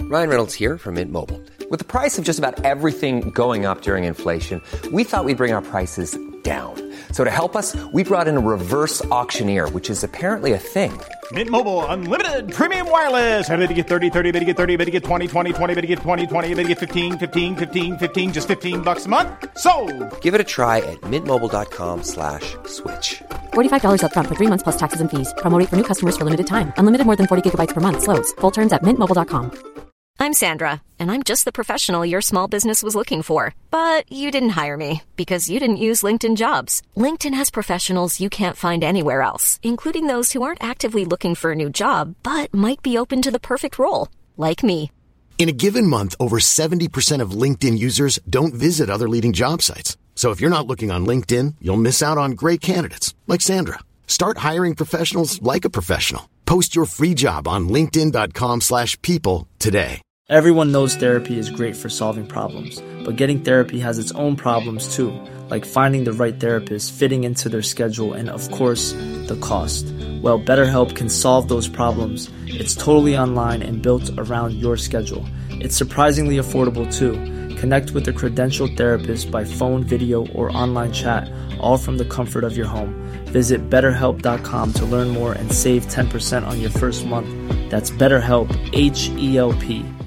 Ryan Reynolds here from Mint Mobile. With the price of just about everything going up during inflation, we thought we'd bring our prices down. So to help us, we brought in a reverse auctioneer, which is apparently a thing. Mint Mobile Unlimited Premium Wireless. How to get 30, 30, bit to get 30, bit to get 20, 20, 20, bit to get 20, 20, bit to get 15, 15, 15, 15, just $15 a month? Sold! Give it a try at mintmobile.com/switch. $45 up front for 3 months plus taxes and fees. Promo rate for new customers for limited time. Unlimited more than 40 gigabytes per month. Slows full terms at mintmobile.com. I'm Sandra, and I'm just the professional your small business was looking for. But you didn't hire me because you didn't use LinkedIn Jobs. LinkedIn has professionals you can't find anywhere else, including those who aren't actively looking for a new job, but might be open to the perfect role, like me. In a given month, over 70% of LinkedIn users don't visit other leading job sites. So if you're not looking on LinkedIn, you'll miss out on great candidates, like Sandra. Start hiring professionals like a professional. Post your free job on linkedin.com/people today. Everyone knows therapy is great for solving problems, but getting therapy has its own problems too, like finding the right therapist, fitting into their schedule, and of course, the cost. Well, BetterHelp can solve those problems. It's totally online and built around your schedule. It's surprisingly affordable too. Connect with a credentialed therapist by phone, video, or online chat, all from the comfort of your home. Visit BetterHelp.com to learn more and save 10% on your first month. That's BetterHelp, H-E-L-P.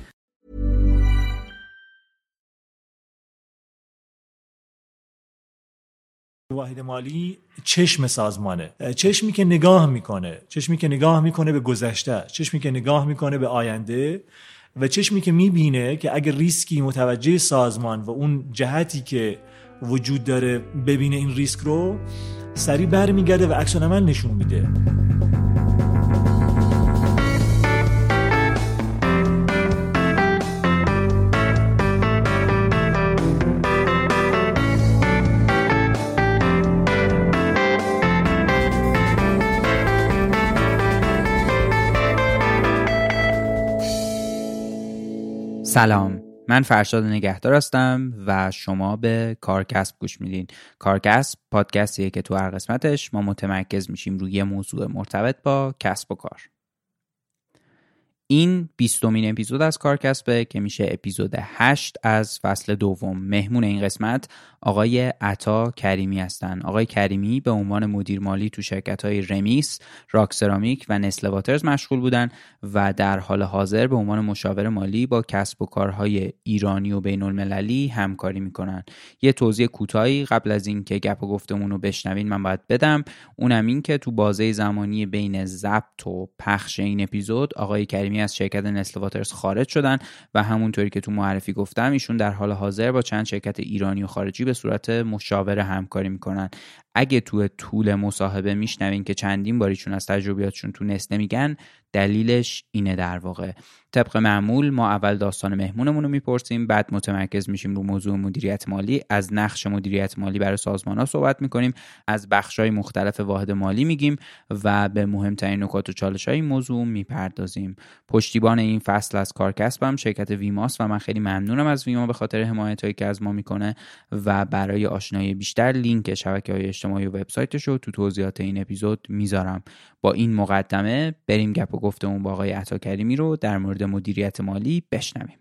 واحد مالی چشم سازمانه، چشمی که نگاه میکنه به گذشته، چشمی که نگاه میکنه به آینده و چشمی که میبینه که اگر ریسکی متوجه سازمان و اون جهتی که وجود داره ببینه این ریسک رو سریع برمیگرده و عکس العمل نشون میده. سلام، من فرشاد نگهدار هستم و شما به کارکسب گوش میدین. کارکسب پادکستیه که تو هر قسمتش ما متمرکز میشیم روی موضوع مرتبط با کسب و کار. این 20مین اپیزود از کارکسبه که میشه اپیزود 8 از فصل دوم. مهمون این قسمت آقای عطا کریمی هستن. آقای کریمی به عنوان مدیر مالی تو شرکت‌های رمیس، راک سرامیک و نسل واترز مشغول بودن و در حال حاضر به عنوان مشاور مالی با کسب و کارهای ایرانی و بین‌المللی همکاری میکنن. یه توضیح کوتاهی قبل از این که گپ و گفتمون رو بشنوین من باید بدم، اونم این که تو بازه زمانی بین ضبط و پخش این اپیزود آقای کریمی از شرکت نسل واترز خارج شدن و همونطوری که تو معرفی گفتم ایشون در حال حاضر با چند شرکت ایرانی و خارجی به صورت مشاور همکاری میکنن. اگه تو طول مصاحبه میشنوین که چندین باریشون از تجربیاتشون تو نسل میگن، دلیلش اینه. در واقع طبق معمول ما اول داستان مهمونمون رو میپرسیم، بعد متمرکز میشیم رو موضوع مدیریت مالی، از نقش مدیریت مالی برای سازمان‌ها صحبت میکنیم، از بخش‌های مختلف واحد مالی میگیم و به مهمترین نکات و چالش‌های این موضوع میپردازیم. پشتیبان این فصل از کارکسبم شرکت ویماست و من خیلی ممنونم از ویما به خاطر حمایتایی که از ما میکنه و برای آشنایی بیشتر لینک شبکه‌های اجتماعی و وبسایتش رو تو توضیحات این اپیزود میذارم. با این مقدمه بریم گپ و گفتمون با آقای عطا کریمی رو در مورد مدیریت مالی بشنویم.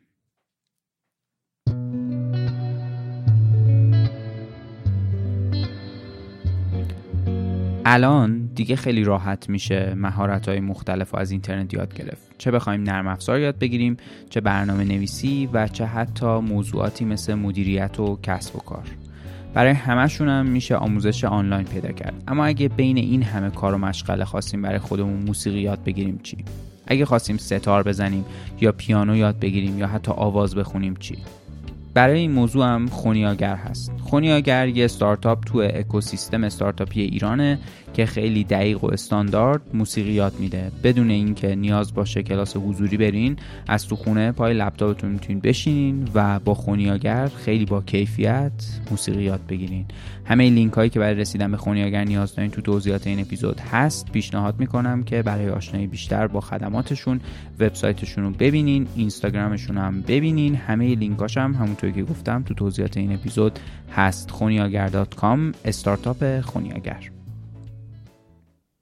الان دیگه خیلی راحت میشه مهارت‌های مختلف از اینترنت یاد گرفت، چه بخوایم نرم افزار یاد بگیریم، چه برنامه نویسی و چه حتی موضوعاتی مثل مدیریت و کسب و کار. برای همشون هم میشه آموزش آنلاین پیدا کرد. اما اگه بین این همه کار و مشغله خواستیم برای خودمون موسیقی یاد بگیریم چی؟ اگه خواستیم ستار بزنیم یا پیانو یاد بگیریم یا حتی آواز بخونیم چی؟ برای این موضوع هم خونیاگر هست. خونیاگر یه استارتاپ تو اکوسیستم استارتاپی ایرانه که خیلی دقیق و استاندارد موسیقی یاد میده، بدون اینکه نیاز باشه کلاس حضوری برین. از تو خونه پای لپتاپتون میتونین بشینین و با خونیاگر خیلی با کیفیت موسیقی یاد بگیرین. همه لینک هایی که برای رسیدن به خونیاگر نیاز دارین تو توضیحات این اپیزود هست. پیشنهاد میکنم که برای آشنایی بیشتر با خدماتشون وبسایتشون رو ببینین، اینستاگرامشون هم ببینین. همه لینکاش هم همونطوری که گفتم تو توضیحات این اپیزود هست. khoniagar.com، استارتاپ خونیاگر.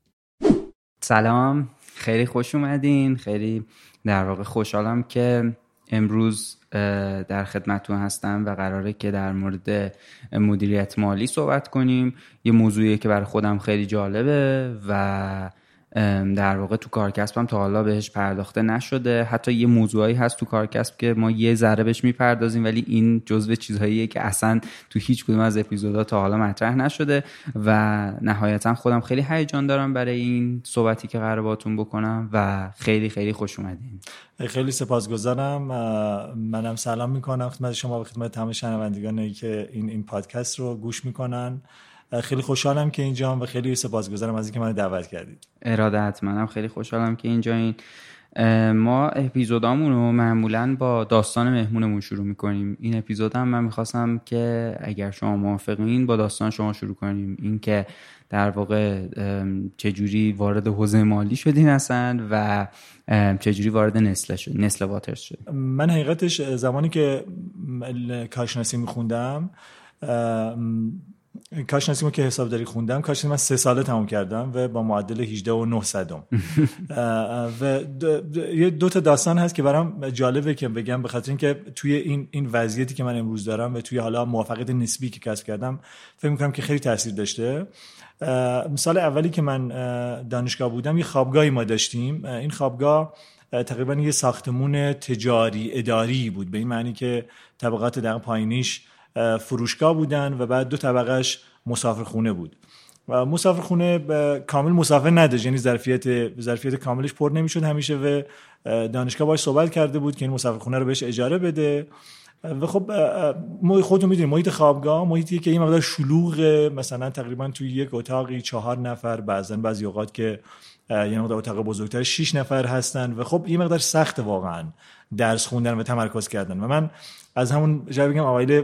سلام، خیلی خوش اومدین. خیلی در واقع خوشحالم که امروز در خدمتتون هستم و قراره که در مورد مدیریت مالی صحبت کنیم. یه موضوعیه که برای خودم خیلی جالبه و در واقع تو کارکسبم تا حالا بهش پرداخته نشده. حتی یه موضوعی هست تو کارکسب که ما یه ذره بهش میپردازیم ولی این جزو چیزهاییه که اصلا تو هیچ کدوم از اپیزودا تا حالا مطرح نشده و نهایتا خودم خیلی هیجان دارم برای این صحبتی که قراره باهاتون بکنم و خیلی خیلی خوش اومدین. خیلی سپاسگزارم. منم سلام میکنم خدمت شما و خدمت تمام شنوندگانی که این پادکست رو گوش میکنن. خیلی خوشحالم که اینجام و خیلی سپاسگزارم از اینکه منو دعوت کردید. ارادت. منم خیلی خوشحالم که اینجایین. ما اپیزودامون رو معمولاً با داستان مهمونمون شروع میکنیم. این اپیزودم من میخواستم که اگر شما موافقین با داستان شما شروع کنیم. این که در واقع چجوری وارد حوزه مالی شدین اصلا و چجوری وارد نسل واترز شد. من حقیقتش زمانی که کارشناسی میخوندم، کارشناسیمو که حسابداری خوندم، کارشناسی من 3 ساله تموم کردم و با معدل 18.9 و یه 2 تا داستان هست که برام جالبه که بگم، به خاطر اینکه توی این وضعیتی که من امروز دارم و توی حالا موفقیت نسبی که کسب کردم فکر می‌کنم که خیلی تاثیر داشته. سال اولی که من دانشگاه بودم یه خوابگاهی ما داشتیم. این خوابگاه تقریبا یه ساختمون تجاری اداری بود، به این معنی که طبقات در پایینیش فروشگاه بودن و بعد 2 طبقهش مسافرخونه بود و مسافرخونه کامل مسافر نداشت، یعنی ظرفیت کاملش پر نمیشد همیشه و دانشگاه باهاش صحبت کرده بود که این مسافرخونه رو بهش اجاره بده. و خب خودتون میدونید محیط خوابگاه محیطیه که این مقدار شلوغه، مثلا تقریبا توی یک اتاقی 4 نفر، بعضی اوقات که یه مقدار اتاق بزرگتر 6 نفر هستن و خب این مقدار سخت واقعا درس خوندن و تمرکز کردن. و من از همون جایی بگم اوایل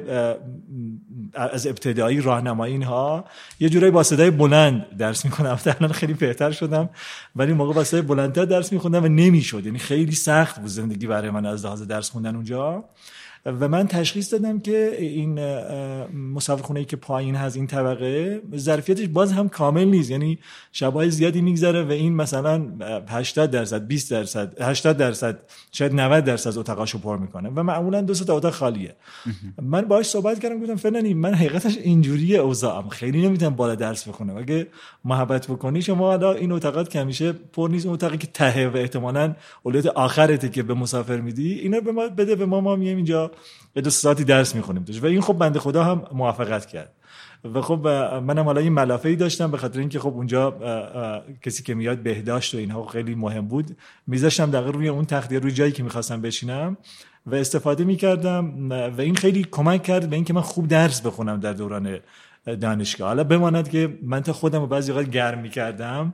از ابتدایی راهنمایی اینها یه جورایی با صدای بلند درس می‌خوندم. الان خیلی بهتر شدم ولی موقع با صدای بلندتر درس می‌خوندم و نمی‌شد، یعنی خیلی سخت بود زندگی برای من از لحاظ درس خوندن اونجا. و من تشخیص دادم که این مسافرخونه‌ای که پایین هست این طبقه ظرفیتش باز هم کامل نیست، یعنی شبای زیادی میگذره و این مثلا 80%، 20%، 80%، شاید 90% از اتاقاشو پر میکنه و معمولا 2 تا اتاق خالیه. من باهاش صحبت کردم، گفتم فلانی من حقیقتش اینجوریه اوضاعم، خیلی نمیتونم بالا درس بخونم، اگه محبت بکنی شما حالا این اتاقات که همیشه پر نیست، اون اتاقی که ته و احتمالاً اولویت آخرته که به مسافر میدی اینا به ما بده، به ما میایم اینجا 2 ساعتی درس میخونیم توش. و این خب بنده خدا هم موافقت کرد و خب منم حالا این ملافه‌ای داشتم به خاطر اینکه خب اونجا کسی که میاد بهداشت و اینها خیلی مهم بود، میذاشتم دقیقاً روی اون تخته روی جایی که میخواستم بشینم و استفاده میکردم و این خیلی کمک کرد به اینکه من خوب درس بخونم در دوران دانشگاه. حالا بماند که من تا خودم رو بعضی وقت گرم میکردم،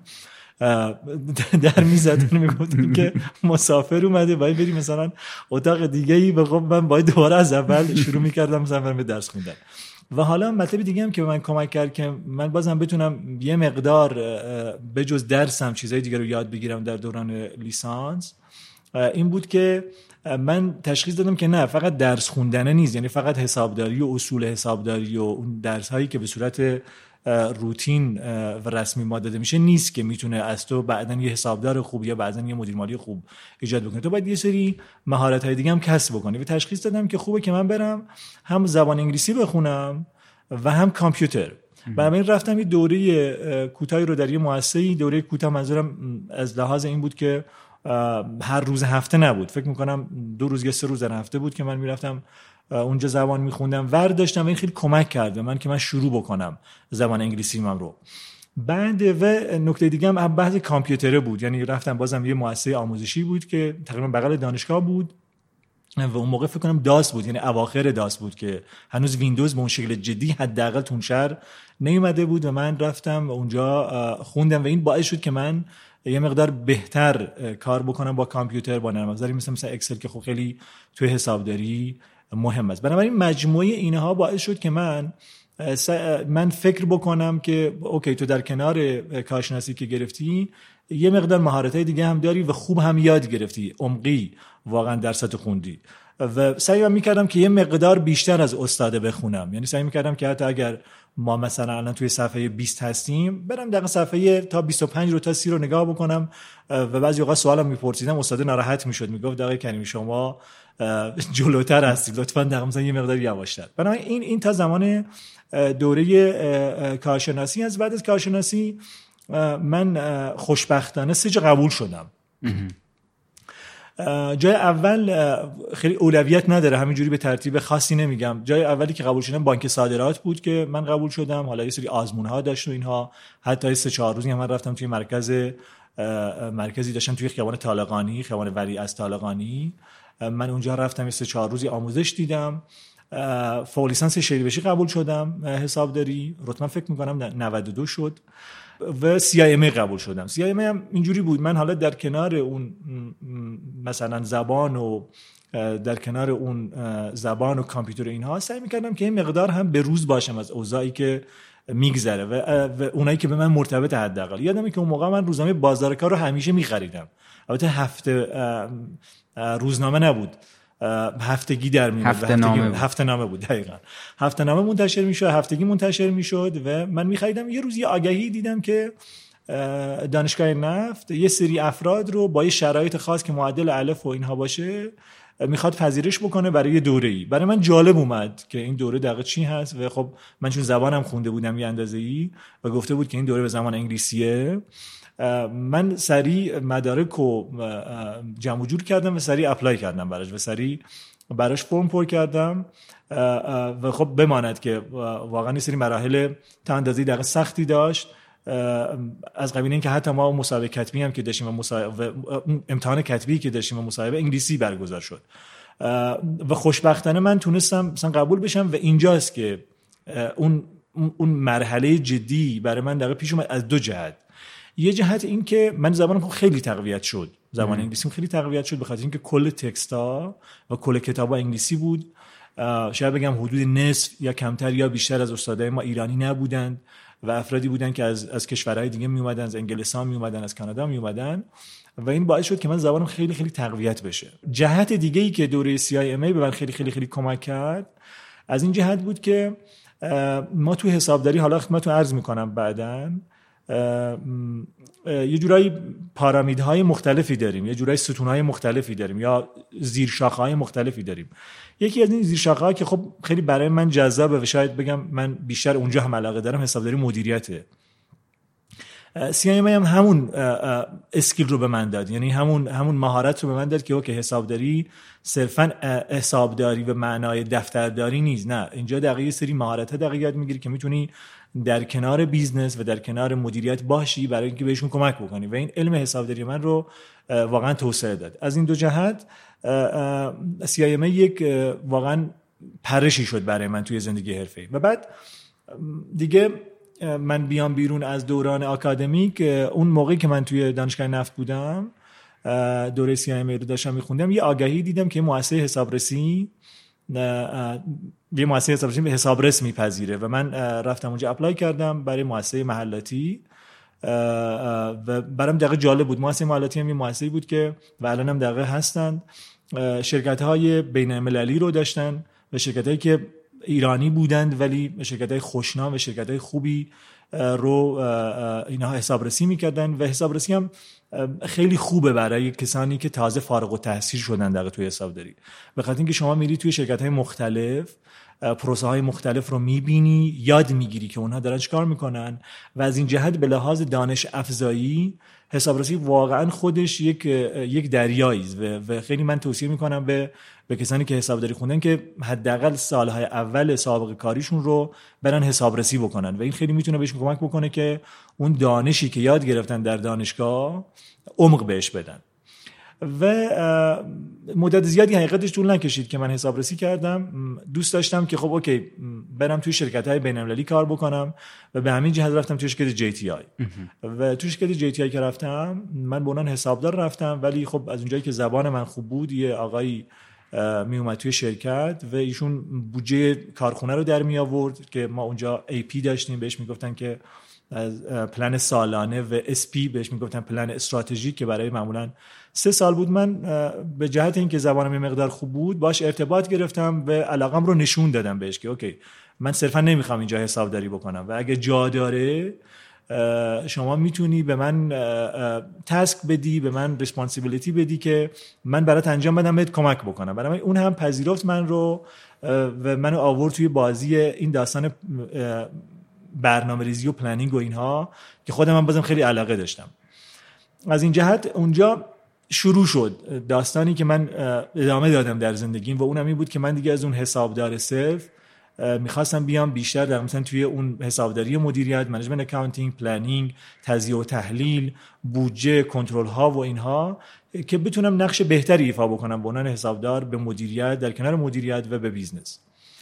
در میزدن میگفتن که مسافر اومده باید بریم مثلا اتاق دیگه ای، و خب من باید دوباره از اول شروع میکردم مثلا به درس خوندن. و حالا مطلب دیگه هم که به من کمک کرد که من بازم بتونم یه مقدار بجز درسم چیزای دیگه رو یاد بگیرم در دوران لیسانس، این بود که من تشخیص دادم که نه فقط درس خوندن نیست، یعنی فقط حسابداری و اصول حسابداری و اون درس هایی که به صورت روتین و رسمی ما داده میشه نیست که میتونه از تو بعدن یه حسابدار خوب یا بعدن یه مدیر مالی خوب ایجاد بکنه. تو باید یه سری مهارت های دیگه هم کسب بکنی. و تشخیص دادم که خوبه که من برم هم زبان انگلیسی بخونم و هم کامپیوتر. بنابراین رفتم یه دوره کوتاهی رو در یه مؤسسه‌ای، دوره کوتاه منظورم از لحاظ این بود که هر روز هفته نبود، فکر میکنم 2 روز یا 3 روز در هفته بود که من میرفتم اونجا زبان میخوندم، ورد داشتم و این خیلی کمک کرد به من که من شروع بکنم زبان انگلیسی من رو. بعد و نکته دیگه هم بحث کامپیوتره بود، یعنی رفتم بازم یه مؤسسه آموزشی بود که تقریبا بغل دانشگاه بود و اون موقع فکر کنم داس بود، یعنی اواخر داس بود که هنوز ویندوز به اون شکل جدی حداقل تو شهر نیومده بود. و من رفتم اونجا خوندم و این باعث شد که من یه مقدار بهتر کار بکنم با کامپیوتر، با نرم افزاری مثل اکسل که خب خیلی توی حسابداری مهم است. بنابراین مجموعه اینها باعث شد که من فکر بکنم که اوکی تو در کنار کارشناسی که گرفتی یه مقدار مهارت‌های دیگه هم داری و خوب هم یاد گرفتی، عمقی واقعا درست خوندی. و سعی می‌کردم که یه مقدار بیشتر از استاد بخونم، یعنی سعی می‌کردم که حتی اگر ما مثلا الان توی صفحه 20 هستیم برم دقیقاً صفحه تا 25 رو تا 30 رو نگاه بکنم و بعضی اوقات سوالم می‌پرسیدم استاد ناراحت می‌شد، میگفت آقای کریمی شما جلوتر هستید، لطفاً دقیقاً مثلا یه مقدار یواشتر. بنابراین این تا زمان دوره کارشناسی. از بعد از کارشناسی من خوشبختانه 3 جا قبول شدم. جای اول خیلی اولویت نداره، همینجوری به ترتیب خاصی نمیگم. جای اولی که قبول شدم بانک صادرات بود که من قبول شدم. حالا یه سری آزمون‌ها داشت و اینها، حتی 3-4 روزی هم من رفتم توی مرکزی داشتن توی خیابان طالقانی، خیابان ولی از طالقانی. من اونجا رفتم 3-4 روزی آموزش دیدم. فوق لیسانس شهریه‌بشی قبول شدم، حسابداری، رتبه فکر می‌کنم 92 شد. و CIMA قبول شدم. CIMA هم اینجوری بود، من حالا در کنار اون مثلا زبان و کامپیوتر اینها سعی می‌کردم که این مقدار هم به روز باشم از اوضاعی که میگذره و اونایی که به من مرتبط. حداقل یادمه که اون موقع من روزنامه بازار کار رو همیشه می‌خریدم. البته روزنامه نبود، هفتگی در میاد، هفته نامه بود. دقیقاً هفته نامه منتشر میشد، هفتگی منتشر میشد و من می‌خریدم. یه روز یه آگهی دیدم که دانشگاه نفت یه سری افراد رو با یه شرایط خاص که معدل الف و اینها باشه میخواد پذیرش بکنه برای دوره‌ای. برای من جالب اومد که این دوره دقیقاً چی هست و خب من چون زبانم خونده بودم یه اندازه‌ای و گفته بود که این دوره به زبان انگلیسیه، من سریع مدارک رو جمع جور کردم و سریع اپلای کردم براش و سریع براش فرم پر کردم و خب بماند که واقعا یه سری مراحل تا اندازه‌ای دقیقاً سختی داشت، از قبیل این که حتی ما مصاحبه کتبی هم که داشتیم و امتحان کتبی که داشتیم و مصاحبه انگلیسی برگزار شد و خوشبختانه من تونستم مثلا قبول بشم. و اینجاست که اون مرحله جدی برای من دقیقاً پیش اومد از 2 جهت. یه جهت این که من زبانم خیلی تقویت شد، زبان انگلیسیم خیلی تقویت شد به خاطر اینکه کل تکستا و کل کتابا انگلیسی بود. شاید بگم حدود نصف یا کمتر یا بیشتر از استادای ما ایرانی نبودند و افرادی بودن که از کشورهای دیگه می اومدن، از انگلستان می اومدن، از کانادا می اومدن و این باعث شد که من زبانم خیلی خیلی تقویت بشه. جهت دیگه‌ای که دوره CIMA به من خیلی خیلی خیلی کمک کرد از این جهت بود که ما تو حسابداری، حالا خدمتتون عرض می‌کنم بعداً، یه جورایی پارامیدهای مختلفی داریم، یه جورایی ستونهای مختلفی داریم یا زیرشاخه‌های مختلفی داریم. یکی از این زیرشاخه‌ها که خب خیلی برای من جذابه و شاید بگم من بیشتر اونجا هم علاقه دارم، حسابداری مدیریته. CIMA هم همون اسکیل رو به من داد، یعنی همون مهارت رو به من داد که اوکی حسابداری صرفاً حسابداری به معنای دفترداری نیست، نه، اینجا دقیقاً سری مهارت‌ها دقیقاً یاد می‌گیری که می‌تونی در کنار بیزنس و در کنار مدیریت باشی برای اینکه بهشون کمک بکنی و این علم حسابداری من رو واقعاً توسعه داد. از این 2 جهت CIMA یک واقعاً پرشی شد برای من توی زندگی حرفه‌ای. و بعد دیگه من بیام بیرون از دوران آکادمیک، اون موقعی که من توی دانشگاه نفت بودم دوره CIMA رو داشتم می‌خوندم، یه آگهی دیدم که مؤسسه حسابرسی به حسابرس میپذیره و من رفتم اونجا اپلای کردم برای مؤسسه محلاتی و برام دقیقاً جالب بود. مؤسسه محلاتی هم یه مؤسسه‌ای بود که و الان هم دقیقاً هستند، شرکت‌های بین‌المللی رو داشتن و شرکت‌هایی که ایرانی بودند ولی شرکت‌های خوشنام و شرکت‌های خوبی رو اینها حسابرسی می‌کردن و حسابرسی هم خیلی خوبه برای کسانی که تازه فارغ التحصیل شدن در توی حسابداری، به خاطر اینکه شما میری توی شرکت‌های مختلف پروسه‌های مختلف رو می‌بینی، یاد می‌گیری که اونها دارن چیکار می‌کنن و از این جهت به لحاظ دانش افزایی حسابرسی واقعا خودش یک دریایی است و خیلی من توصیه می‌کنم به کسانی که حسابداری خوندن که حداقل سال‌های اول سابقه کاریشون رو برن حسابرسی بکنن و این خیلی میتونه بهشون کمک بکنه که اون دانشی که یاد گرفتن در دانشگاه عمق بهش بدن. و مدت زیادی حقیقتش طول نکشید که من حسابرسی کردم. دوست داشتم که خب اوکی برم توی شرکت‌های بین‌المللی کار بکنم و به همین جهت رفتم توی شرکت JTI و توی شرکت JTI که رفتم من به عنوان حسابدار رفتم، ولی خب از اونجایی که زبان من خوب بود یه آقایی می اومد توی شرکت و ایشون بودجه کارخونه رو در می آورد که ما اونجا AP داشتیم، بهش میگفتن که از پلن سالانه و SP بهش میگفتن پلن استراتژیک که برای معمولا 3 سال بود. من به جهت اینکه زبانم یه مقدار خوب بود باش ارتباط گرفتم و علاقم رو نشون دادم بهش که اوکی من صرفا نمیخوام اینجا حسابداری بکنم و اگه جا داره شما میتونی به من تاسک بدی، به من ریسپانسیبیلیتی بدی که من برات انجام بدم، بهت کمک بکنم. برای اون هم پذیرفت من رو و منو آورد توی بازی این داستان برنامه‌ریزی و پلنینگ و اینها که خودم هم بازم خیلی علاقه داشتم. از این جهت اونجا شروع شد داستانی که من ادامه دادم در زندگیم و اونم این بود که من دیگه از اون حسابدار صرف میخواستم بیام بیشتر در مثلا توی اون حسابداری مدیریت، منیجمنت اکاونتینگ، پلنینگ، تجزیه و تحلیل، بودجه، کنترل ها و اینها، که بتونم نقش بهتری ایفا بکنم به عنوان حسابدار به مدیریت، در کنار مدیریت و به بیزنس.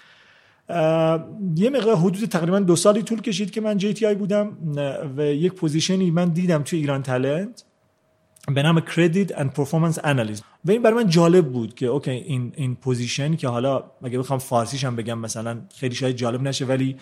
یه مقدار حدود تقریبا 2 سالی طول کشید که من JTI بودم و یک پوزیشنی من دیدم توی ایران تالنت به نام Credit and Performance Analyst و این برای من جالب بود که اوکی این پوزیشن که حالا اگه بخوام فارسیش هم بگم مثلا خیلی شاید جالب نشه، ولی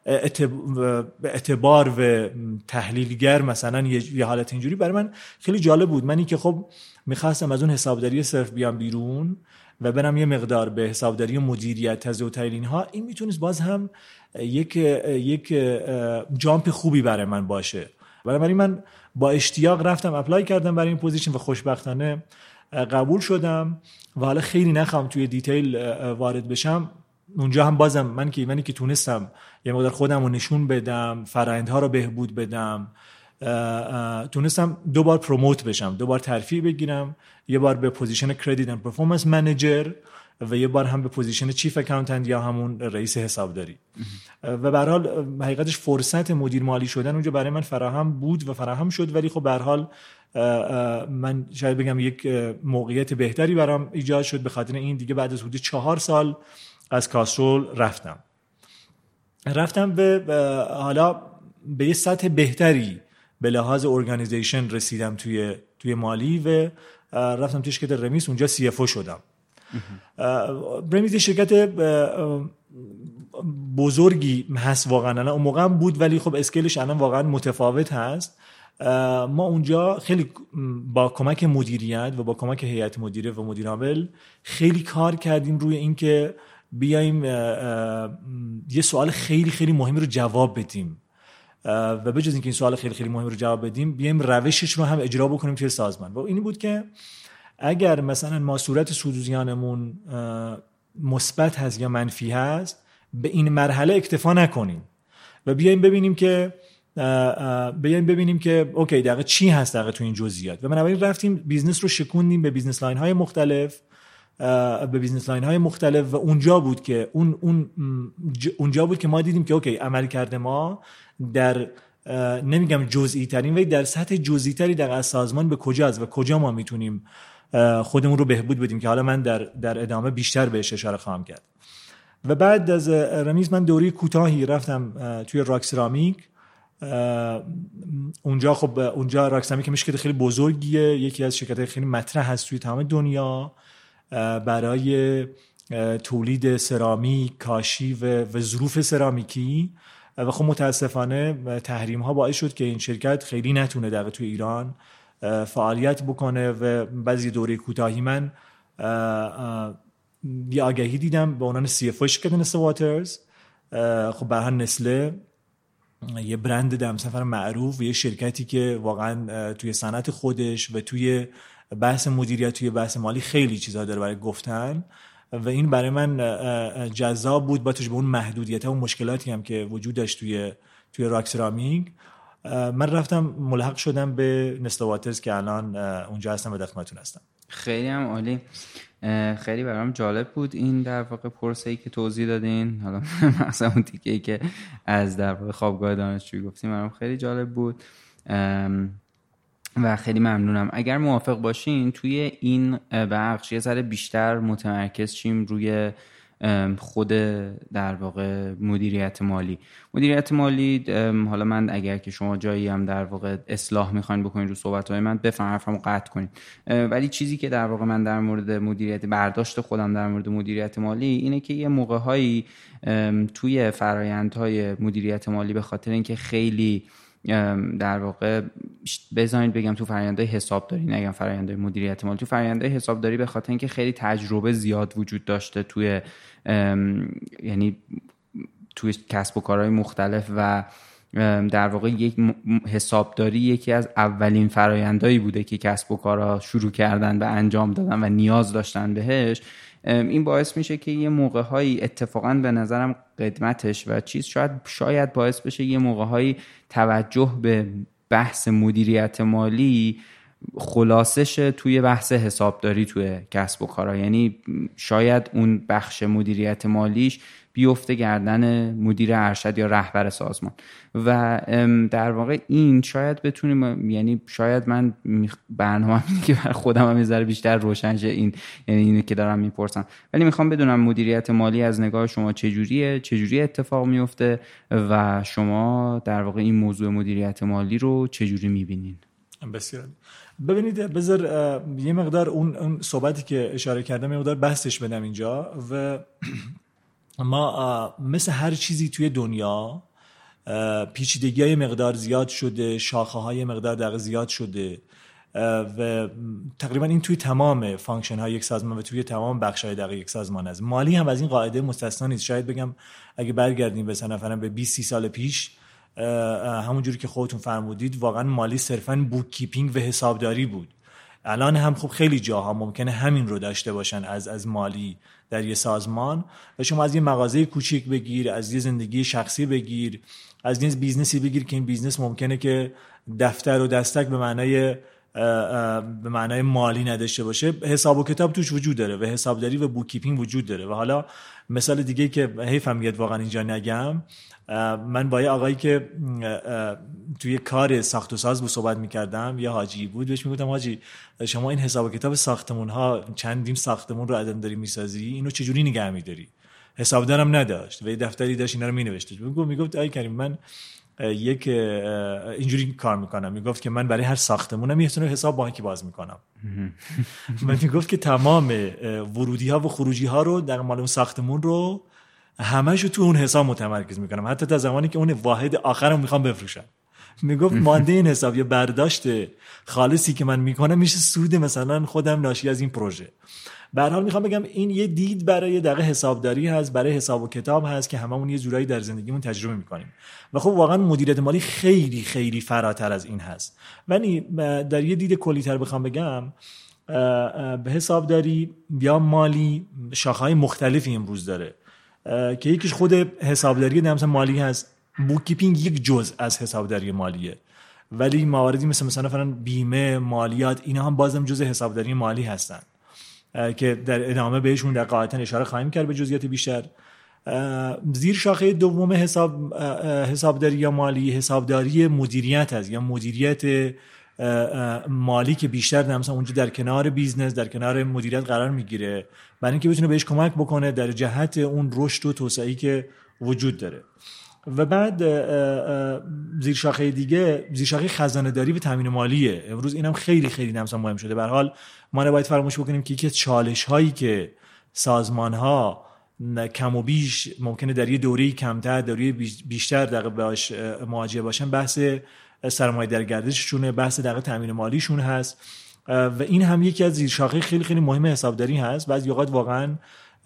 اعتبار و تحلیلگر مثلا یه حالت اینجوری برای من خیلی جالب بود. منی که خب میخواستم از اون حسابداری صرف بیام بیرون و برم یه مقدار به حسابداری مدیریت، تجزیه و تحلیل اینها، این میتونست باز هم یک جامپ خوبی برای من باشه. بنابراین من با اشتیاق رفتم اپلای کردم برای این پوزیشن و خوشبختانه قبول شدم و حالا خیلی نخوام توی دیتیل وارد بشم. اونجا هم بازم منی که تونستم یه مقدار خودم رو نشون بدم، فرآیندها رو بهبود بدم، تونستم 2 بار پروموت بشم، 2 بار ترفیع بگیرم، یه بار به پوزیشن کردیت اند پرفورمنس منیجر و یه بار هم به پوزیشن چیف اکاونتنت یا همون رئیس حسابداری. و به هر حال حقیقتش فرصت مدیر مالی شدن اونجا برای من فراهم بود و فراهم شد، ولی خب به هر حال من شاید بگم یک موقعیت بهتری برام ایجاد شد. به خاطر این دیگه بعد از حدود 4 سال از کاسرول رفتم به حالا به یه سطح بهتری به لحاظ ارگانیزیشن رسیدم توی مالی و رفتم توی شرکت رمیس، اونجا CFO شدم. رمیس شرکت بزرگی هست واقعا، اون موقع هم بود ولی خب اسکیلش الان واقعا متفاوت هست. ما اونجا خیلی با کمک مدیریت و با کمک هیئت مدیره و مدیر عامل خیلی کار کردیم روی این که بیایم یه سوال خیلی خیلی مهمی رو جواب بدیم و بجز اینکه این سوال خیلی خیلی مهم رو جواب بدیم، بیایم روشش رو هم اجرا بکنیم توی سازمان. و اینی بود که اگر مثلا ما صورت سودوزیانمون مثبت هست یا منفی هست، به این مرحله اکتفا نکنیم و بیایم ببینیم که اوکی دقیقاً چی هست دقیقاً تو این جزئیات. و بنابراین رفتیم بیزنس رو شکوندیم به بیزنس لاین های مختلف و اونجا بود که ما دیدیم که اوکی عملکرد ما در نمیگم جزئی ترین ولی در سطح جزئی تری در سازمان به کجاست و کجا ما میتونیم خودمون رو بهبود بدیم که حالا من در ادامه بیشتر بهش اشاره خواهم کرد. و بعد از رمیز من دوره کوتاهی رفتم توی راک سرامیک. اونجا راک سرامیک که شرکت خیلی بزرگیه، یکی از شرکت‌های خیلی مطرح هست توی تمام دنیا برای تولید سرامیک، کاشی و ظروف سرامیکی. و خب متاسفانه تحریم ها باعث شد که این شرکت خیلی نتونه در توی ایران فعالیت بکنه و بعضی دوره کوتاهی من یه آگهی دیدم به عنوان CFO شرکت نسله واترز. خب به هر نسله یه برند دمسفر معروف و یه شرکتی که واقعا توی صنعت خودش و توی بحث مدیریت، توی بحث مالی خیلی چیزا داره برای گفتن و این برای من جذاب بود با توجه به اون محدودیت‌ها و مشکلاتی هم که وجود داشت توی راک سرامیک. من رفتم ملحق شدم به نسله واترز که الان اونجا هستم و در خدمتتون هستم. خیلی هم عالی، خیلی برام جالب بود این در واقع پروسه‌ای که توضیح دادین. حالا مثلا اون تیکه‌ای که از در واقع خوابگاه دانشجویی گفتیم برام خیلی جالب بود و خیلی ممنونم. اگر موافق باشین توی این بخش یه ذره بیشتر متمرکز شیم روی خود در واقع مدیریت مالی. حالا من اگر که شما جایی هم در واقع اصلاح میخواین بکنین رو صحبت‌های من بفهم حرفمو قطع کنین، ولی چیزی که در واقع من در مورد مدیریت برداشت خودم در مورد مدیریت مالی اینه که یه موقع‌هایی توی فرآیندهای مدیریت مالی به خاطر اینکه خیلی در واقع بذارید بگم تو فرآیندهای حسابداری، نگم فرآیندهای مدیریت مالی، تو فرآیندهای حسابداری به خاطر اینکه خیلی تجربه زیاد وجود داشته توی یعنی توی کسب و کارهای مختلف و در واقع یک حسابداری یکی از اولین فرآیندایی بوده که کسب و کارها شروع کردن و انجام دادن و نیاز داشتن بهش. این باعث میشه که یه موقع‌هایی اتفاقاً به نظرم قدمتش و چیز شاید باعث بشه یه موقع‌هایی توجه به بحث مدیریت مالی خلاصش توی بحث حسابداری توی کسب و کارها. یعنی شاید اون بخش مدیریت مالیش بیفته گردن مدیر ارشد یا رهبر سازمان و در واقع این شاید بتونیم، یعنی شاید من برنامه‌ام که برای خودم هم یه ذره بیشتر روشن شه این، یعنی اینو که دارم میپرسم، ولی میخوام بدونم مدیریت مالی از نگاه شما چجوری اتفاق میفته و شما در واقع این موضوع مدیریت مالی رو چجوری میبینین؟ بسیار. ببینید بذار یه مقدار اون صحبتی که اشاره کردم یه مقدار بحثش بدم اینجا. و ما مثل هر چیزی توی دنیا پیچیدگی‌های مقدار زیاد شده، شاخه‌های مقدار دقیق زیاد شده و تقریبا این توی تمام فانکشن‌های یک سازمان و توی تمام بخش‌های دقیق یک سازمان است. مالی هم از این قاعده مستثنا نیست. شاید بگم اگه برگردیم مثلا به 20-30 سال پیش، همونجوری که خودتون فرمودید، واقعا مالی صرفاً بوک کیپینگ و حسابداری بود. الان هم خب خیلی جاها ممکنه همین رو داشته باشن از مالی در یه سازمان، و شما از یه مغازه کوچیک بگیر، از یه زندگی شخصی بگیر، از یه بیزنسی بگیر که این بیزنس ممکنه که دفتر و دستک به معنای مالی نداشته باشه، حساب و کتاب توش وجود داره و حسابداری و بوک کیپینگ وجود داره. و حالا مثال دیگه که حیفم میاد واقعا اینجا نگم، من با یه آقایی که توی کار ساخت و ساز صحبت میکردم، یه حاجی بود، بهش میگفتم حاجی شما این حساب و کتاب ساختمون ها، چندین ساختمون رو عدم داری میسازی، اینو چجوری نگه میداری؟ حسابدارم نداشت و یه دفتری داشت اینا رو مینوشته. میگفت آی کریم من یک اینجوری کار میکنم، میگفت که من برای هر ساختمونم یه حساب بانکی باز میکنم. من میگفت که تمام ورودی ها و خروجی ها رو در مال اون ساختمون رو همه‌شو تو اون حساب متمرکز میکنم، حتی تا زمانی که اون واحد آخرم میخوام بفروشم. میگفت مانده این حساب یا برداشت خالصی که من میکنم میشه سود مثلا خودم ناشی از این پروژه. به هر حال میخوام بگم این یه دید برای دقیق حسابداری هست، برای حساب و کتاب هست که هممون یه جورایی در زندگیمون تجربه میکنیم. و خب واقعا مدیریت مالی خیلی خیلی فراتر از این هست. ولی در یه دید کلی‌تر بخوام بگم، به حسابداری یا مالی شاخه‌های مختلفی امروز داره که یکیش خود حسابداری مثلا مالی هست. بوک کیپینگ یک جزء از حسابداری مالیه، ولی مواردی مثلا بیمه، مالیات، اینا هم بازم جزء حسابداری مالی هستن که در ادامه بهشون در قاعدتا اشاره خواهیم کرد به جزئیات بیشتر. زیر شاخه دوم حسابداری یا مالی حسابداری مدیریت هست یا مدیریت مالی که بیشتر در مثلا اونجا در کنار بیزنس، در کنار مدیریت قرار میگیره برای اینکه بتونه بهش کمک بکنه در جهت اون رشد و توسعه‌ای که وجود داره. و بعد زیر شاخه دیگه، زیر شاخه خزانه داری و تامین مالیه. امروز اینم خیلی خیلی نمسا مهم شده. به هر حال ما نباید فراموش بکنیم که یکی از چالش هایی که سازمان ها کم و بیش ممکنه در یه دوره کمتر، دوره بیشتر دقیق باش مواجه باشن، بحث سرمایه در گردششونه، بحث دقیق تامین مالیشون هست. و این هم یکی از زیر شاخه خیلی خیلی مهم حسابداری هست. بعضی اوقات واقعا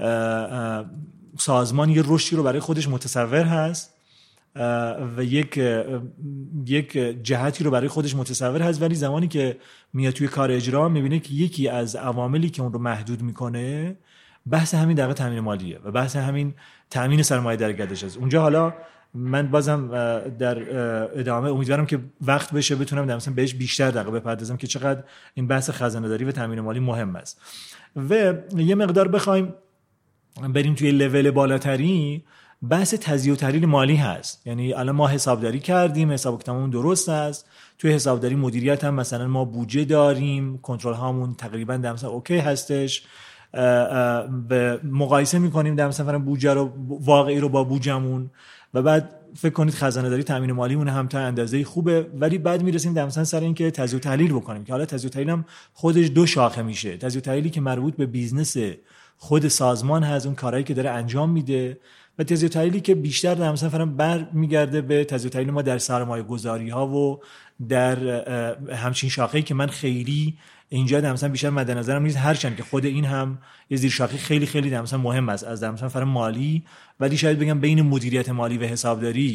سازمان یه رشدی رو برای خودش متصور هست و یک جهتی رو برای خودش متصور هست، ولی زمانی که میاد توی کار اجرا میبینه که یکی از عواملی که اون رو محدود میکنه بحث همین دقیقه تامین مالیه و بحث همین تامین سرمایه در گردش است. اونجا حالا من بازم در ادامه امیدوارم که وقت بشه بتونم در مثلا بهش بیشتر دقیقه بپردازم که چقدر این بحث خزانه داری و تامین مالی مهم است. و یه مقدار بخوایم بریم توی لول بالاتری، بحث تجزیه و تحلیل مالی هست. یعنی الان ما حسابداری کردیم، حساب کتابمون درست است، توی حسابداری مدیریت هم مثلا ما بودجه داریم، کنترل هامون تقریبا در مثلا اوکی هستش، به مقایسه میکنیم در مثلا بودجه رو واقعی رو با بودجهمون، و بعد فکر کنید خزانه داری تامین مالی مون هم تا اندازه خوبه، ولی بعد میرسیم در مثلا سر این که تجزیه و تحلیل بکنیم که حالا تجزیه و تحلیل هم خودش دو شاخه میشه. تجزیه و تحلیلی که مربوط به بیزنس خود سازمان هست، اون کارهایی که داره انجام میده، و تجزیه و تحلیلی که بیشتر در مثلا برمیگرده به تجزیه و تحلیل ما در سرمایه گذاری ها و در همچین شاخه‌ای که من خیلی اینجا در مثلا بیشتر مد نظرم نیست، هرچند که خود این هم یه زیر شاخه خیلی خیلی در مثلا مهم است از در مثلا مالی، ولی شاید بگم بین مدیریت مالی و حسابداری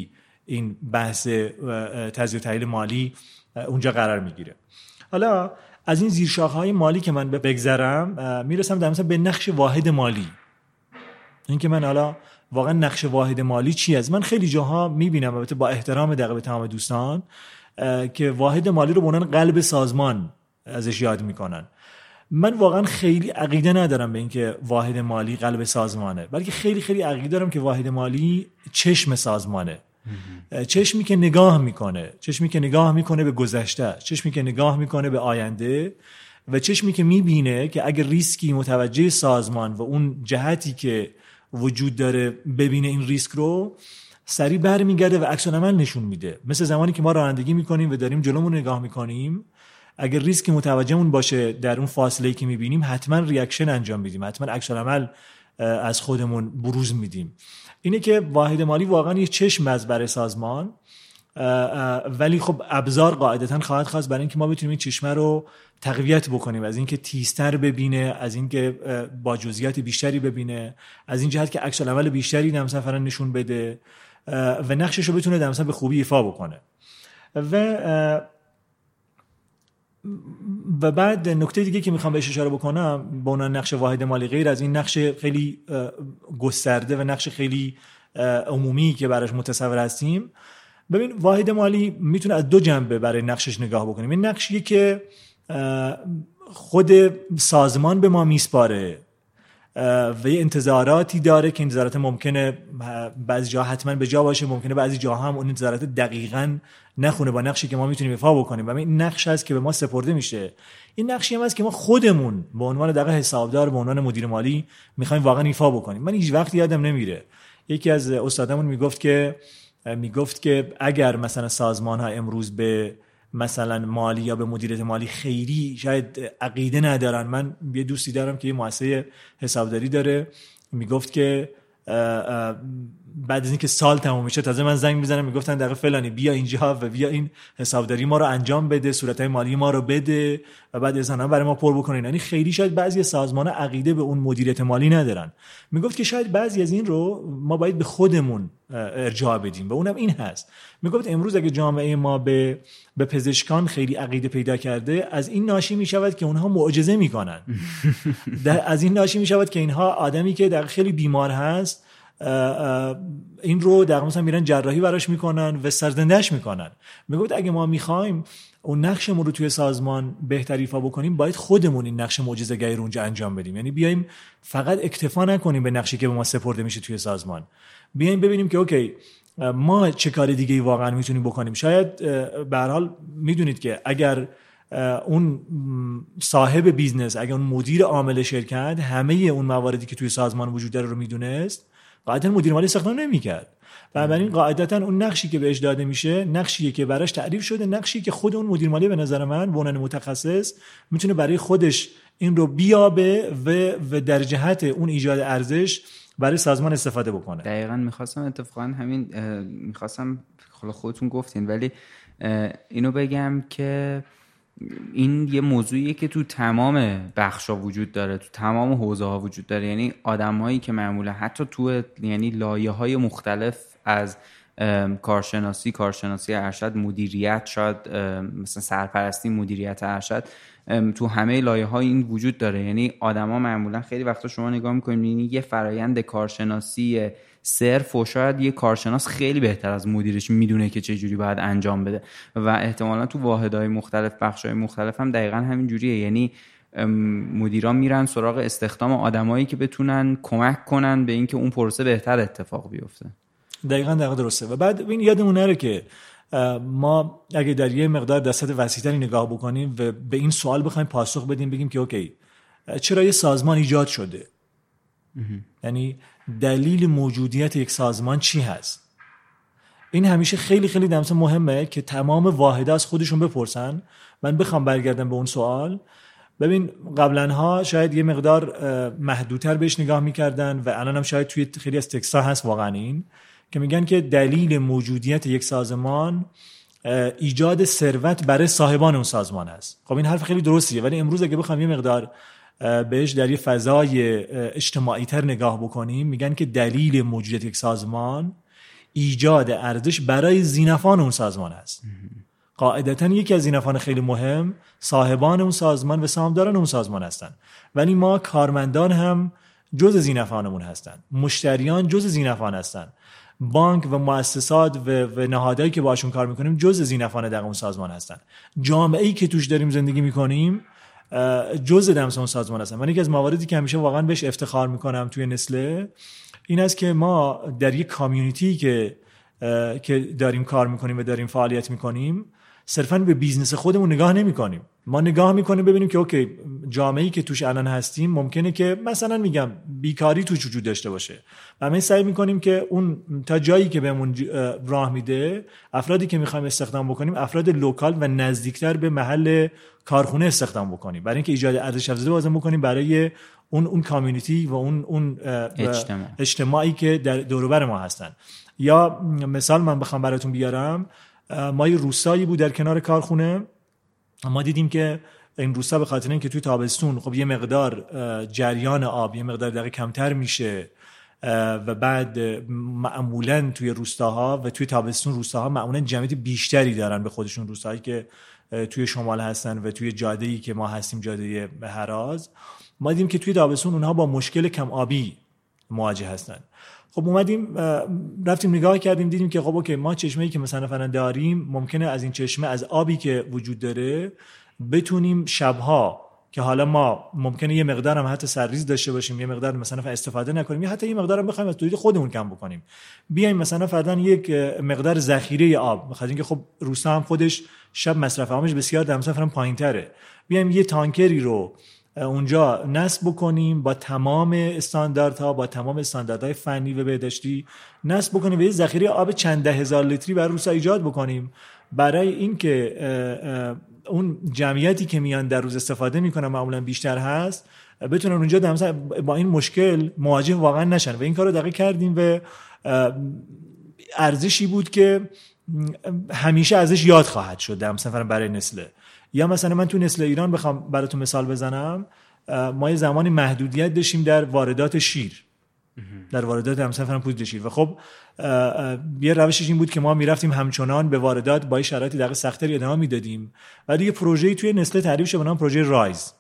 این بحث تجزیه و تحلیل مالی اونجا قرار میگیره. حالا از این زیرشاخه‌های مالی که من بگذرم میرسم در مثلا به نقش واحد مالی. این که من حالا واقعا نقش واحد مالی چی است؟ من خیلی جاها میبینم، البته با احترام دقیق به تمام دوستان، که واحد مالی رو به عنوان قلب سازمان ازش یاد میکنن. من واقعا خیلی عقیده ندارم به اینکه واحد مالی قلب سازمانه، بلکه خیلی خیلی عقیده دارم که واحد مالی چشم سازمانه. چشمی که نگاه میکنه به گذشته، چشمی که نگاه میکنه به آینده، و چشمی که میبینه که اگر ریسکی متوجه سازمان و اون جهتی که وجود داره ببینه این ریسک رو، سریع برمیگرده و عکس العمل نشون میده. مثل زمانی که ما رانندگی میکنیم و داریم جلومون نگاه میکنیم، اگر ریسک متوجهمون باشه در اون فاصله‌ای که میبینیم، حتما ریاکشن انجام میدیم، حتما عکس العمل از خودمون بروز میدیم. اینه که واحد مالی واقعا یه چشم از برای سازمان، ولی خب ابزار قاعدتاً خواهد خواست برای اینکه ما بتونیم این چشمه رو تقویت بکنیم، از اینکه تیزتر ببینه، از اینکه با جزئیات بیشتری ببینه، از این جهت که عکس العمل بیشتری نمسفرا نشون بده و نقشش رو بتونه نمسفر به خوبی ایفا بکنه. و بعد نکته دیگه که میخوام بهش اشاره بکنم با اون نقش واحد مالی، غیر از این نقش خیلی گسترده و نقش خیلی عمومی که براش متصور هستیم، ببین واحد مالی میتونه از دو جنبه برای نقشش نگاه بکنیم. این نقشیه که خود سازمان به ما میسپاره و یه انتظاراتی داره که انتظارات ممکنه بعضی جا حتما به جا باشه، ممکنه بعضی جا هم اون انتظارات دقیقاً نخونه با نقشی که ما میتونیم ایفا بکنیم. و این نقش هست که به ما سپرده میشه. این نقشی هم هست که ما خودمون به عنوان دقیق حسابدار، به عنوان مدیر مالی میخوایم واقعا ایفا بکنیم. من هیچ وقت یادم نمیره یکی از استادامون میگفت که اگر مثلا سازمان ها امروز به مثلا مالی یا به مدیریت مالی خیلی شاید عقیده ندارن. من یه دوستی دارم که یه مؤسسه حسابداری داره، میگفت که بعد از اینکه سال تموم میشه تازه من زنگ میزنم، میگفتن دقیقاً فلانی بیا اینجا و بیا این حسابداری ما رو انجام بده، صورتهای مالی ما رو بده و بعد اصلا برای ما پر بکنین. یعنی خیلی شاید بعضی سازمان‌ها عقیده به اون مدیریت مالی ندارن. میگفت که شاید بعضی از این رو ما باید به خودمون ارجاع بدیم و اونم این هست. میگفت امروز اگه جامعه ما به پزشکان خیلی عقیده پیدا کرده، از این ناشی میشود که اونها معجزه میکنن. از این ناشی میشود که اینها آدمی که در خیلی بیمار هست این رو در مثلا میرن جراحی براش میکنن و سرزندهش میکنن. میگفت اگه ما میخوایم اون نقشمون رو توی سازمان بهتر ایفا بکنیم، باید خودمون این نقش معجزه‌گری رو اونجا انجام بدیم. یعنی بیایم فقط اکتفا نکنیم به نقشی که به ما سپرده میشه توی سازمان، بیایم ببینیم که اوکی ما چه کار دیگه‌ای واقعا میتونیم بکنیم. شاید به هر حال میدونید که اگر اون صاحب بیزنس، اگر اون مدیر عامل شرکت همه اون مواردی که توی سازمان وجود داره رو میدونست، قاعدتا مدیر مالی استخدام نمی‌کرد. بنابراین قاعدتا اون نقشی که بهش داده میشه نقشیه که براش تعریف شده، نقشی که خود اون مدیر مالی به نظر من به عنوان متخصص میتونه برای خودش این رو بیابه و در جهت اون ایجاد ارزش برای سازمان استفاده بکنه. دقیقاً میخواستم خودتون گفتین، ولی اینو بگم که این یه موضوعیه که تو تمام بخشا وجود داره، تو تمام حوزه ها وجود داره. یعنی آدمایی که معمولا حتی تو یعنی لایه‌های مختلف از کارشناسی ارشد، مدیریت، شاید مثلا سرپرستی، مدیریت ارشد، تو همه لایه‌های این وجود داره. یعنی آدما معمولا خیلی وقتا شما نگاه می‌کنید یعنی یه فرایند کارشناسی صرف و شاید یه کارشناس خیلی بهتر از مدیرش میدونه که چه جوری باید انجام بده و احتمالاً تو واحدهای مختلف، بخش‌های مختلف هم دقیقاً همین جوریه. یعنی مدیران میرن سراغ استخدام آدمایی که بتونن کمک کنن به اینکه اون پروسه بهتر اتفاق بیفته. دقیقاً درسته. و بعد این یادمون نره که ما اگه در یه مقدار دستت وسیع‌تری نگاه بکنیم و به این سوال بخوایم پاسخ بدیم، بگیم که اوکی چرا یه سازمان ایجاد شده؟ یعنی دلیل موجودیت یک سازمان چی هست؟ این همیشه خیلی خیلی دمسه مهمه که تمام واحدها از خودشون بپرسن. من بخوام برگردم به اون سوال، ببین قبلنها شاید یه مقدار محدودتر بهش نگاه میکردن و الان هم شاید توی خیلی از تکستا هست واقعا این که میگن که دلیل موجودیت یک سازمان ایجاد ثروت برای صاحبان اون سازمان است. خب این حرف خیلی درستیه، ولی امروز اگه بخوام یه مقدار بهش در یه فضای اجتماعی تر نگاه بکنیم، میگن که دلیل موجودیت یک سازمان ایجاد ارزش برای ذینفعان اون سازمان هست. قاعدتاً یکی از ذینفعان خیلی مهم صاحبان اون سازمان و سهامداران اون سازمان هستن، ولی ما کارمندان هم جزء ذینفعانمون هستن، مشتریان جزء ذینفعان هستن، بانک و مؤسسات و نهادهایی که باشون کار میکنیم جزء ذینفعان در اون سازمان هستن، جامعه‌ای که توش داریم زندگی میکنیم جزء دمس اون سازمان هستن. من یکی از مواردی که همیشه واقعا بهش افتخار میکنم توی نسله این است که ما در یک کامیونیتی که داریم کار میکنیم و داریم فعالیت میکنیم صرفاً به بیزنس خودمون نگاه نمی‌کنیم. ما نگاه می‌کنیم ببینیم که اوکی جامعه‌ای که توش الان هستیم ممکنه که مثلا میگم بیکاری توش وجود داشته باشه و ما سعی می‌کنیم که اون تا جایی که بهمون راه میده افرادی که می‌خوایم استخدام بکنیم افراد لوکال و نزدیکتر به محل کارخونه استخدام بکنیم، برای اینکه ایجاد ارزش افزوده بازم بکنیم برای اون کامیونیتی و اون اجتماعی که در دور و بر ما هستن. یا مثال من بخوام براتون بیارم، ما یه روستایی بود در کنار کارخونه، ما دیدیم که این روستا به خاطر اینکه توی تابستون خب یه مقدار جریان آب یه مقدار دقیقه کمتر میشه و بعد معمولاً توی روستاها و توی تابستون روستاها معمولاً جمعیت بیشتری دارن به خودشون، روستایی که توی شمال هستن و توی جاده‌ای که ما هستیم جاده هراز، ما دیدیم که توی تابستون اونها با مشکل کم آبی مواجه هستن. خب اومدیم رفتیم نگاه کردیم دیدیم که خب اوکی ما چشمه‌ای که مثلا داریم ممکنه از این چشمه از آبی که وجود داره بتونیم شبها که حالا ما ممکنه یه مقدار هم حتی سرریز داشته باشیم، یه مقدار مثلا استفاده نکنیم یا حتی یه مقدار هم بخوایم از تولید خودمون کم بکنیم، بیایم مثلا فرداً یک مقدار ذخیره آب، بخاطر اینکه خب روستا هم خودش شب مصرف آبش بسیار در مثلا پایین‌تره، بیایم یه تانکری رو اونجا نصب بکنیم با تمام استانداردها، با تمام استانداردهای فنی و بهداشتی نصب بکنیم و یه ذخیره آب چند ده هزار لیتری برای روستا ایجاد بکنیم، برای اینکه اون جمعیتی که میان در روز استفاده میکنن معمولا بیشتر هست بتونن اونجا مثلا با این مشکل مواجه واقعا نشن. و این کارو دقیق کردیم و ارزشی بود که همیشه ازش یاد خواهد شد مثلا برای نسل. یا مثلا من تو نسل ایران بخوام براتون مثال بزنم، ما یه زمانی محدودیت داشتیم در واردات شیر، در واردات مثلا پودر شیر، و خب یه روشش این بود که ما میرفتیم همچنان به واردات با شرایط دقیق سخت‌تری ادامه میدادیم. ولی یه پروژه‌ای توی نسل تعریف شد به نام پروژه رایز.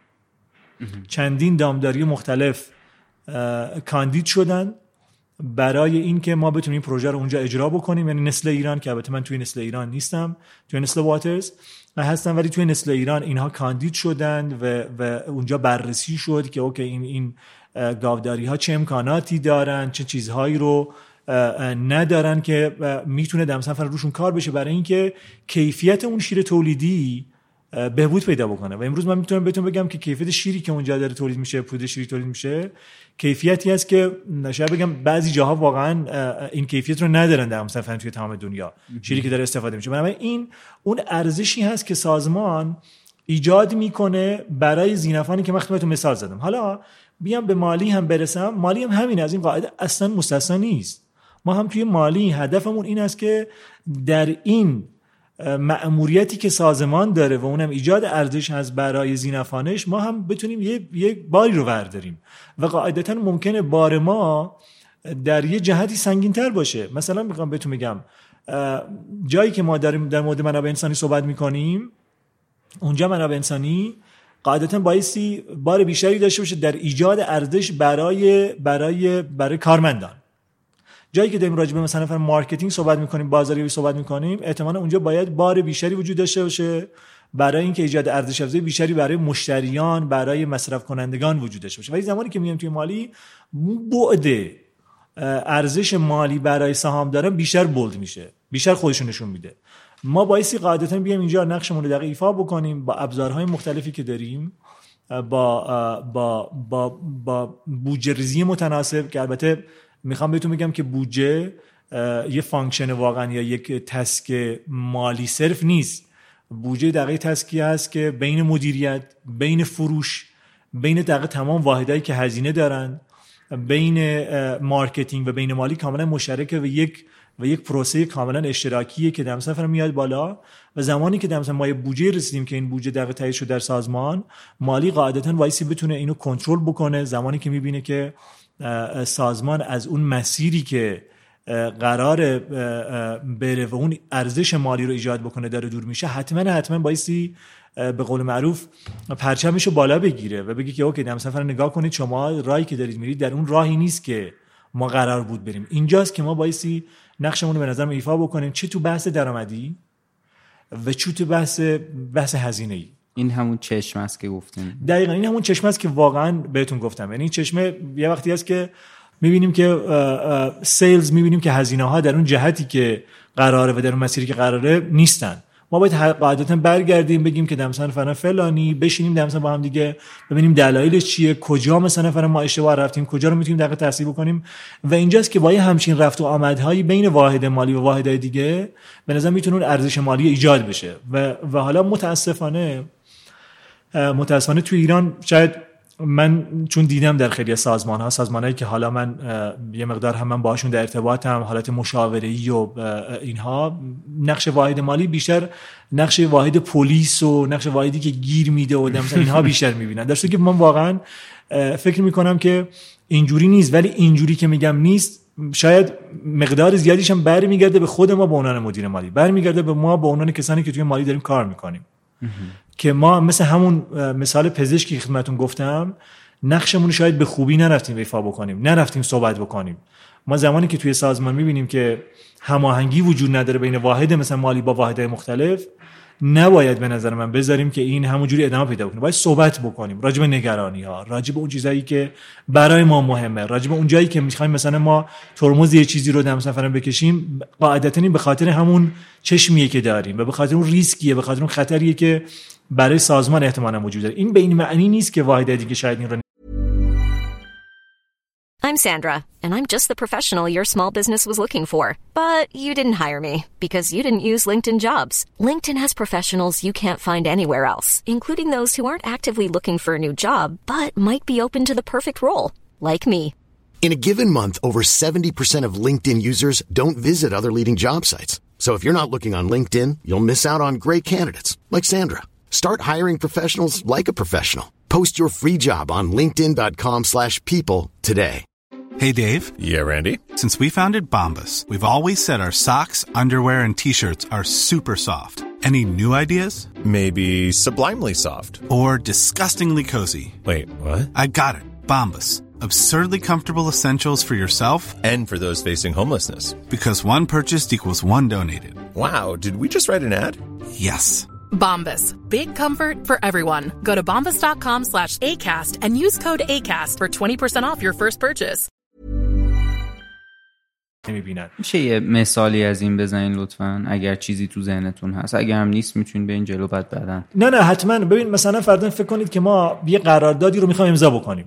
چندین دامداری مختلف کاندید شدن برای اینکه ما بتونیم پروژه رو اونجا اجرا بکنیم. یعنی نسل ایران که البته من توی نسل ایران نیستم، توی نسل واترز هستم، ولی توی نسل ایران اینها کاندید شدن و اونجا بررسی شد که اوکی این گاوداری ها چه امکاناتی دارن، چه چیزهایی رو ندارن که میتونه در مثلا روشون کار بشه برای اینکه کیفیت اون شیر تولیدی بهبود پیدا بکنه. و امروز من میتونم بهتون بگم که کیفیت شیری که اونجا داره تولید میشه، پودر شیری تولید میشه، کیفیتی است که شاید بگم بعضی جاها واقعا این کیفیت رو ندارن در مثلا توی تمام دنیا شیری که داره استفاده میشه. بنابراین این اون ارزشی هست که سازمان ایجاد میکنه برای ذینفعانی که من خدمتتون مثال زدم. حالا بیام به مالی هم برسم، مالی هم همین، از این قاعده اصلا مستثنا نیست. ما هم توی مالی هدفمون این است که در این مأموریتی که سازمان داره و اونم ایجاد ارزش هست برای ذینفعانش، ما هم بتونیم یه باری رو برداریم و قاعدتا ممکنه بار ما در یه جهتی سنگین‌تر باشه. مثلا میخوام بهتون بگم جایی که ما داریم در مورد منابع انسانی صحبت میکنیم، اونجا منابع انسانی قاعدتا بایستی بار بیشتری داشته باشه در ایجاد ارزش برای کارمندان. جایی که داریم راجع به مثلا مارکتینگ صحبت می‌کنیم، بازاریابی صحبت می‌کنیم، احتمالاً اونجا باید بار بیشتری وجود داشته باشه برای اینکه ایجاد ارزش افزوده بیشتری برای مشتریان، برای مصرف کنندگان وجود داشته باشه. ولی زمانی که میایم توی مالی، بعد ارزش مالی برای سهامداران بیشتر بولد میشه، بیشتر خودشون نشون میده. ما بایستی قاعدتاً بیایم اینجا نقشمون رو دقیق ایفا بکنیم با ابزارهای مختلفی که داریم، با بودجه ریزی متناسب، که البته میخوام بهتون بگم که بودجه یه فانکشن واقعا یا یک تسک مالی صرف نیست. بودجه دقیق تسکی هست که بین مدیریت، بین فروش، بین دقیق تمام واحدایی که هزینه دارن، بین مارکتینگ و بین مالی کاملا مشترکه و یک پروسه کاملا اشتراکیه که در مثلا میاد بالا. و زمانی که در مثلا ما یه بودجه رسیدیم که این بودجه دقیق تایید شده در سازمان، مالی قاعدتاً وایسی بتونه اینو کنترل بکنه. زمانی که میبینه که سازمان از اون مسیری که قرار بره و اون ارزش مالی رو ایجاد بکنه داره دور میشه، حتما بایستی به قول معروف پرچمشو بالا بگیره و بگی که اوکی دم سفر نگاه کنید، شما راهی که دارید میرید در اون راهی نیست که ما قرار بود بریم. اینجاست که ما بایستی نقشمون رو به نظرم ایفا بکنیم، چه تو بحث درآمدی و چه تو بحث هزینه‌ای. این همون چشم است که گفتیم. دقیقاً این همون چشم است که واقعاً بهتون گفتم. یعنی این چشمه یه وقتی است که می‌بینیم که سیلز، می‌بینیم که هزینه‌ها در اون جهتی که قراره و در اون مسیری که قراره نیستن. ما باید قاعدتاً برگردیم بگیم که مثلا فرضاً فلانی، بشینیم مثلا با هم دیگه ببینیم دلایلش چیه، کجا مثلا فرضاً ما اشتباه رفتیم، کجا رو میتونیم دقیق تحصیل بکنیم. و اینجاست که با یه همچین رفت و آمدهای بین واحد مالی و واحدهای دیگه به نظر میتونه اون ارزش مالی ایجاد بشه. و حالا متاسفانه تو ایران شاید من چون دیدم در خیلی سازمان‌هایی که حالا من یه مقدار هم من باهاشون در ارتباطم، حالت مشاوره‌ای و اینها، نقش واحد مالی بیشتر نقش واحد پلیس و نقش واحدی که گیر میده و مثلا اینها بیشتر میبینن. درسته که من واقعا فکر میکنم که اینجوری نیست، ولی اینجوری که میگم نیست شاید مقدار زیادیش هم برمیگرده به خود ما به عنوان مدیر مالی، برمیگرده به ما به عنوان کسانی که توی مالی داریم کار میکنیم. که ما مثل همون مثال پزشکی که خدمتتون گفتم، نقشمون شاید به خوبی نرفتیم ایفا بکنیم، نرفتیم صحبت بکنیم. ما زمانی که توی سازمان میبینیم که هماهنگی وجود نداره بین واحد مثلا مالی با واحدهای مختلف، نباید به نظر من بذاریم که این همونجوری ادامه پیدا کنه. باید صحبت بکنیم راجع به نگرانی‌ها، راجع به اون چیزایی که برای ما مهمه، راجع به اون جایی که می‌خوایم مثلا ما ترمز یه چیزی رو مثلا بکشیم، قاعدتاً به خاطر همون چشمیه که داریم و به خاطر اون ریسکیه، به خاطر اون خطریه که برای سازمان احتمالاً وجود داره. این به این معنی نیست که واحد دیگه شاید این رو. I'm Sandra, and I'm just the professional your small business was looking for. But you didn't hire me because you didn't use LinkedIn Jobs. LinkedIn has professionals you can't find anywhere else, including those who aren't actively looking for a new job, but might be open to the perfect role, like me. In a given month, over 70% of LinkedIn users don't visit other leading job sites. So if you're not looking on LinkedIn, you'll miss out on great candidates like Sandra. Start hiring professionals like a professional. Post your free job on linkedin.com/people today. Hey, Dave. Yeah, Randy. Since we founded Bombas, we've always said our socks, underwear, and T-shirts are super soft. Any new ideas? Maybe sublimely soft. Or disgustingly cozy. Wait, what? I got it. Bombas. Absurdly comfortable essentials for yourself and for those facing homelessness. Because one purchased equals one donated. Wow, did we just write an ad? Yes. Bombas. Big comfort for everyone. Go to bombas.com/ACAST and use code ACAST for 20% off your first purchase. میشه یه مثالی از این بزنین لطفاً اگر چیزی تو ذهنتون هست؟ اگر هم نیست میتونین برین جلو بعد بعدن. نه حتما. ببین مثلا فرضاً فکر کنید که ما یه قراردادی رو میخوایم امضا بکنیم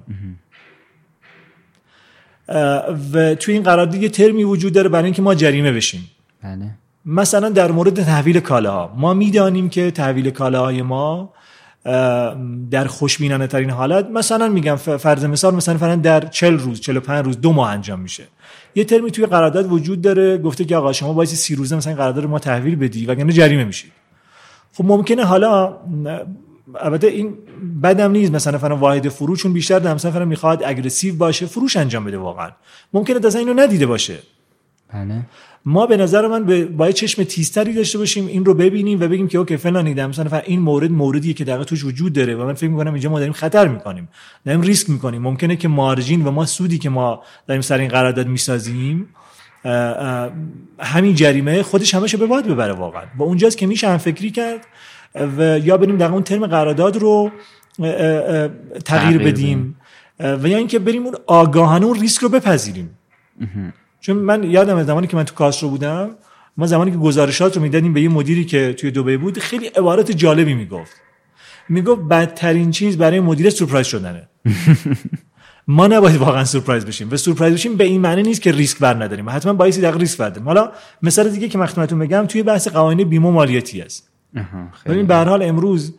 و توی این قرارداد یه ترمی وجود داره برای اینکه ما جریمه بشیم. بله. مثلا در مورد تحویل کالاها ما میدانیم که تحویل کالاهای ما در خوشبینانه ترین حالت، مثلا میگم فرض مثال، مثلا در 40 روز 45 روز 2 ماه انجام میشه. یه ترمی توی قرارداد وجود داره گفته که آقا شما باید 30 روزه مثلا قرارداد رو ما تحویل بدی وگرنه جریمه میشید. خب ممکنه حالا البته این بدم نیست، مثلا واحد فروشون بیشتر در مثلا میخواد اگریسیو باشه، فروش انجام بده، واقعا ممکنه اصلا اینو ندیده باشه. بله. ما به نظر من باید چشم تیزتری داشته باشیم، این رو ببینیم و بگیم که اوکی فلانی دم مثلا این موردیه که دقیقاً توش وجود داره و من فکر می‌کنم اینجا ما داریم خطر می‌کنیم، داریم ریسک می‌کنیم. ممکنه که مارجین و ما سودی که ما داریم سر این قرارداد می‌سازیم همین جریمه خودش همه‌شو به باد ببره واقعا. و اونجاست که میشه هم فکری کرد و یا بریم دقیقاً اون ترم قرارداد رو تغییر بدیم و یا اینکه بریم اون آگاهانه اون ریسک رو بپذیریم. چون من یادم زمانی که من تو کاسترو بودم، ما زمانی که گزارشات رو میدادیم به یه مدیری که توی دبی بود، خیلی عبارت جالبی میگفت بدترین چیز برای مدیر سورپرایز شدنه. ما نباید واقعا سورپرایز بشیم و سورپرایز بشیم به این معنی نیست که ریسک بر نداریم، حتما باید دقیق ریسک برداریم. حالا مثال دیگه که خدمتتون بگم توی بحث قوانین بیمه مالیاتی است. ببین به هر حال امروز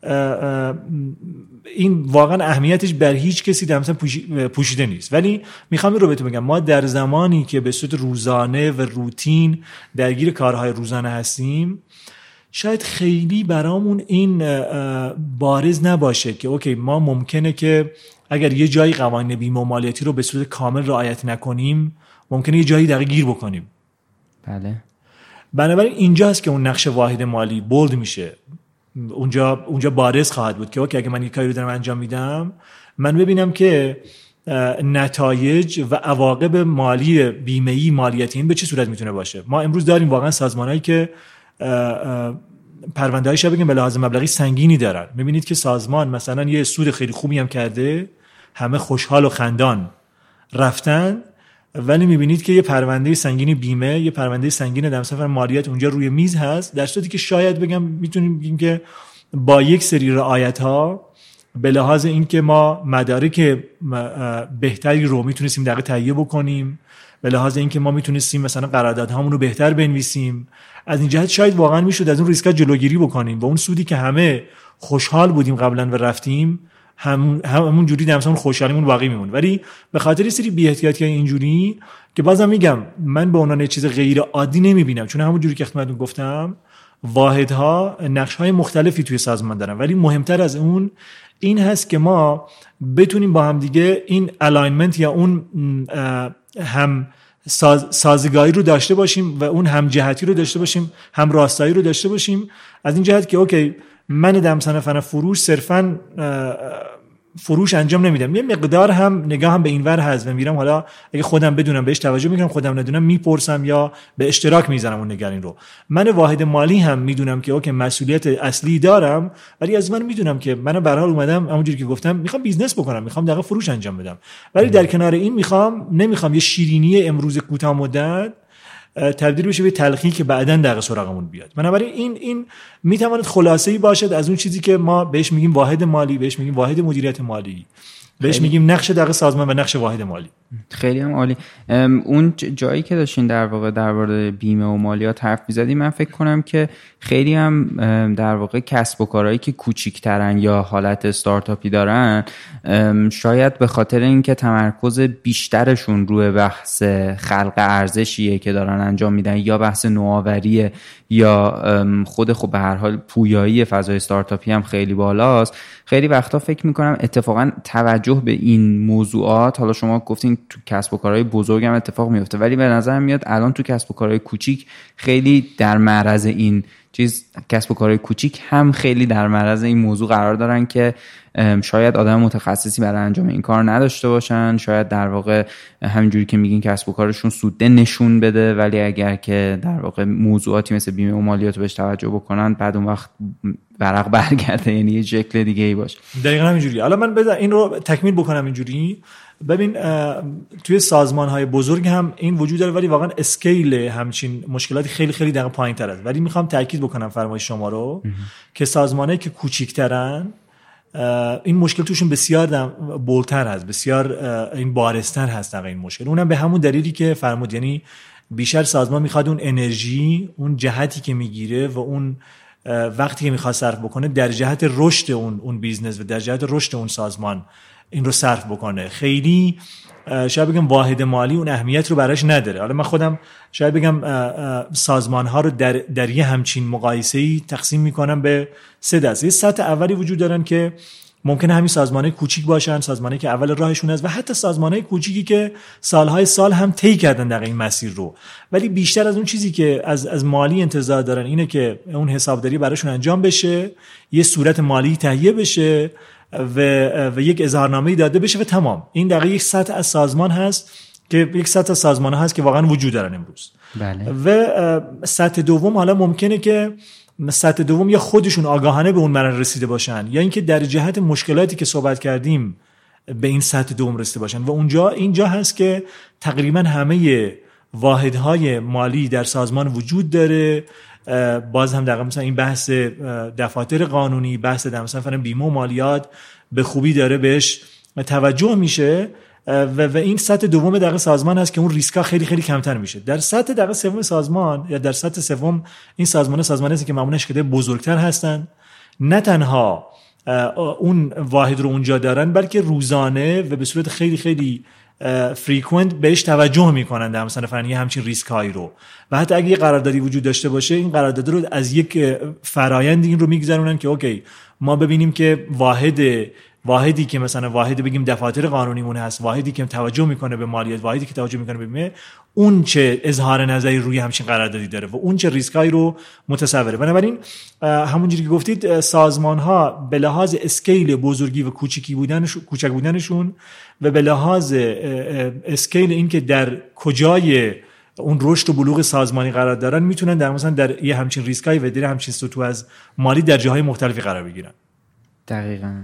این واقعا اهمیتش بر هیچ کسی در مثلا پوشیده نیست، ولی میخوام این رو بهتون بگم ما در زمانی که به صورت روزانه و روتین درگیر کارهای روزانه هستیم، شاید خیلی برامون این بارز نباشه که اوکی ما ممکنه که اگر یه جایی قوانین بیمه مالیاتی رو به صورت کامل رعایت نکنیم ممکنه یه جایی دقیق گیر بکنیم. بله. بنابراین اینجا هست که اون نقش واحد مالی بولد میشه. اونجا بارز خواهد بود که اوکی اگه من یک کاری رو دارم انجام میدم، من ببینم که نتایج و عواقب مالی بیمه‌ای مالیاتی این به چه صورت میتونه باشه. ما امروز داریم واقعا سازمانایی که پرونده‌های بگیم به لحاظ مبلغی سنگینی دارن. میبینید که سازمان مثلا یه سود خیلی خوبی هم کرده، همه خوشحال و خندان رفتن، ولی میبینید که یه پرونده سنگینی بیمه، یه پرونده سنگین در سفر مالیات اونجا روی میز هست، در صورتی که شاید بگم میتونیم بگیم که با یک سری رعایت‌ها به لحاظ این که ما مدارک بهتری رو میتونستیم دقیق تهیه بکنیم، به لحاظ این که ما میتونستیم مثلا قراردادهامون رو بهتر بنویسیم، از این جهت شاید واقعا میشد از اون ریسکا جلوگیری بکنیم و اون سودی که همه خوشحال بودیم قبلا و رفتیم همون جوری در مثلا خوشحالیمون باقی میمون. ولی به خاطر سری بی‌احتیاطی‌های اینجوری که بازم میگم من به عنوان چیز غیر عادی نمیبینم، چون همون جوری که خدمتتون گفتم واحدها نقش‌های مختلفی توی سازمان دارن، ولی مهمتر از اون این هست که ما بتونیم با هم دیگه این الاینمنت یا اون هم سازگاری رو داشته باشیم و اون هم جهتی رو داشته باشیم، هم راستایی رو داشته باشیم، از این جهت که اوکی من دم صنف فروش صرفاً فروش انجام نمیدم، یه مقدار هم نگاه هم به اینور هست و میرم حالا اگه خودم بدونم بهش توجه میکنم، خودم ندونم میپرسم یا به اشتراک میذارم اون نگرین رو. من واحد مالی هم میدونم که اوکی مسئولیت اصلی دارم، ولی از من میدونم که من به هر حال اومدم همونجوری که گفتم میخوام بیزنس بکنم، میخوام دقیقاً فروش انجام بدم، ولی در کنار این نمیخوام یه شیرینی امروز کوتاه مدت تبدیل بشه به تلخی که بعداً دقیقاً سراغمون بیاد. بنابراین این میتواند خلاصه‌ای باشد از اون چیزی که ما بهش میگیم واحد مالی، بهش میگیم واحد مدیریت مالی، بهش میگیم نقش دقیق سازمان و نقش واحد مالی. خیلی هم عالی. اون جایی که داشتین در واقع درباره بیمه و مالیات حرف می‌زدی، من فکر کنم که خیلی هم در واقع کسب و کارهایی که کوچیک‌ترن یا حالت استارتاپی دارن، شاید به خاطر اینکه تمرکز بیشترشون روی بحث خلق ارزشیه که دارن انجام میدن یا بحث نوآوریه یا خب به هر حال پویایی فضای استارتاپی هم خیلی بالاست، خیلی وقتا فکر می‌کنم اتفاقا توجه به این موضوعات، حالا شما گفتین تو کسب و کارهای بزرگ هم اتفاق میفته، ولی به نظر میاد الان تو کسب و کارهای کوچیک خیلی در معرض این چیز، کسب و کارهای کوچیک هم خیلی در معرض این موضوع قرار دارن که شاید آدم متخصصی برای انجام این کار نداشته باشن، شاید در واقع همینجوری که میگین کسب و کارشون سوده نشون بده، ولی اگر که در واقع موضوعاتی مثل بیمه و مالیات بهش توجه بکنن بعد اون وقت ورق برگرده، یعنی یه شکل دیگه ای باشه. دقیقاً همینجوری. حالا من بذار این رو تکمیل بکنم اینجوری. ببین توی سازمان‌های بزرگ هم این وجود داره، ولی واقعا اسکیل همچین مشکلاتی خیلی خیلی دقیق پایین‌تر است. ولی میخوام تاکید بکنم فرمایش شما رو که سازمانایی که کوچیک‌ترن این مشکل توشون بسیار بولتر هست، بسیار این بارستر هست این مشکل. اونم به همون دلیلی که فرمود، یعنی بیشتر سازمان میخواد اون انرژی، اون جهتی که میگیره و اون وقتی که میخواد صرف بکنه در جهت رشد اون بیزنس و در جهت رشد اون سازمان این رو صرف بکنه. خیلی شاید بگم واحد مالی اون اهمیت رو براش نداره. حالا من خودم شاید بگم سازمان ها رو در یه همچین مقایسه‌ای تقسیم میکنم به 3 دسته. یه سطح اولی وجود دارن که ممکنه همین سازمان‌های کوچیک باشن، سازمانی که اول راهشون است، و حتی سازمان‌های کوچیکی که سالهای سال هم طی کردن در این مسیر رو، ولی بیشتر از اون چیزی که از مالی انتظار دارن اینه که اون حسابداری براشون انجام بشه، یه صورت مالی تهیه بشه و یک اظهارنامه‌ای داده بشه و تمام. این دقیقاً یک سطح از سازمان هست که یک سطح از سازمان هست که واقعا وجود دارن امروز. بله. و سطح دوم حالا ممکنه که سطح دوم یا خودشون آگاهانه به اون مرحله رسیده باشن یا اینکه در جهت مشکلاتی که صحبت کردیم به این سطح دوم رسیده باشن و اینجا هست که تقریبا همه واحدهای مالی در سازمان وجود داره. باز هم دقیقا مثلا این بحث دفاتر قانونی، بحث در مثلا بیمه و مالیات به خوبی داره بهش توجه میشه و این سطح دوم دقیقا سازمان هست که اون ریسکا خیلی خیلی کمتر میشه. در سطح دقیقا سوم سازمان یا در سطح سوم این سازمانی هست که معمولا شرکت‌های بزرگتر هستن، نه تنها اون واحد رو اونجا دارن بلکه روزانه و به صورت خیلی خیلی فریکوئنت بهش توجه میکنن در مثلا فنی همچین ریسک هایی رو، و حتی اگه یه قراردادی وجود داشته باشه این قرارداد رو از یک فرآیند این رو میگذرونن که اوکی ما ببینیم که واحد واحدی که مثلا واحد بگیم دفاتر قانونیمون هست، واحدی که توجه میکنه به مالیات، واحدی که توجه میکنه به بیمه، اون چه اظهار نظری روی همچین قراردادی داره و اون چه ریسکایی رو متصوره. بنابراین همونجوری که گفتید سازمان ها به لحاظ اسکیل بزرگی و کوچک بودنشون و به لحاظ اسکیل این که در کجای اون رشد و بلوغ سازمانی قرار دارن میتونن در مثلا در یه همچین ریسکایی و در همچین سطوح از مالی در جاهای مختلفی قرار بگیرن. دقیقاً.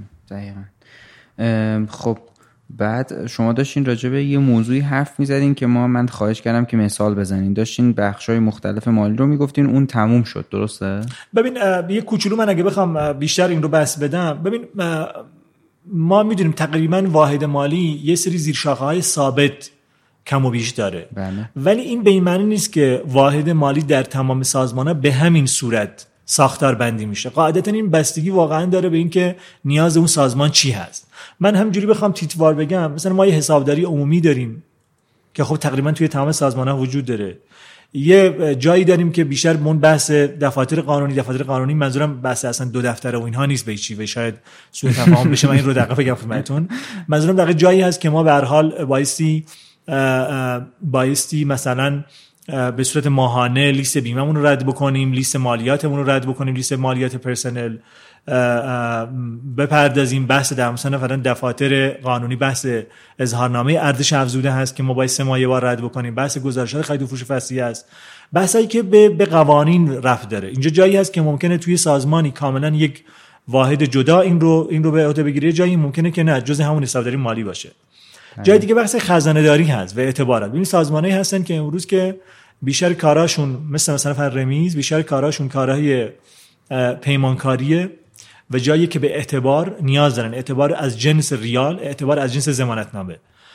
خب بعد شما داشتین راجع به یه موضوعی حرف میزدین که من خواهش کردم که مثال بزنین. داشتین بخشای مختلف مالی رو میگفتین، اون تموم شد، درسته؟ ببین یه کوچولو من اگه بخوام بیشتر این رو بس بدم، ببین ما میدونیم تقریبا واحد مالی یه سری زیرشاخه‌های ثابت کم و بیش داره. بله. ولی این به این معنی نیست که واحد مالی در تمام سازمان‌ها به همین صورت ساختار بندی میشه. قاعدتا این بستگی واقعا داره به این که نیاز اون سازمان چی هست. من همینجوری بخوام تیتوار بگم، مثلا ما یه حسابداری عمومی داریم که خب تقریبا توی تمام سازمان‌ها وجود داره. یه جایی داریم که بیشتر مون بحث دفاتر قانونی منظورم بحث اصلا 2 دفتر و اینها نیست، به چی و شاید سوء تفاهم بشه، من این رو دقیقاً بگم خدمتتون. منظورم دقیقاً جایی هست که ما به هر حال بایستی مثلا به صورت ماهانه لیست بیمه‌مون رو رد بکنیم، لیست مالیاتمون رو رد بکنیم، لیست مالیات پرسنل بپردازیم. بحث در مثلا دفاتر قانونی بحث اظهارنامه ارزش افزوده هست که ما باید 3 ماه یه بار رد بکنیم، بحث گزارشات خرید و فروش فصلی هست، بحثایی که به قوانین رفت داره. اینجا جایی هست که ممکنه توی سازمانی کاملا یک واحد جدا این رو به عهده بگیره، جایی ممکنه که نه، جز همون حسابداری مالی باشه. جای دیگه بحث خزانه داری هست و اعتبارات. ببین سازمانایی هستن که امروز که بیشتر کاراشون مثلا رمیز، بیشتر کاراشون کارهای پیمانکاریه و جایی که به اعتبار نیاز دارن، اعتبار از جنس ریال، اعتبار از جنس ضمانتنامه،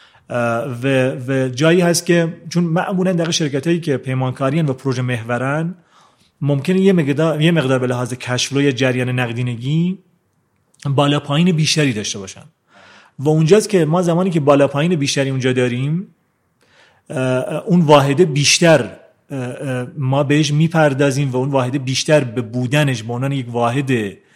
و جایی هست که چون معمولا در شرکتایی که پیمانکاریان و پروژه محورن ممکنه یه مقدار به لحاظ کش فلو یا جریان نقدینگی بالا پایین بیشتری داشته باشن و اونجاست که ما زمانی که بالا پایین بیشتری اونجا داریم، اون واحد بیشتر ما بهش میپردازیم و اون واحد بیشتر به بودنش به عنوان یک واحد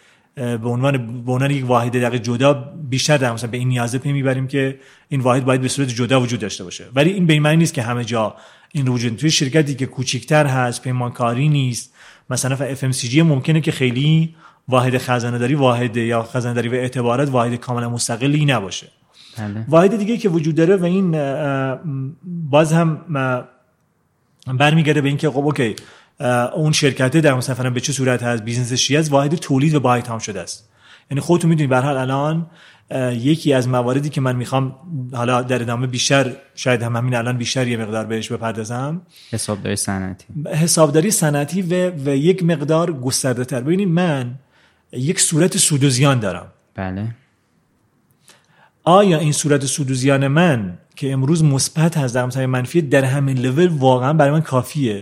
دقیق جدا بیشتر در مثلا به این نیازه پی میبریم که این واحد باید به صورت جدا وجود داشته باشه. ولی این به این معنی نیست که همه جا این رو وجود. توی شرکتی که کوچیک‌تر هست، پیمانکاری نیست، مثلا FMCG ممکنه که خیلی واحد خزانه‌داری یا خزانه‌داری و اعتبارات واحد کاملا مستقلی نباشه. بله. واحد دیگه که وجود داره و این باز هم برمیگرده به این که خب اوکی اون شرکته در مثلا به چه صورت هست، بیزنسش چی است، واحد تولید و بهای تام شده است. یعنی خودتون میدونید به هر حال الان یکی از مواردی که من میخوام حالا در ادامه بیشتر شاید همین الان بیشتر یه مقدار بهش بپردازم، حسابداری صنعتی و یک مقدار گسترده تر. ببینید من یک صورت سود و زیان دارم. بله. آیا این صورت سود و زیان من که امروز مثبت هست در مثلا منفی در همین لول واقعا برای من کافیه؟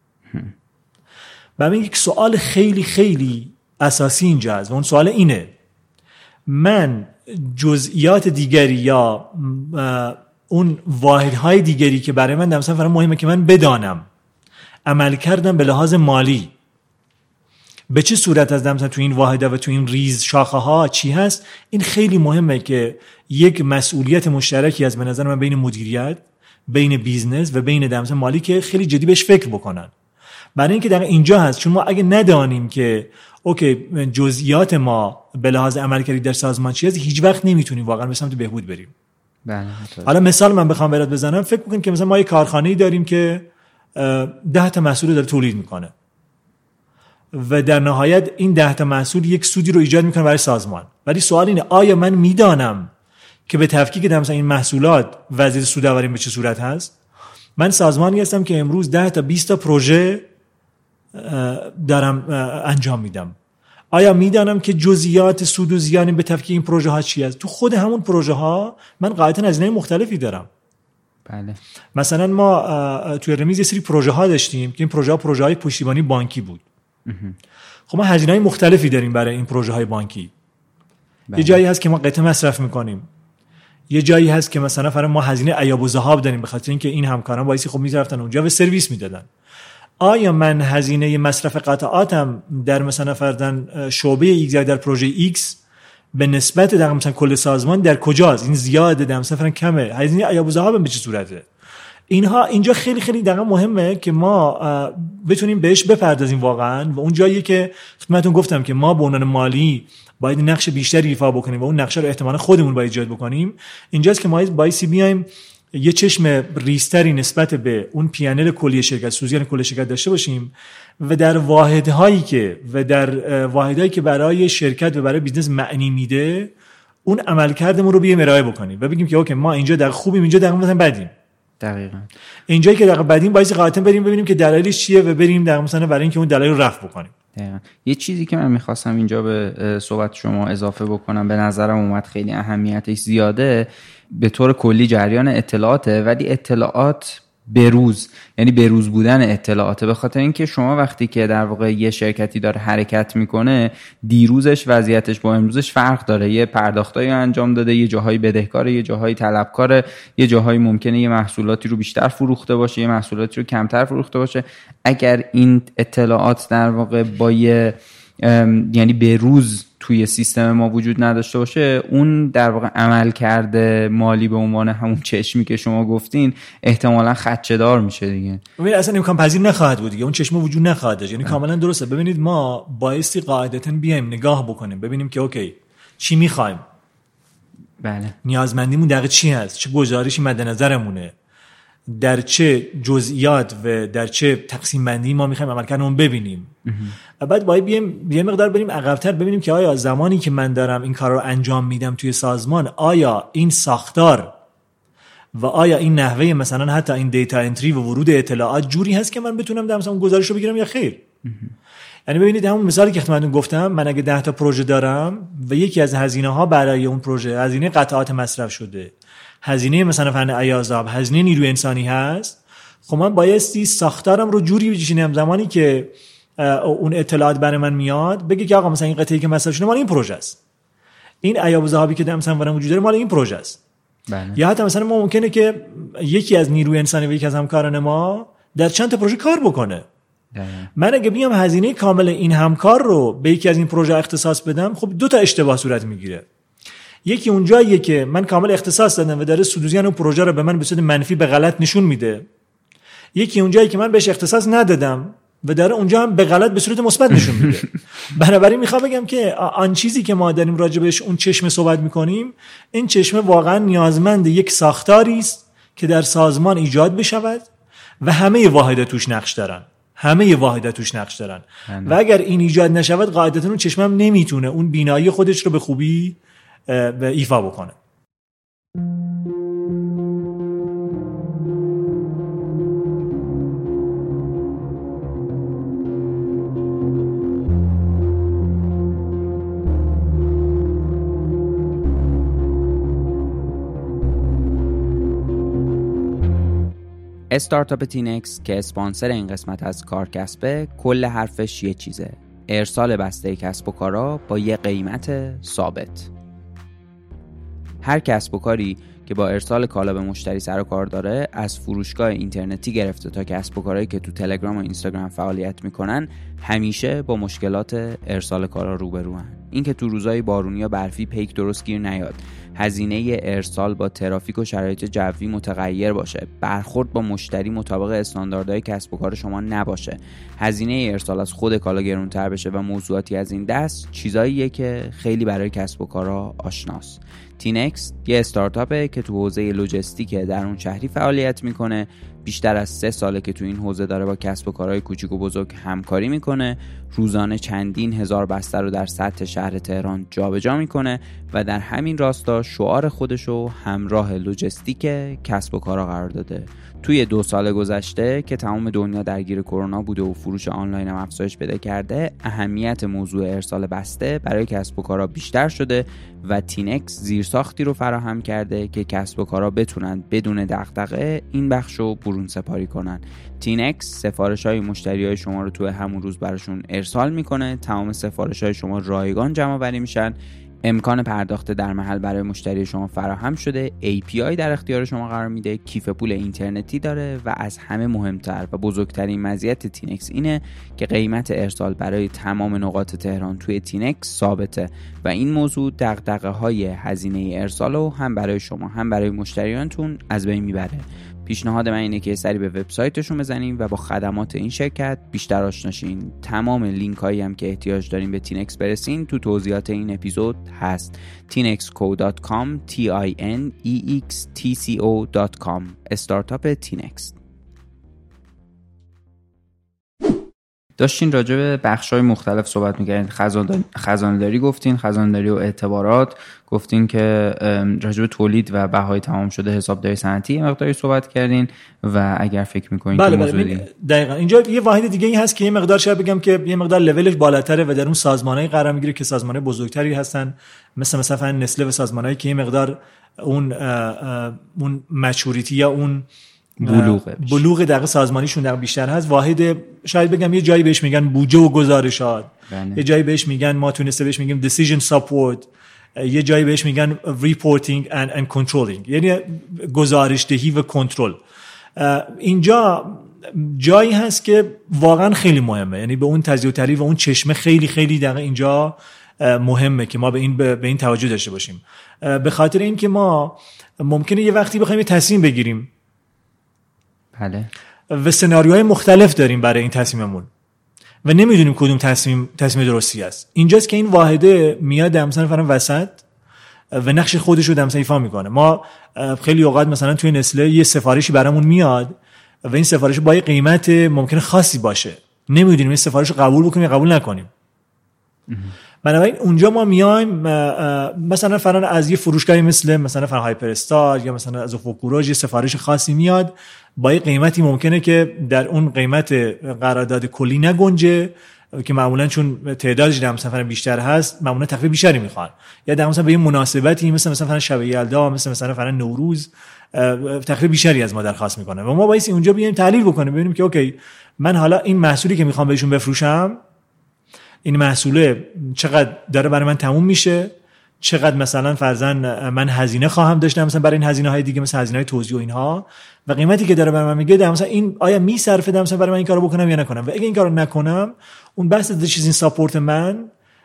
ببین یک سوال خیلی خیلی اساسی اینجا هست و اون سوال اینه: من جزئیات دیگری یا اون واحدهای دیگری که برای من در مثلا مهمه که من بدانم عمل کردم به لحاظ مالی به چه صورت از مثلا تو این واحده و تو این ریز شاخه ها چی هست، این خیلی مهمه که یک مسئولیت مشترکی از به نظر من بین مدیریت، بین بیزنس و بین در مثلا مالی که خیلی جدی بهش فکر بکنن. برای اینکه در اینجا هست، چون ما اگه ندانیم که اوکی جزئیات ما به لحاظ عملکردی در سازمان چی هست، هیچ وقت نمیتونیم واقعا به سمت بهبود بریم. بله. حالا مثال من بخوام برات بزنم، فکر بکنید که مثلا ما یه کارخانه‌ای داریم که 10 تا محصول داره تولید میکنه و در نهایت این 10 تا محصول یک سودی رو ایجاد میکنه برای سازمان. ولی سوال اینه آیا من میدانم که به تفکیک در مثلا این محصولات وضعیت سودآوری به چه صورت هست؟ من سازمانی هستم که امروز 10 تا 20 تا پروژه دارم انجام میدم. آیا میدانم که جزئیات سود و زیان به تفکیک این پروژه ها چی است؟ تو خود همون پروژه ها من قاعدتا هزینه مختلفی دارم. بله. مثلا ما توی رمیز یه سری پروژه ها داشتیم که این پروژه های پشتیبانی بانکی بود. خب ما هزینه‌های مختلفی داریم برای این پروژه های بانکی. بله. یه جایی هست که ما قطعه مصرف میکنیم، یه جایی هست که مثلا ما هزینه عیاب و ذهاب داریم به خاطر اینکه این همکاران وایسی خب می‌رفتن اونجا و سرویس میدادن. آیا من هزینه مصرف قطعاتم در مثلا شعبه ایکس یا در پروژه ایکس به نسبت در مثلا کل سازمان در کجاست، این زیاده در مثلا کمه، هزینه ایاب‌الذهاب به چه صورته. اینها اینجا خیلی خیلی دقیقاً مهمه که ما بتونیم بهش بپردازیم واقعا. و اون جایی که خدمتتون گفتم که ما به عنوان مالی باید نقش بیشتری ایفا بکنیم و اون نقشه رو احتمالاً خودمون باید ایجاد بکنیم، اینجاست که ما باید بیایم یه چشم ریستری نسبت به اون پیانل کلی شرکت، سوژن کل شرکت داشته باشیم و در واحدهایی که برای شرکت و برای بیزنس معنی میده اون عملکردمون رو بیایم ارائه بکنیم و بگیم که اوکی ما اینجا در خوبیم، اینجا در مثلا بدیم. دقیقاً اینجایی که در بدیم باید قاطع بریم ببینیم که دلایلش چیه و بریم در مثلا برای اینکه اون دلایل رو رفع بکنیم. دقیقاً. یه چیزی که من می‌خواستم اینجا به صحبت شما اضافه بکنم، به نظرم اومد خیلی اهمیتش زیاده، به طور کلی جریان اطلاعاته، ولی اطلاعات بروز، یعنی بروز بودن اطلاعاته، به خاطر اینکه شما وقتی که در واقع یه شرکتی داره حرکت میکنه، دیروزش وضعیتش با امروزش فرق داره، یه پرداختایی انجام داده، یه جاهایی بدهکاره، یه جاهایی طلبکاره، یه جاهایی ممکنه یه محصولاتی رو بیشتر فروخته باشه، یه محصولاتی رو کمتر فروخته باشه. اگر این اطلاعات در واقع با یعنی بروز توی سیستم ما وجود نداشته باشه، اون در واقع عمل کرده مالی به عنوان همون چشمی که شما گفتین احتمالاً خدشه‌دار میشه دیگه. ببینید اصلا امکان پذیر نخواهد بود دیگه، اون چشم وجود نخواهد داشت. یعنی کاملا درسته. ببینید ما بایستی قاعدتاً بیایم نگاه بکنیم ببینیم که اوکی چی می‌خوایم، بله نیازمندیمون دقیقاً چی هست، چه گزارشی مد نظرمونه، در چه جزئیات و در چه تقسیم بندی ما می‌خوایم عملکردمون ببینیم. و بعد باید بیایم یه مقدار بریم عقب‌تر ببینیم که آیا زمانی که من دارم این کار رو انجام میدم توی سازمان، آیا این ساختار و آیا این نحوه مثلا حتی این دیتا انتری و ورود اطلاعات جوری هست که من بتونم در مثلا اون گزارش رو بگیرم یا خیر. یعنی ببینید همون مثالی که خدمتتون گفتم، من اگه 10 تا پروژه دارم و یکی از هزینه‌ها برای اون پروژه هزینه قطعات مصرف شده، هزینه مثلا فن ایازاب، هزینه نیروی انسانی هست، خب من بایستی ساختارم رو جوری بچینم زمانی که اون اطلاعات برای من میاد بگه که آقا مثلا این قطعه‌ای که مصرف شده مال این پروژه است، این ایاب‌الذهابی که مثلا ورم وجود داره مال این پروژه است. بله. یا حتی مثلا ما ممکنه که یکی از نیروی انسانی و یکی از همکاران ما در چند تا پروژه کار بکنه. من اگه بیام هزینه کامل این همکار رو به یکی از این پروژه اختصاص بدم، خب 2 تا اشتباه صورت میگیره. یکی اونجاییه که من کامل اختصاص دادم و داره سودوزیان اون پروژه رو به من به صورت منفی به غلط نشون میده. یکی اونجایی که من بهش اختصاص ندادم و داره اونجا هم به غلط به صورت مثبت نشون میده. بنابراین میخوام بگم که آن چیزی که ما داریم راجع بهش اون چشم صحبت میکنیم، این چشم واقعا نیازمند یک ساختاری است که در سازمان ایجاد بشود و همه واحدات توش نقش دارن. و اگر این ایجاد نشود قاعدتاً اون چشمم نمیتونه اون بینایی خودش رو به خوبی ایفا بکنه. استارتاپ تینکس که اسپانسر این قسمت از کارکسبه، کل حرفش یه چیزه: ارسال بسته کسب و کارا با یه قیمت ثابت. هر کسب و کاری که با ارسال کالا به مشتری سر و کار داره، از فروشگاه اینترنتی گرفته تا کسب و کارهایی که تو تلگرام و اینستاگرام فعالیت میکنن، همیشه با مشکلات ارسال کالا روبروان. این که تو روزهای بارونی یا برفی پیک درست گیر نیاد، هزینه ارسال با ترافیک و شرایط جوی متغیر باشه، برخورد با مشتری مطابق استانداردهای کسب و کار شما نباشه، هزینه ارسال از خود کالا گرانتر بشه و موضوعاتی از این دست، چیزاییه که خیلی برای کسب و کارها آشناست. تینکس یه استارتاپه که تو حوزه لوجستیک درون شهری فعالیت میکنه. بیشتر از 3 ساله که تو این حوزه داره با کسب و کارهای کوچیک و بزرگ همکاری میکنه. روزانه چندین هزار بسته رو در سطح شهر تهران جابجا میکنه و در همین راستا شعار خودشو همراه لوجستیک کسب و کارها قرار داده. توی 2 سال گذشته که تمام دنیا درگیر کرونا بوده و فروش آنلاین هم افزایش پیدا کرده، اهمیت موضوع ارسال بسته برای کسب و کارها بیشتر شده و تینکس زیرساختی رو فراهم کرده که کسب و کارها بتونن بدون دغدغه این بخشو برون سپاری کنن. تینکس سفارش‌های مشتریای شما رو توی همون روز براشون ارسال میکنه. تمام سفارش‌های شما رایگان جمع آوری میشن. امکان پرداخت در محل برای مشتری شما فراهم شده، API در اختیار شما قرار میده، کیف پول اینترنتی داره و از همه مهمتر و بزرگترین مزیت تینکس اینه که قیمت ارسال برای تمام نقاط تهران توی تینکس ثابته و این موضوع دغدغه‌های هزینه ارسال رو هم برای شما هم برای مشتریانتون از بین میبره. پیشنهاد من اینه که سری به وبسایتشون بزنین و با خدمات این شرکت بیشتر آشنا شین. تمام لینک هایی هم که احتیاج دارین به تینکس برسین تو توضیحات این اپیزود هست. tinexco.com tinextco.com استارتاپ تینکس. داشتین راجع به بخش‌های مختلف صحبت می‌کردین. خزانه‌داری گفتین، خزانه‌داری و اعتبارات گفتین که راجع به تولید و بهای تمام شده حسابداری صنعتی مقداری صحبت کردین و اگر فکر می‌کنین که موضوعی دقیقاً اینجا یه واحد دیگه این هست که یه مقدار شاید بگم که یه مقدار لولش بالاتره و در اون سازمان‌های قرار می‌گیره که سازمان‌های بزرگتری هستن مثلا نسله و سازمان‌هایی که یه مقدار اون مچوریتی یا اون بلوغ دقیق سازمانیشون دقیق بیشتر هست. واحد شاید بگم یه جایی بهش میگن بودجه و گزارشات، یه جایی بهش میگن ما تونسته بهش میگیم decision support، یه جایی بهش میگن reporting and controlling، یعنی گزارشدهی و کنترل. اینجا جایی هست که واقعا خیلی مهمه، یعنی به اون تجزیه و تحلیل و اون چشمه خیلی خیلی دقیق اینجا مهمه که ما به این توجه داشته باشیم، به خاطر اینکه ما ممکنه یه وقتی بخوایم تصمیم بگیریم بله و سناریوهای مختلف داریم برای این تصمیممون و نمیدونیم کدوم تصمیم درستی است. اینجاست که این واحده میاد مثلا وسط و نقش خودش رو مثلا ایفا میکنه. ما خیلی اوقات مثلا توی نسله یه سفارشی برامون میاد و این سفارش با یه قیمت ممکنه خاصی باشه، نمیدونیم این سفارش رو قبول بکنیم یا قبول نکنیم. بنابراین اونجا ما میایم مثلا فرضاً از یه فروشگاهی مثلا فرضاً هایپر استار یا مثلا از افوکوروژ یه سفارش خاصی میاد با یه قیمتی ممکنه که در اون قیمت قرارداد کلی نگنجه که معمولا چون تعدادش در مثلا بیشتر هست معمولا تخفیف بیشتری میخوان، یا در مثلا به یه مناسبتی مثلا شب یلدا مثلا نوروز تخفیف بیشتری از ما درخواست میکنه و ما باید اونجا بیایم تحلیل بکنیم ببینیم که اوکی من حالا این محصولی که میخوام بهشون بفروشم این محصوله چقدر داره برای من تموم میشه، چقدر مثلا فرضاً من هزینه خواهم داشت مثلا برای این هزینه‌های دیگه مثلا هزینه‌های توزیع و اینها و قیمتی که داره برای من میگه در مثلا این آیا میصرفه مثلا برای من این کارو بکنم یا نکنم و اگه این کارو نکنم اون بحث دیسیژن ساپورت من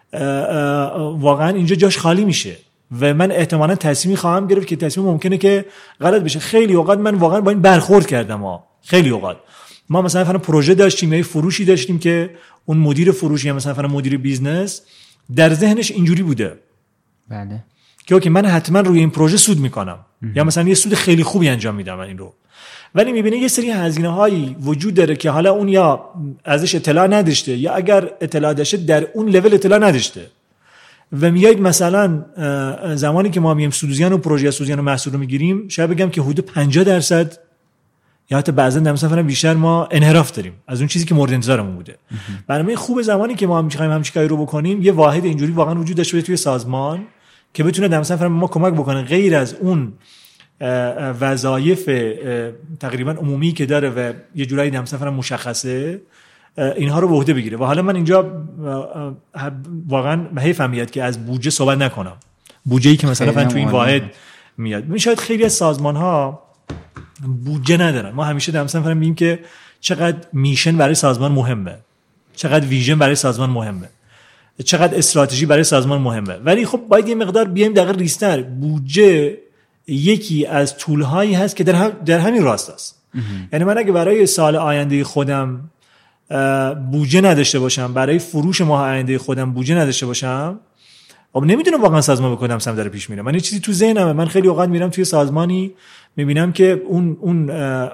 واقعا اینجا جاش خالی میشه و من احتمالاً تصمیمی خواهم گرفت که تصمیم ممکنه که غلط بشه. خیلی اوقات من واقعا با این برخورد کردم خیلی اوقات ما مثلا پروژه داشتیم یا فروشی داشتیم که اون مدیر فروشی یا مثلا مدیر بیزنس در ذهنش اینجوری بوده بله که اوکی من حتما روی این پروژه سود میکنم یا مثلا یه سود خیلی خوبی انجام میدم این رو، ولی میبینه یه سری هزینه‌هایی وجود داره که حالا اون یا ازش اطلاع نداشته یا اگر اطلاع داشته در اون لول اطلاع نداشته و میاد مثلا زمانی که ما میایم سودزیان و پروژه سودزیان و محصول رو میگیریم شاید بگم که حدود 50% یا حتی بعضا در مثلا بیشتر ما انحراف داریم از اون چیزی که مورد انتظارمون بوده. برای خوب زمانی که ما می‌خوایم همین کاری رو بکنیم یه واحد اینجوری واقعا وجود داشته باشه توی سازمان که بتونه در مثلا ما کمک بکنه غیر از اون وظایف تقریبا عمومی که داره و یه جورایی در مثلا مشخصه اینها رو به عهده بگیره. و حالا من اینجا واقعا به فهمیدم که از بودجه صحبت نکنم، بودجه‌ای که مثلا تو این واحد میاد. من شاید خیلی از سازمان‌ها بودجه ندارن. ما همیشه در مثلا میگیم که چقدر میشن برای سازمان مهمه، چقدر ویژن برای سازمان مهمه، چقدر استراتژی برای سازمان مهمه، ولی خب باید یه مقدار بیایم دقیق ریستر. بودجه یکی از طول‌هایی هست که در همین راست است. یعنی من اگه برای سال آینده خودم بودجه نداشته باشم، برای فروش ماه آینده خودم بودجه نداشته باشم، خب نمیدونم واقعا سازمان به کدام سمت داره پیش میره. من یه چیزی تو ذهنمه، من خیلی اوقات میرم توی سازمانی میبینم که اون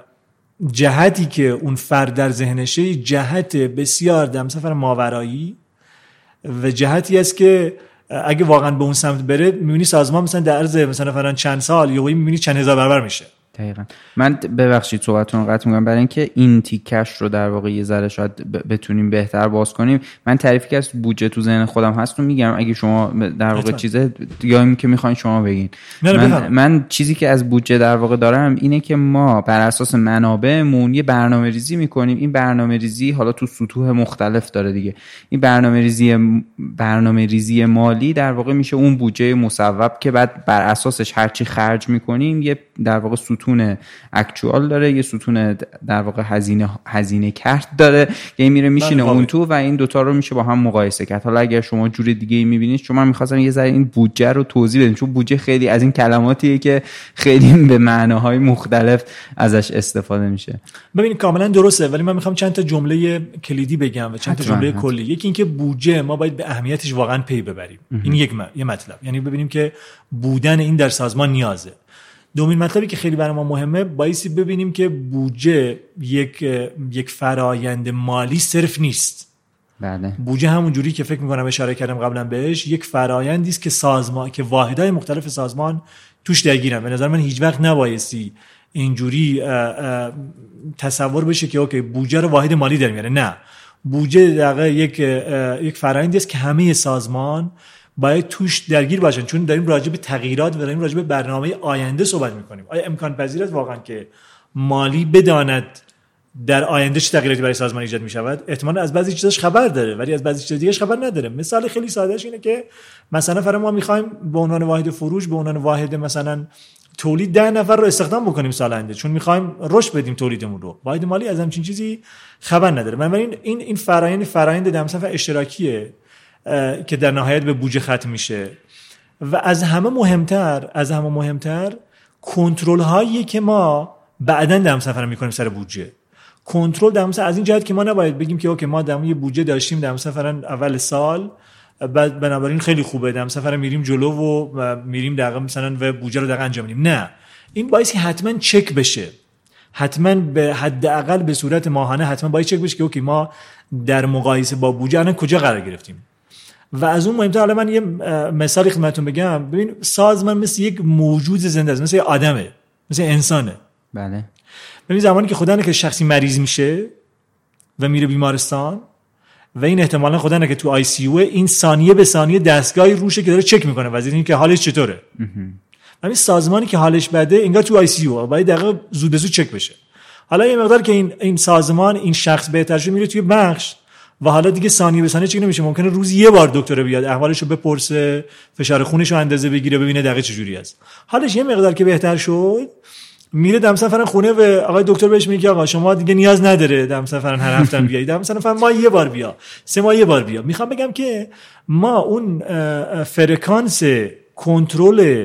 جهتی که اون فرد در ذهنشه جهت بسیار دم سفر ماورایی و جهتی است که اگه واقعا به اون سمت بره میبینی سازمان مثلا در عرض مثلا چند سال یا میبینی چند هزار برابر میشه. دقیقاً. من ببخشید صحبتتون رو قطع می‌کنم برای اینکه این تیکش رو در واقع یه ذره شاید بتونیم بهتر باز کنیم. من تعریفی که از بودجه تو ذهن خودم هست رو میگم، اگه شما در واقع چیزه یا که میخواین شما بگین. من چیزی که از بودجه در واقع دارم اینه که ما بر اساس منابعمون یه برنامه‌ریزی می‌کنیم. این برنامه‌ریزی حالا تو سطوح مختلف داره دیگه. این برنامه‌ریزی مالی در واقع میشه اون بودجه مصوب که بعد بر اساسش هر چی خرج می‌کنیم یه در واقع ستون اکچوال داره، یه ستون در واقع هزینه کرد داره که میره میشینه اون تو و این دوتا رو میشه با هم مقایسه کرد. حالا اگر شما جور دیگه ای میبینید، شما می‌خواستم یه ذره این بودجه رو توضیح بدیم چون بودجه خیلی از این کلماتیه که خیلی به معناهای مختلف ازش استفاده میشه. ببینید کاملا درسته، ولی من میخوام چند تا جمله کلیدی بگم و چند تا جمله کلی. یکی اینکه بودجه ما باید به اهمیتش واقعا پی ببریم. این یه مطلب، یعنی ببینیم که بودن این در سازمان نیازه. دومین مطلبی که خیلی برای ما مهمه، بایستی ببینیم که بودجه یک فرایند مالی صرف نیست. بله. بودجه همون جوری که فکر می‌کنم اشاره کردم قبلا بهش، یک فرایندی است که واحدهای مختلف سازمان توش درگیرن. به نظر من هیچ وقت نبایستی اینجوری تصور بشه که اوکی بودجه رو واحد مالی در میاره. نه، بودجه دقیقاً یک فرآیندی است که همه سازمان باید توش درگیر باشن، چون داریم راجع به تغییرات و داریم راجع به برنامه آینده صحبت میکنیم. آیا امکان پذیر است واقعا که مالی بداند در آینده چه تغییراتی برای سازمان ایجاد میشود؟ احتمال از بعضی چیزاش خبر داره ولی از بعضی چیز دیگه‌اش خبر نداره. مثال خیلی سادهش اینه که مثلا فرض ما میخوایم به عنوان واحد فروش، به عنوان واحد مثلا تولید 10 نفر رو استخدام بکنیم سال آینده، چون میخوایم رشد بدیم تولیدمون رو. واحد مالی از همچین چیزی خبر نداره. بنابراین این فرآیند در مثلا اشتراکیه که در نهایت به بودجه ختم میشه. و از همه مهمتر کنترل هایی که ما بعداً در سفر میکنیم سر بودجه. کنترل در مثلا از این جهت که ما نباید بگیم که اوکی ما در یه بودجه داشتیم در مثلا اول سال، بعد بنابراین خیلی خوبه در مثلا میریم جلو و میریم دقیقاً مثلا و بودجه رو دقیقاً انجام میدیم. نه، این باعث حتما چک بشه، حتما به حداقل به صورت ماهانه حتما باید چک بشه که اوکی ما در مقایسه با بودجه الان کجا قرار گرفتیم. و از اون مهمتر، حالا من یه مثالی خدمتتون بگم. ببین سازمان مثل یک موجود زنده است، مثل یه آدمه، مثل انسانه. بله. ببین زمانی که خدا که شخصی مریض میشه و میره بیمارستان و این احتمالاً خدا که تو آی سی یو، این ثانیه به ثانیه دستگاهی روشه که داره چک میکنه وضعیت این که حالش چطوره. همین سازمانی که حالش بده انگار تو آی سی یو باید دقیقاً زود به زود چک بشه. حالا یه مقدار که این سازمان، این شخص بهتر شه، میره توی بخش و حالا دیگه ثانیه به ثانیه چک نمیشه. ممکنه روزی یه بار دکتر بیاد احوالشو بپرسه، فشار خونش رو اندازه بگیره، ببینه دقیقاً چه جوری است. حالش یه مقدار که بهتر شد، میره دم سفرن خونه و آقای دکتر بهش میگه آقا شما دیگه نیاز نداره دم سفرن هر هفته بیایید، دم سفرن ما یه بار بیا، 3 ماه یه بار بیا. میخوام بگم که ما اون فرکانس کنترل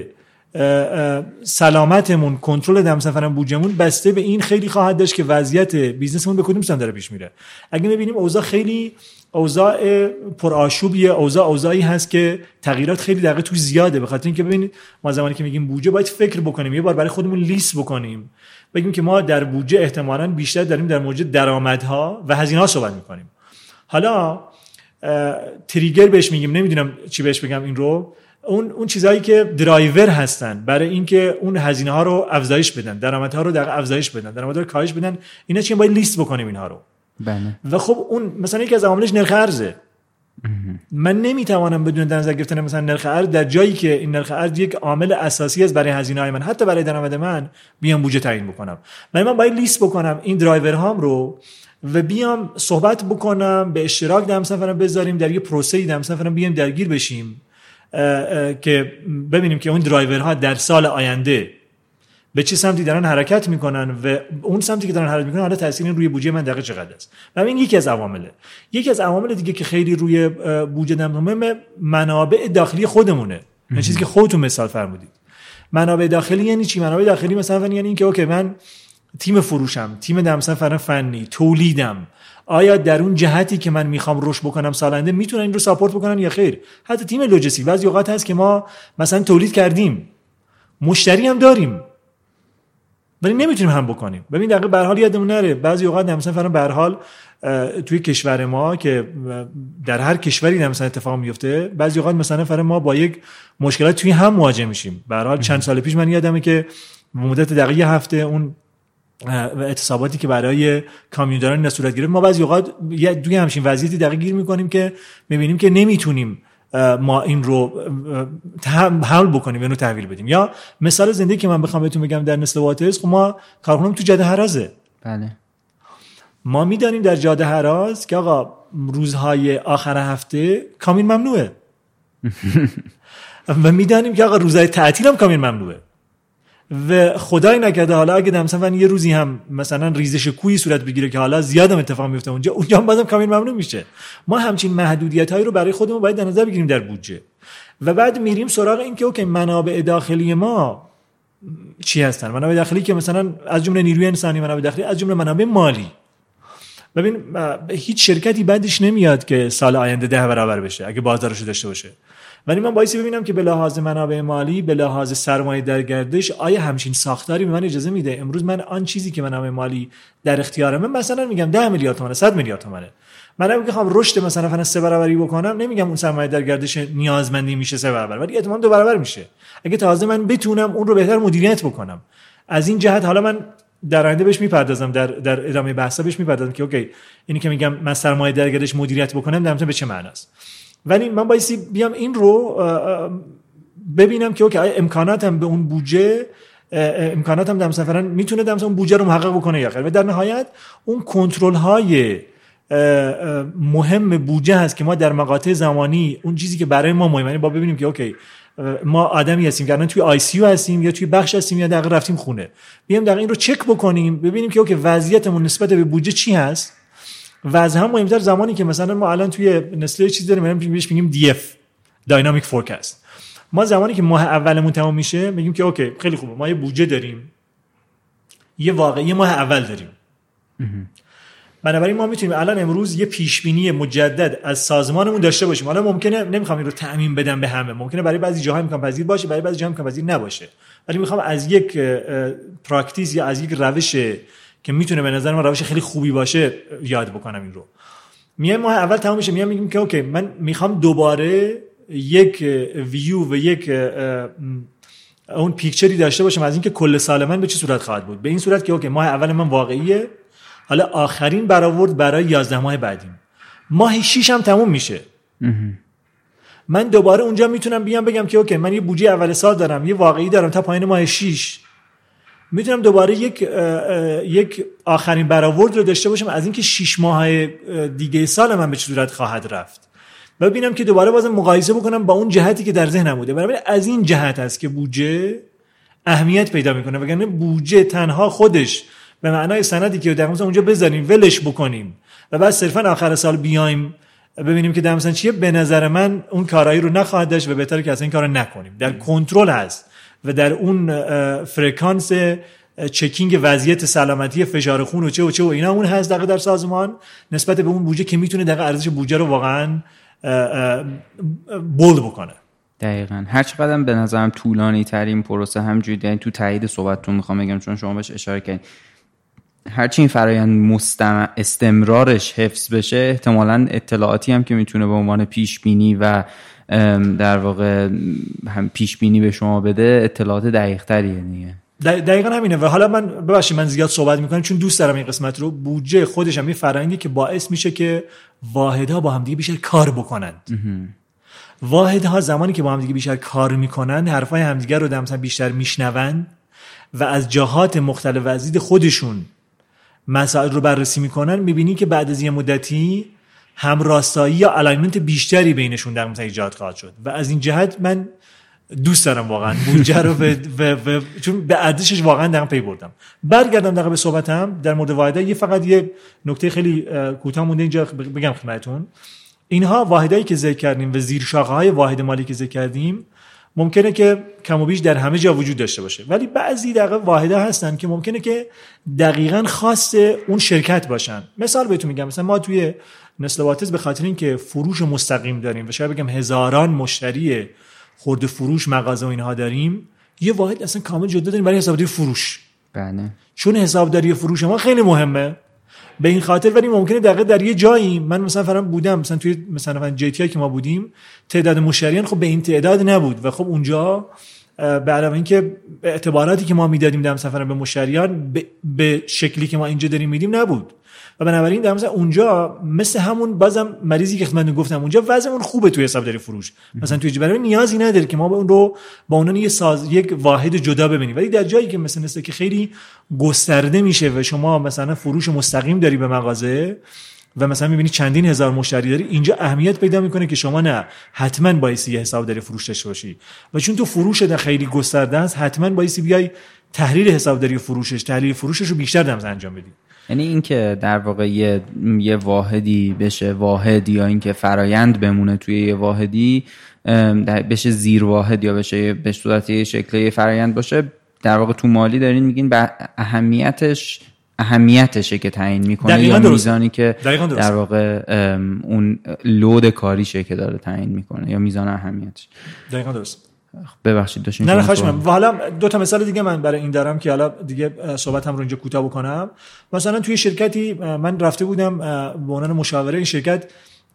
سلامتمون، کنترل دم سفرن بودجهمون بسته به این خیلی خواهد داشت که وضعیت بیزنسمون به کدوم سمت داره پیش میره. اگه ببینیم اوضاع خیلی اوضاع پرآشوبیه، اوضاعی هست که تغییرات خیلی دقیقاً توش زیاده. به خاطر اینکه ببینید ما زمانی که میگیم بودجه باید فکر بکنیم، یه بار برای خودمون لیست بکنیم، بگیم که ما در بودجه احتمالاً بیشتر داریم در مورد درآمدها و هزینه‌ها صحبت میکنیم. حالا تریگر بهش میگیم، نمیدونم چی بهش بگم این رو، اون چیزایی که درایور هستن برای اینکه اون هزینه ها رو افزایش بدن، درآمدها رو در افزایش بدن، درآمدها رو کاهش بدن، اینا چی باید لیست بکنیم اینها رو. بله. و خب اون مثلا یکی از عواملش نرخ ارزه. من نمیتوانم بدون در نظر گرفتن مثلا نرخ ارز در جایی که این نرخ ارز یک عامل اساسی است برای هزینه‌های من، حتی برای درآمد من، بیام بودجه تعیین بکنم. من باید لیست بکنم این درایورهام رو و بیام صحبت بکنم، به اشتراک در مثلا بذاریم در یه پروسه‌ای در مثلا بیام درگیر بشیم که ببینیم که اون درایورها در سال آینده به چه سمتی دارن حرکت میکنن و اون سمتی که دارن حرکت میکنن حالا تاثیر این روی بودجه من دقیقاً چقدر است. ببین یکی از عوامله. یکی از عوامل دیگه که خیلی روی بودجه مهمه، منابع داخلی خودمونه. این چیزی که خودتون مثال فرمودید. منابع داخلی یعنی چی؟ منابع داخلی مثلا یعنی این که اوکی من تیم فروشم، تیم مثلا فنی، تولیدم، آیا در اون جهتی که من میخوام رشد بکنم سال آینده میتونن این رو ساپورت بکنن یا خیر؟ حتی تیم لوجستیک بعضی اوقات هست که ما مثلا تولید کردیم، مشتری هم داریم ولی نمیتونیم هم بکنیم. ببین دقیقاً به هر حال یادمون نره بعضی اوقات مثلا به هر حال توی کشور ما که در هر کشوری مثلا اتفاق میفته، بعضی اوقات مثلا ما با یک مشکلات توی هم مواجه میشیم. به هر حال چند سال پیش من یادمه که مدت دقیق یه هفته اون اعتصاباتی که برای کامیونداران صورت گرفت، ما بعضی اوقات دوی همچین وضعیتی دقیق گیر میکنیم که میبینیم که نمیتونیم ما این رو حل بکنیم، اینو تحویل بدیم. یا مثال زنده که من بخوام بهتون بگم در نسل واترز، خب ما کارخونه‌مون تو جاده هرازه. بله. ما میدانیم در جاده هراز که آقا روزهای آخر هفته کامیون ممنوعه و میدانیم که آقا روزهای تعطیل هم کامیون ممنوعه و خدای نکرده حالا اگه مثلا یه روزی هم مثلا ریزش کوهی صورت بگیره که حالا زیادم اتفاق میفته اونجا هم بازم کامیون ممنوع میشه. ما همچین محدودیت‌هایی رو برای خودمون باید در نظر بگیریم در بودجه و بعد میریم سراغ این که اوکی منابع داخلی ما چی هستن. منابع داخلی که مثلا از جمله نیروی انسانی، منابع داخلی از جمله منابع مالی. ببین هیچ شرکتی بعدش نمیاد که سال آینده 10 برابر بشه اگه بازارش داشته باشه، ولی من بایستی ببینم که به لحاظ منابع مالی، به لحاظ سرمایه در گردش، آیا همچین ساختاری به من اجازه میده امروز من آن چیزی که منابع مالی در اختیارمه، مثلا میگم 10 میلیارد تومانه، 100 میلیارد تومانه، من اگه بخوام رشد مثلا 3 برابری بکنم، نمیگم اون سرمایه در گردش نیازمندی میشه 3 برابر، ولی احتمال 2 برابر میشه اگه تازه من بتونم اون رو بهتر مدیریت بکنم. از این جهت حالا من در آینده بهش میپردازم، در ادامه بحثا بهش میپردازم که اوکی اینی که میگم من سرمایه در گردش مدیریت بکنم در به چه معنی است. ولی من بایستی بیام این رو ببینم که اوکی امکاناتم به اون بودجه، امکاناتم در مثلا میتونه در اون بودجه رو محقق بکنه یا خیر. و در نهایت اون کنترل های مهم بودجه هست که ما در مقاطع زمانی اون چیزی که برای ما مهمه، یعنی با ببینیم که اوکی ما آدمی هستیم که الان توی آی سی یو هستیم یا توی بخش هستیم یا دقیقاً رفتیم خونه، بیام دقیقاً این رو چک بکنیم، ببینیم که اوکی وضعیتمون نسبت به بودجه چی هست. و از هم مهمتر زمانی که مثلا ما الان توی نسل چیز داریم بهش میگیم DF داینامیک فورکاست، ما زمانی که ماه اولمون تمام میشه میگیم که اوکی خیلی خوبه ما یه بودجه داریم، یه واقعی ماه اول داریم، بنابراین ما میتونیم الان امروز یه پیش بینی مجدد از سازمانمون داشته باشیم. حالا ممکنه نمیخوام این رو تعمیم بدم به همه، ممکنه برای بعضی جاها امکان پذیر باشه، برای بعضی جاها امکان پذیر نباشه، ولی میخوام از یک پراکتیس یا از یک روش که میتونه به نظر من روش خیلی خوبی باشه یاد بکنم این رو. میام ماه اول تمام میشه، میگیم که اوکی من میخوام دوباره یک ویو و یک اون پیکچری داشته باشم از اینکه کل سال من به چه صورت خواهد بود، به این صورت که اوکی ماه اول من واقعیه، حالا آخرین برآورد برای 11 ماه بعدیم، ماه 6 هم تموم میشه، من دوباره اونجا میتونم بیام بگم که اوکی من یه بودجه اول سال دارم، یه واقعی دارم تا پایین ماه 6، میتونم دوباره یک آخرین برآورد رو داشته باشم از اینکه 6 ماه دیگه سال من به چه صورت خواهد رفت، ببینم که دوباره بازم مقایسه بکنم با اون جهتی که در ذهنم بوده. بنابراین از این جهت است که بودجه اهمیت پیدا میکنه، وگرنه بودجه تنها خودش به معنای سندی که در مثلا اونجا بذاریم ولش بکنیم و بعد صرفا آخر سال بیایم ببینیم که در مثلا چیه، به نظر من اون کارایی رو نخواهد داشت و بهتره که اصلا این کارو نکنیم. در کنترل هست و در اون فرکانس چکینگ وضعیت سلامتی فشار خون و چه و اینا اون هست در سازمان نسبت به اون بودجه که میتونه دقیقاً ارزش بودجه رو واقعاً بولد بکنه. دقیقاً. هر چقدر به نظرم طولانی ترین پروسه همجوری، یعنی تو تایید صحبتتون میخوام بگم چون شما بهش اشاره کردین، هرچی این فرآیند استمرارش حفظ بشه، احتمالاً اطلاعاتی هم که میتونه به عنوان پیش بینی و در واقع هم پیش بینی به شما بده اطلاعات دقیق تریه دیگه. دقیقاً همینه. و حالا من ببخشید من زیاد صحبت میکنم چون دوست دارم این قسمت رو. بودجه خودش هم یه فرآیندی که باعث میشه که واحدها با هم دیگه بیشتر کار بکنند. واحدها زمانی که با هم دیگه بیشتر کار میکنن، حرفای همدیگه رو مثلا بیشتر میشنون و از جهات مختلف و عدید خودشون مسائل رو بررسی میکنن، میبینی که بعد از یه مدتی همراستایی یا الاینمنت بیشتری بینشون در مثلا ایجاد خواهد شد. و از این جهت من دوست دارم واقعا بودجه رو چون به ارزشش واقعا دارم پی بردم. برگردم دقیقاً به صحبتم در مورد واحدها. فقط یه نکته خیلی کوتاه مونده اینجا بگم خدمتتون. اینها واحدایی که ذکر کردیم و زیر شاخه‌های واحد مالی که ذکر کردیم ممکنه که کم و بیش در همه جا وجود داشته باشه، ولی بعضی دقیقاً واحدها هستن که ممکنه که دقیقاً خاص اون شرکت باشن. مثال بهتون میگم، مثلا ما توی نسل واترز به خاطر اینکه فروش مستقیم داریم و شاید بگم هزاران مشتری خرد فروش مغازه و اینها داریم، یه واحد اصلا کامل جدا داریم برای حسابداری فروش. بله. چون حسابداری فروش ما خیلی مهمه به این خاطر، ولی ممکنه دقیقاً در یه جایی من مثلا فرام بودم، مثلا توی مثلا جی تی آی که ما بودیم تعداد مشتریان خب به این تعداد نبود و خب اونجا به علاوه اینکه اعتباراتی که ما میدادیم در سفر به مشتریان به شکلی که ما اینجا داریم میدیم نبود و بنابراین در مثلا اونجا مثل همون بازم مریضی که خدمتتون گفتم اونجا وضعمون خوبه توی حسابداری فروش مثلا توی برای نیازی نداره که ما به اون رو با اونها یک واحد جدا ببینیم، ولی در جایی که مثلا که خیلی گسترده میشه و شما مثلا فروش مستقیم داری به مغازه و مثلا میبینی چندین هزار مشتری داری، اینجا اهمیت پیدا میکنه که شما نه حتما بایستی یه حسابداری فروش داشته باشی و چون تو فروش خیلی گسترده است حتما بایستی بیای تحلیل حسابداری تحلیل فروشش رو بیشتر دمز انجام بدی. یعنی این که در واقع یه واحدی بشه واحد یا این که فرایند بمونه توی یه واحدی بشه زیر واحد یا بشه به صورت یه شکلی فرایند باشه، در واقع تو مالی دارین میگین به اهمیتشه که تعیین میکنه یا میزانی که در واقع اون لود کاریشه که داره تعیین میکنه یا میزان اهمیتش. دقیقاً درست. ببخشید داشتین. نه خواهش می‌کنم. و حالا دو تا مثال دیگه من برای این دارم که حالا دیگه صحبتم رو اینجا کوتاه بکنم. مثلا توی شرکتی من رفته بودم به عنوان مشاوره، این شرکت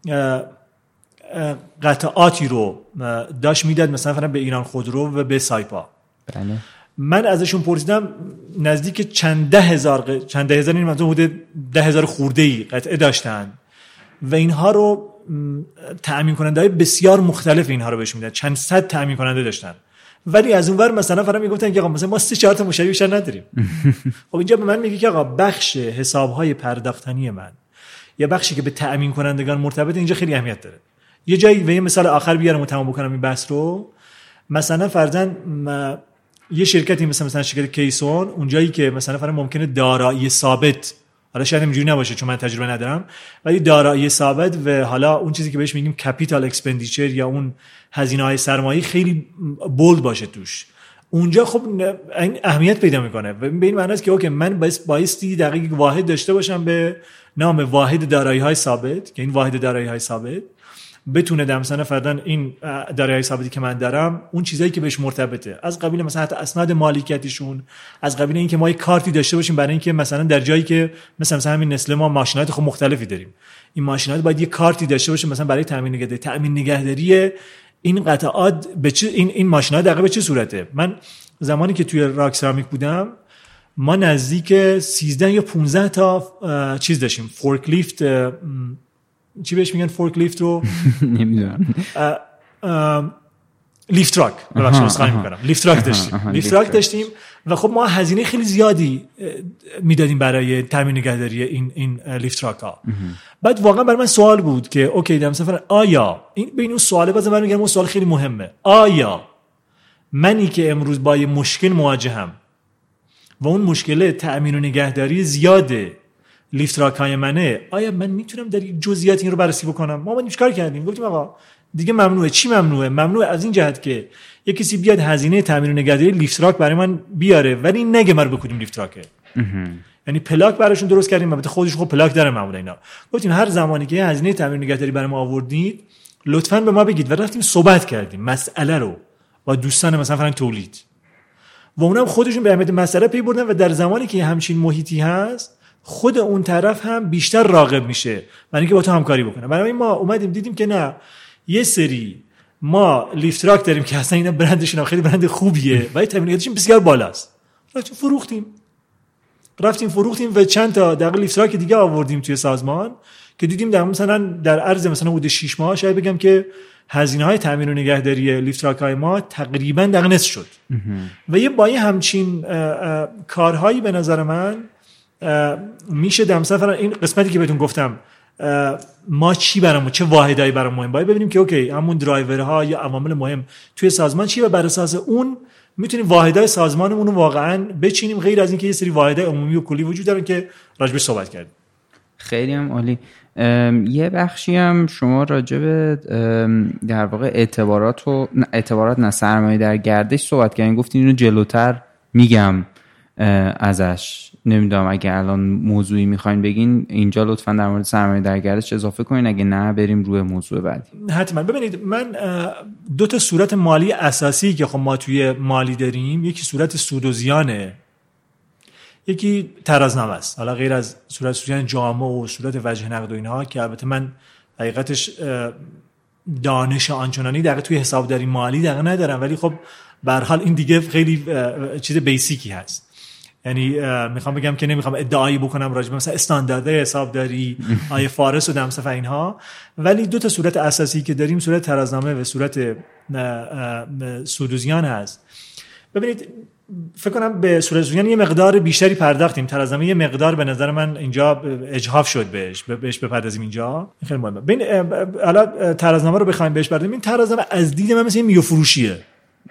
قطعاتی رو داشت میداد مثلا به ایران خودرو و به سایپا. بله. من ازشون پرسیدم نزدیک چند ده هزار این مثلا حدود 10,000 خورده‌ای قطعه داشتن و اینها رو تأمین کننده‌های بسیار مختلف اینها رو بهش میدن، چند صد تأمین کننده داشتن، ولی از اونور مثلا فرام میگفتن که آقا مثلا ما 3-4 تا مشتری بیشتر نداریم. خب اینجا به من میگه که آقا بخش حساب‌های پرداختنی من یا بخشی که به تأمین کنندگان مرتبط اینجا خیلی اهمیت داره. یه جایی و یه مثال آخر بیارم و تمام بکنم این بحث رو. مثلا فرضاً یه شرکتی مثلا شرکت کیسون، اونجایی که مثلا فرضاً ممکنه دارایی ثابت، حالا شاید اینجوری نباشه چون من تجربه ندارم، ولی دارایی ثابت و حالا اون چیزی که بهش میگیم کپیتال اکسپندیچر یا اون هزینه‌های سرمایه‌ای خیلی بولد باشه توش، اونجا خب این اهمیت پیدا میکنه و به این معنی است که اوکی من بایستی دقیق واحد داشته باشم به نام واحد دارایی‌های ثابت که این واحد دارایی‌های ثابت بتونه در مثلا فردان این دارایی ثابتی که من دارم اون چیزایی که بهش مرتبطه از قبیل مثلا حتی اسناد مالکیتیشون، از قبیل اینکه ما یک کارتی داشته باشیم برای اینکه مثلا در جایی که مثلا همین نسل ما ماشینات خب مختلفی داریم، این ماشینات باید یک کارتی داشته باشه مثلا برای تامین نگهداری این قطعات به چه این ماشینات دقیقاً به چه صورته. من زمانی که توی راک سرامیک بودم ما نزدیک 13 یا 15 تا چیز داشتیم، فورکلیفت، چی بهش میگن فورکلیفت رو نمیدونم، لیفت تراک، ببخشید اسخای میکنم، لیفت تراک داشتیم و خب ما هزینه خیلی زیادی میدادیم برای تامین نگهداری این لیفت تراک ها. بعد واقعا برای من سوال بود که اوکی دم سفر آیا این بین اون سواله باز من میگم اون سوال خیلی مهمه، آیا منی که امروز با یه مشکل مواجهم و اون مشکل تامین و نگهداری زیاده لیفت تراک های منه، آیا من میتونم در جزئیات این رو بررسی بکنم؟ ما چیکار کردیم؟ گفتیم آقا دیگه ممنوعه. چی ممنوعه؟ ممنوعه از این جهت که یک کسی بیاد هزینه تامین و نگهداری لیفت تراک برای من بیاره ولی نگه ما رو بکنیم لیفت تراکه. یعنی پلاک براشون درست کردیم، البته خودش خب پلاک داره معمولا اینا. گفتیم هر زمانی که هزینه تامین و نگهداری برای ما آوردید لطفاً به ما بگید و رفتیم صحبت کردیم مسئله رو با دوستان مثلا فرض تولید و اونم خودشون به اهمیت مسئله پی بردن و در زمانی که همچین محیطی هست خود اون طرف هم بیشتر راغب میشه برای اینکه با تو همکاری بکنه. برای ما اومدیم دیدیم که نه، یه سری ما لیفت تراک داریم که اصلا اینا برندشون خیلی برند خوبیه ولی تامیناتشون بسیار بالاست، رفتیم فروختیم و چند تا دقیقاً لیفت تراک دیگه آوردیم توی سازمان که دیدیم در مثلا در عرض مثلا حدود 6 ماه شاید بگم که هزینه‌های تامین و نگهداری لیفت تراک‌های ما تقریباً دقیقاً نصف شد. و یه با همچین کارهایی به نظر من میشه دم سفر این قسمتی که بهتون گفتم ما چی برامون، چه واحدایی برامون مهم، باید ببینیم که اوکی همون درایورها یا عوامل مهم توی سازمان چی و بر اساس اون میتونیم واحدای سازمانمون رو واقعا بچینیم، غیر از اینکه یه سری واحدای عمومی و کلی وجود دارن که راجبش صحبت کردیم. خیلی هم عالی. یه بخشی هم شما راجع به در واقع اعتبارات نه سرمایه در گردش صحبت کردین، گفتین اینو جلوتر میگم ازش، نمیدونم اگه الان موضوعی میخواین بگین اینجا لطفاً در مورد سرمایه در گردش اضافه کنین، اگه نه بریم روی موضوع بعدی. حتما. ببینید من دو تا صورت مالی اساسی که خب ما توی مالی داریم، یکی صورت سود و زیانه، یکی ترازنامه است. حالا غیر از صورت سود جامع و صورت وجه نقد و اینها که البته من حقیقتش دانش آنچنانی دقیق توی حسابداری مالی دقیق ندارم، ولی خب به هر حال این دیگه خیلی چیز بیسیکی هست. یعنی میخوام بگم که نمیخوام ادعایی بکنم راجع به مثلا استانداردهای حسابداری آیه فارس و دمسف اینها، ولی دو تا صورت اساسی که داریم، صورت ترازنامه و صورت سود و زیان هست. ببینید فکر کنم به صورت زیان یه مقدار بیشتری پرداختیم، ترازنامه یه مقدار به نظر من اینجا اجحاف شد بهش بپردازیم اینجا. خیلی مهمه. ببین حالا ترازنامه رو بخوایم بهش برداریم، این ترازنامه از دید من مثل میوفروشیه.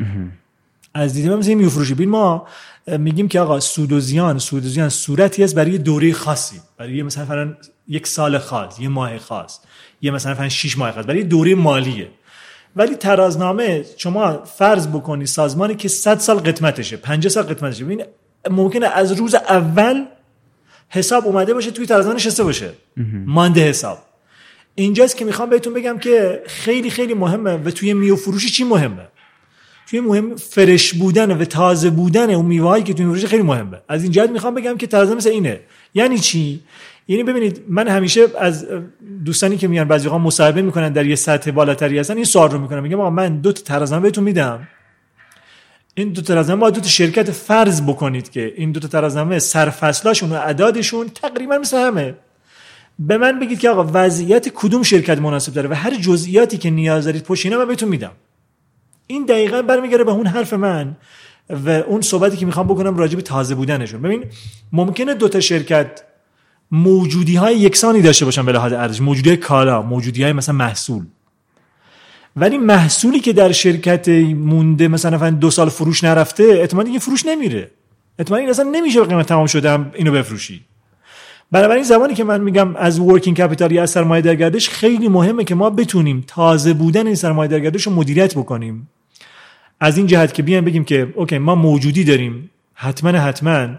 از دید من مثل میوفروشی. ببین ما میگیم که آقا سود و زیان صورتی است برای دوره خاصی، برای مثلا یک سال خاص، یه ماه خاص، یه مثلا 6 ماه خاص، برای دوره مالیه. ولی ترازنامه شما فرض بکنی سازمانی که 100 سال قدمتشه، 50 سال قدمتشه، ببین ممکنه از روز اول حساب اومده باشه توی ترازنامه نشسته باشه، مانده حساب. اینجاست که میخوام بهتون بگم که خیلی خیلی مهمه. و توی میوه چی مهمه؟ توی مهم فرش بودن و تازه بودن اون میوه‌هایی که توی میوه خیلی مهمه. از این جهت میخوام بگم که ترازنامه مثل اینه. یعنی چی؟ یعنی ببینید من همیشه از دوستانی که میان بعضی وقتا مصاحبه میکنن در یه سطح بالاتری هستن این سوال رو میکنم، میگم آقا من 2 تا ترازنامه بهتون میدم، این 2 تا ترازنامه با 2 تا شرکت فرض بکنید که این 2 تا ترازنامه سرفصلاشون و اعدادشون تقریبا مثل همه، به من بگید که آقا وضعیت کدوم شرکت مناسب داره و هر جزئیاتی که نیاز دارید پشت اینا من بهتون میدم. این دقیقاً برمیگره به اون حرف من و اون صحبتی که میخوام بکنم راجع به تازه بودنشون. ببین ممکنه 2 تا شرکت موجودی‌های یکسانی داشته باشن به لحاظ ارزش، موجودی‌های کالا، موجودی‌های مثلا محصول، ولی محصولی که در شرکت مونده مثلا 2 سال فروش نرفته، احتمالاً این فروش نمیره، احتمالاً این اصلا نمیشه به قیمت تمام شده اینو بفروشی. بنابراین زمانی که من میگم از ورکینگ کپیتال یا از سرمایه در گردش، خیلی مهمه که ما بتونیم تازه بودن این سرمایه در گردش رو مدیریت بکنیم. از این جهت که بیان بگیم که اوکی ما موجودی داریم، حتما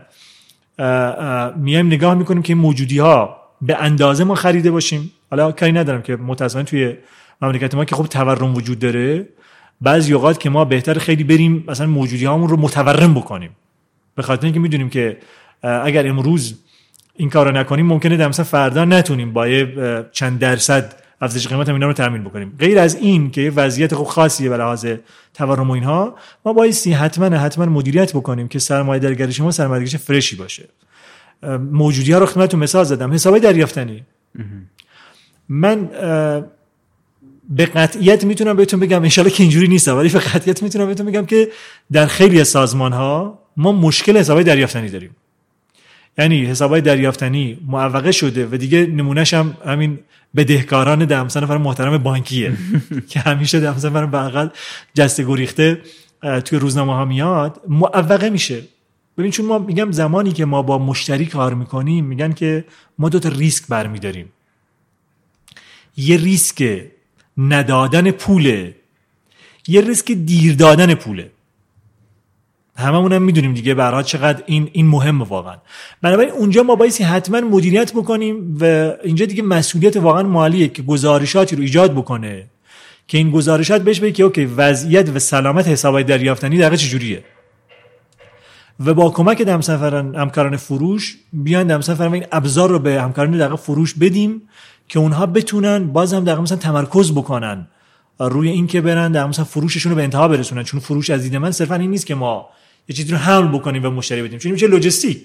میایم نگاه میکنیم که این موجودی ها به اندازه ما خریده باشیم. حالا کاری ندارم که متأسفانه توی مملکت ما که خب تورم وجود داره، بعضی اوقات که ما بهتر خیلی بریم مثلا موجودی هامون رو متورم بکنیم، به خاطر اینکه میدونیم که اگر امروز این کارو نکنیم ممکنه در مثلا فردا نتونیم با چند درصد افزایش قیمت اینا رو تامین بکنیم. غیر از این که وضعیت خوب خاصیه به لحاظ تورم و اینها، ما بایستی حتما مدیریت بکنیم که سرمایه در گردش ما سرمایه گذاری فرشی باشه. موجودی‌ها رو خدمتتون مثال زدم، حسابای دریافتنی. من به قطعیت میتونم بهتون بگم، ان شاءالله که اینجوری نیست، ولی به قطعیت میتونم بهتون بگم که در خیلی از سازمان‌ها ما مشکل حسابای دریافتنی داریم. یعنی حسابای دریافتنی معوقه شده و دیگه نمونهش هم همین بدهکاران دمسن فرم محترم بانکیه که همیشه دمسن فرم بغل جسته گریخته توی روزنامه ها میاد، معوقه میشه. ببین چون ما میگم زمانی که ما با مشتری کار میکنیم، میگن که ما 2 تا ریسک برمیداریم. یه ریسک ندادن پوله، یه ریسک دیر دادن پوله. هممون هم میدونیم دیگه برای چقدر این مهمه واقعا. بنابراین اونجا ما بایستی حتما مدیریت بکنیم و اینجا دیگه مسئولیت واقعا مالیه که گزارشاتی رو ایجاد بکنه که این گزارشات بهش بگه که اوکی وضعیت و سلامت حسابای دریافتنی دقیقاً چجوریه و با کمک همکاران فروش بیان دمسفر این ابزار رو به همکاران دقیقاً فروش بدیم که اونها بتونن باز هم دقیقاً مثلا تمرکز بکنن روی این که برن در مثلا فروششون رو به انتها برسونن. چون فروش از دید من صرفا این نیست که ما یه چیزی رو حمل بکنیم و مشتری بدیم، چون این میشه لوجستیک.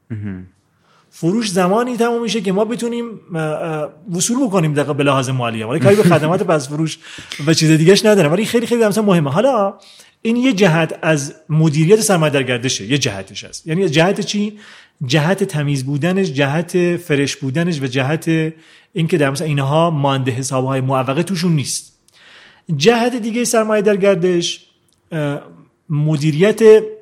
فروش زمانی تموم میشه که ما بتونیم وصول بکنیم دقیقاً به لحاظ مالیه، ولی کاری به خدمات پس فروش و چیز دیگه‌اش نداره، ولی خیلی خیلی مثلا مهمه. حالا این یه جهت از مدیریت سرمایه در گردشه، یه جهتش هست. یعنی جهت چی؟ جهت تمیز بودنش، جهت فرش بودنش و جهت اینکه در مثلا اینها مانده حساب‌های معوقه توشون نیست. جهت دیگه سرمایه در گردش مدیریت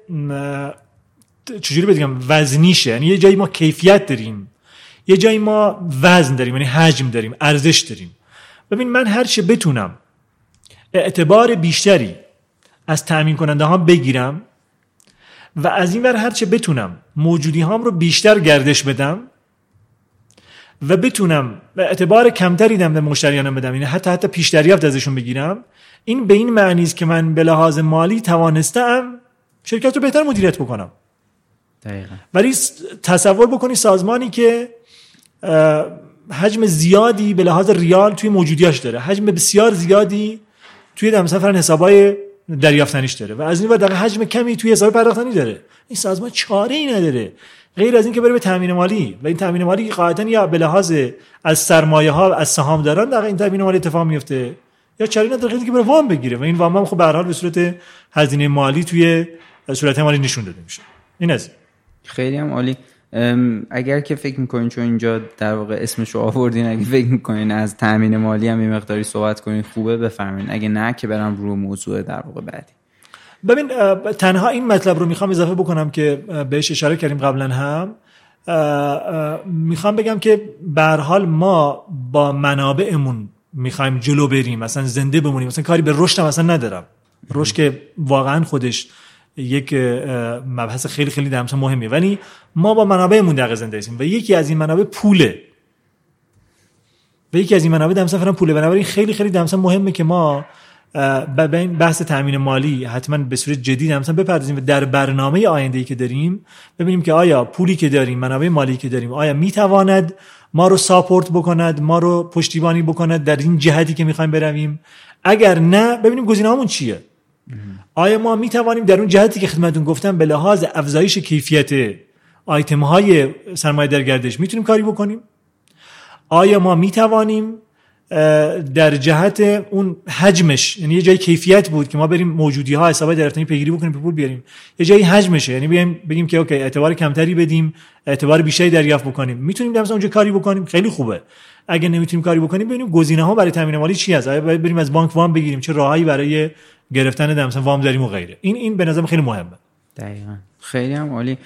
چجوری بگم وزنیشه. یعنی یه جایی ما کیفیت داریم، یه جایی ما وزن داریم، یعنی حجم داریم، ارزش داریم. ببین من هر چه بتونم اعتبار بیشتری از تامین کننده ها بگیرم و از این ور هر چه بتونم موجودی هام رو بیشتر گردش بدم و بتونم اعتبار کمتری دم به مشتریانم بدم، یعنی حتی پیش دریافت ازشون بگیرم، این به این معنی است که من به لحاظ مالی توانستم شرکت رو بهتر مدیریت بکنم. دقیقاً. ولی تصور بکنی سازمانی که حجم زیادی به لحاظ ریال توی موجودیاش داره، حجم بسیار زیادی توی مثلا حسابای دریافتنیش داره و از این ور دقیقاً حجم کمی توی حساب پرداختنی داره. این سازمان چاره‌ای نداره غیر از این که بره به تامین مالی و این تامین مالی قاعدتاً یا به لحاظ از سرمایه‌ها از سهامداران دقیقاً این تامین مالی اتفاق میفته یا چاره نداره که بره وام بگیره و این وام هم خب به هر حال به صورت هزینه مالی توی صورت مالی نشون داده میشه. این از خیلی هم عالی. اگر که فکر میکنین چون اینجا در واقع اسمشو آوردین، اگه فکر میکنین از تامین مالی هم یه مقداری صحبت کنین خوبه بفرمایید، اگه نه که برم رو موضوع در واقع بعدی. ببین تنها این مطلب رو میخوام اضافه بکنم که بهش اشاره کردیم قبلا هم، میخوام بگم که به هر حال ما با منابعمون میخوایم جلو بریم، مثلا زنده بمونیم، مثلا کاری به رشد هم اصلا ندارم. رشد که واقعا خودش یک مبحث خیلی خیلی درمسا مهمیه، ولی ما با منابعمون دقیقا زنده هستیم و یکی از این منابع پوله و یکی از این منابع درمسا فرام پوله. بنابراین خیلی خیلی درمسا مهمه که ما به این بحث تامین مالی حتما به صورت جدی درمسا بپردازیم و در برنامه آینده‌ای که داریم ببینیم که آیا پولی که داریم، منابع مالی که داریم، آیا میتواند ما رو ساپورت بکند، ما رو پشتیبانی بکند در این جهتی که میخوایم برویم. اگر نه ببینیم گزینه‌هامون چیه. آیا ما میتوانیم در اون جهتی که خدمتتون گفتم به لحاظ افزایش کیفیت آیتم های سرمایه در گردش میتونیم کاری بکنیم؟ آیا ما میتوانیم در جهت اون حجمش، یعنی یه جای کیفیت بود که ما بریم موجودی ها حسابات درآمدی پیگیری بکنیم پول بیاریم، یه جایی حجمشه یعنی بگیم که اوکی اعتبار کمتری بدیم اعتبار بیشتری دریافت بکنیم، میتونیم مثلا اونجا کاری بکنیم؟ خیلی خوبه. اگه نمیتونیم کاری بکنیم ببینیم گزینه‌ها برای تامین مالی چی هست. آیا باید بریم از بانک وام بگیریم، چه راههایی برای گرفتن مثلا وام داریم و غیره. این به نظرم خیلی مهمه. دقیقاً. خیلی هم عالی.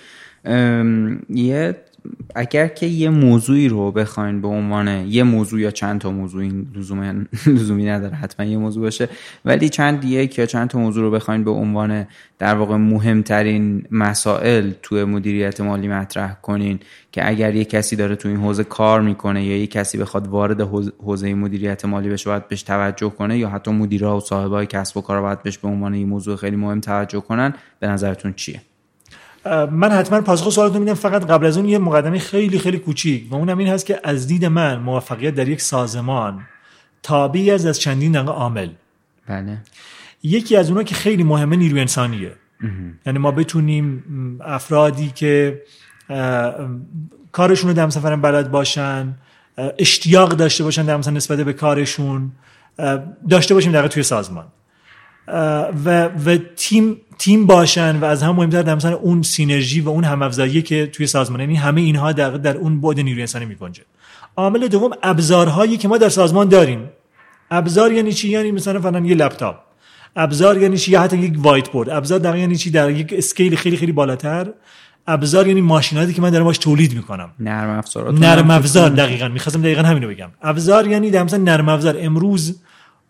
اگر که یه موضوعی رو بخواین به عنوان یه موضوع یا چند تا موضوع، این لزومی نداره حتما یه موضوع باشه، ولی یک یا چند تا موضوع رو بخواین به عنوان در واقع مهمترین مسائل توی مدیریت مالی مطرح کنین که اگر یه کسی داره تو این حوزه کار میکنه یا یه کسی بخواد وارد حوزه مدیریت مالی بشه باید بهش توجه کنه، یا حتی مدیرا و صاحبای کسب و کار باید بهش به عنوان یه موضوع خیلی مهم توجه کنن، به نظرتون چیه؟ من حتما پاسخ سوالتون میدم، فقط قبل از اون یه مقدمه خیلی خیلی کوچیک و اونم این هست که از دید من موفقیت در یک سازمان تابعی از چندین دقیقه عامل. بله. یکی از اونها که خیلی مهمه نیروی انسانیه. یعنی ما بتونیم افرادی که کارشون رو در سفر بلد باشن، اشتیاق داشته باشن در مثلا نسبت به کارشون داشته باشیم در توی سازمان و تیم باشن و از هم مهمتر در مثلا اون سینرژی و اون هم‌افزایی که توی سازمان، یعنی همه اینها در اون بعد نیروی انسانی می‌گنجه. عامل دوم ابزارهایی که ما در سازمان داریم. ابزار یعنی چی؟ یعنی مثلا یه لپتاپ. ابزار یعنی چی؟ یا حتی یک وایت بورد. ابزار دقیقاً یعنی چی؟ در یک اسکیل خیلی خیلی بالاتر. ابزار یعنی ماشیناتی که من دارم باش تولید میکنم. نرم افزار دقیقاً می‌خواستم دقیقاً همینو بگم. ابزار یعنی در مثلا نرم افزار. امروز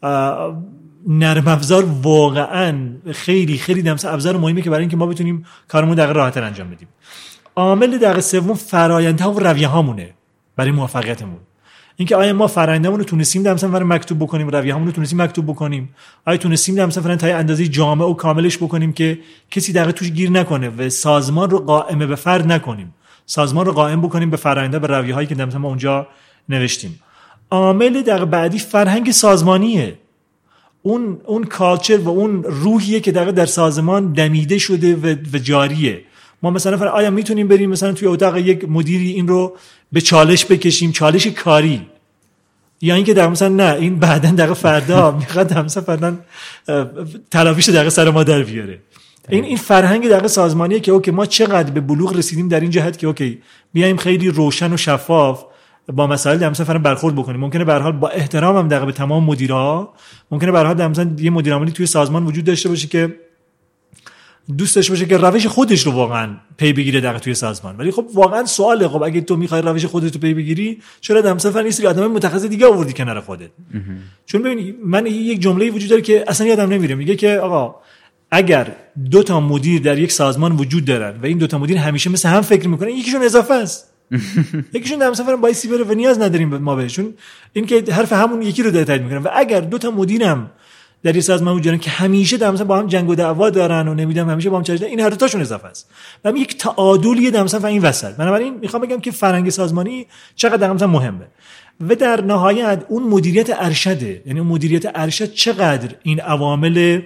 نرم افزار واقعاً خیلی خیلی در مثلا ابزار مهمی که برای اینکه ما بتونیم کارمون دقیقاً راحت‌تر انجام بدیم. عامل دقیقاً سوم فرآیندها و رویه‌هامونه برای موفقیتمون. اینکه آیا ما فرآیندمون رو تونستیم در مثلا مکتوب بکنیم، رویه‌هامون رو تونستیم مکتوب بکنیم، آیا تونستیم در مثلا تا اندازه جامع و کاملش بکنیم که کسی دقیقاً توش گیر نکنه و سازمان رو قائم به فرد نکنیم، سازمان رو قائم بکنیم به فرآیندها، به رویه‌هایی که در مثلا ما اونجا نوشتیم. عامل دقیقاً بعدی فرهنگ سازمانیه. اون کالچر و اون روحیه که در سازمان دمیده شده و جاریه. ما مثلا آیا میتونیم بریم مثلا توی اتاق یک مدیری این رو به چالش بکشیم، چالش کاری، یا اینکه در مثلا نه این بعدن در فردا میخواد مثلا فردا تلافیش در سر ما در بیاره. این فرهنگ در سازمانیه که اوکی ما چقدر به بلوغ رسیدیم در این جهت که اوکی بیایم خیلی روشن و شفاف با مسائل در مثلا برخورد بکنیم. ممکنه به هر حال با احترام هم به تمام مدیرها، ممکنه به هر حال در مثلا یه مدیر عاملی توی سازمان وجود داشته باشه که دوست داشته باشه که روش خودش رو واقعا پی بگیره در توی سازمان، ولی خب واقعا سواله، خب اگه تو میخوای روش خودت رو پی بگیری چرا در مثلا این سری آدم متخصص دیگه آوردی کنار خودت؟ چون ببین من یک جمله وجود داره که اصلا یادم نمیره، میگه که آقا اگر دو تا مدیر در یک سازمان وجود دارن و این دو تا مدیر همیشه مثل هم فکر میکنن، یکیشون اضافه است یکیشون در مسافر بایسی بره و نیاز نداریم ما بهشون، این که حرف همون یکی رو تایید میکنن. و اگر دو تا مدیرم در این سازمان وجود دارن که همیشه در مثلا با هم جنگ و دعوا دارن و نمیدونم همیشه با هم چالش، این هر دو تاشون اضافه است و یک تعادلیه در مثلا این وسط. بنابراین میخوام بگم که فرهنگ سازمانی چقدر در مثلا مهمه و در نهایت اون مدیریت ارشده، یعنی اون مدیریت ارشد چقدر این عوامل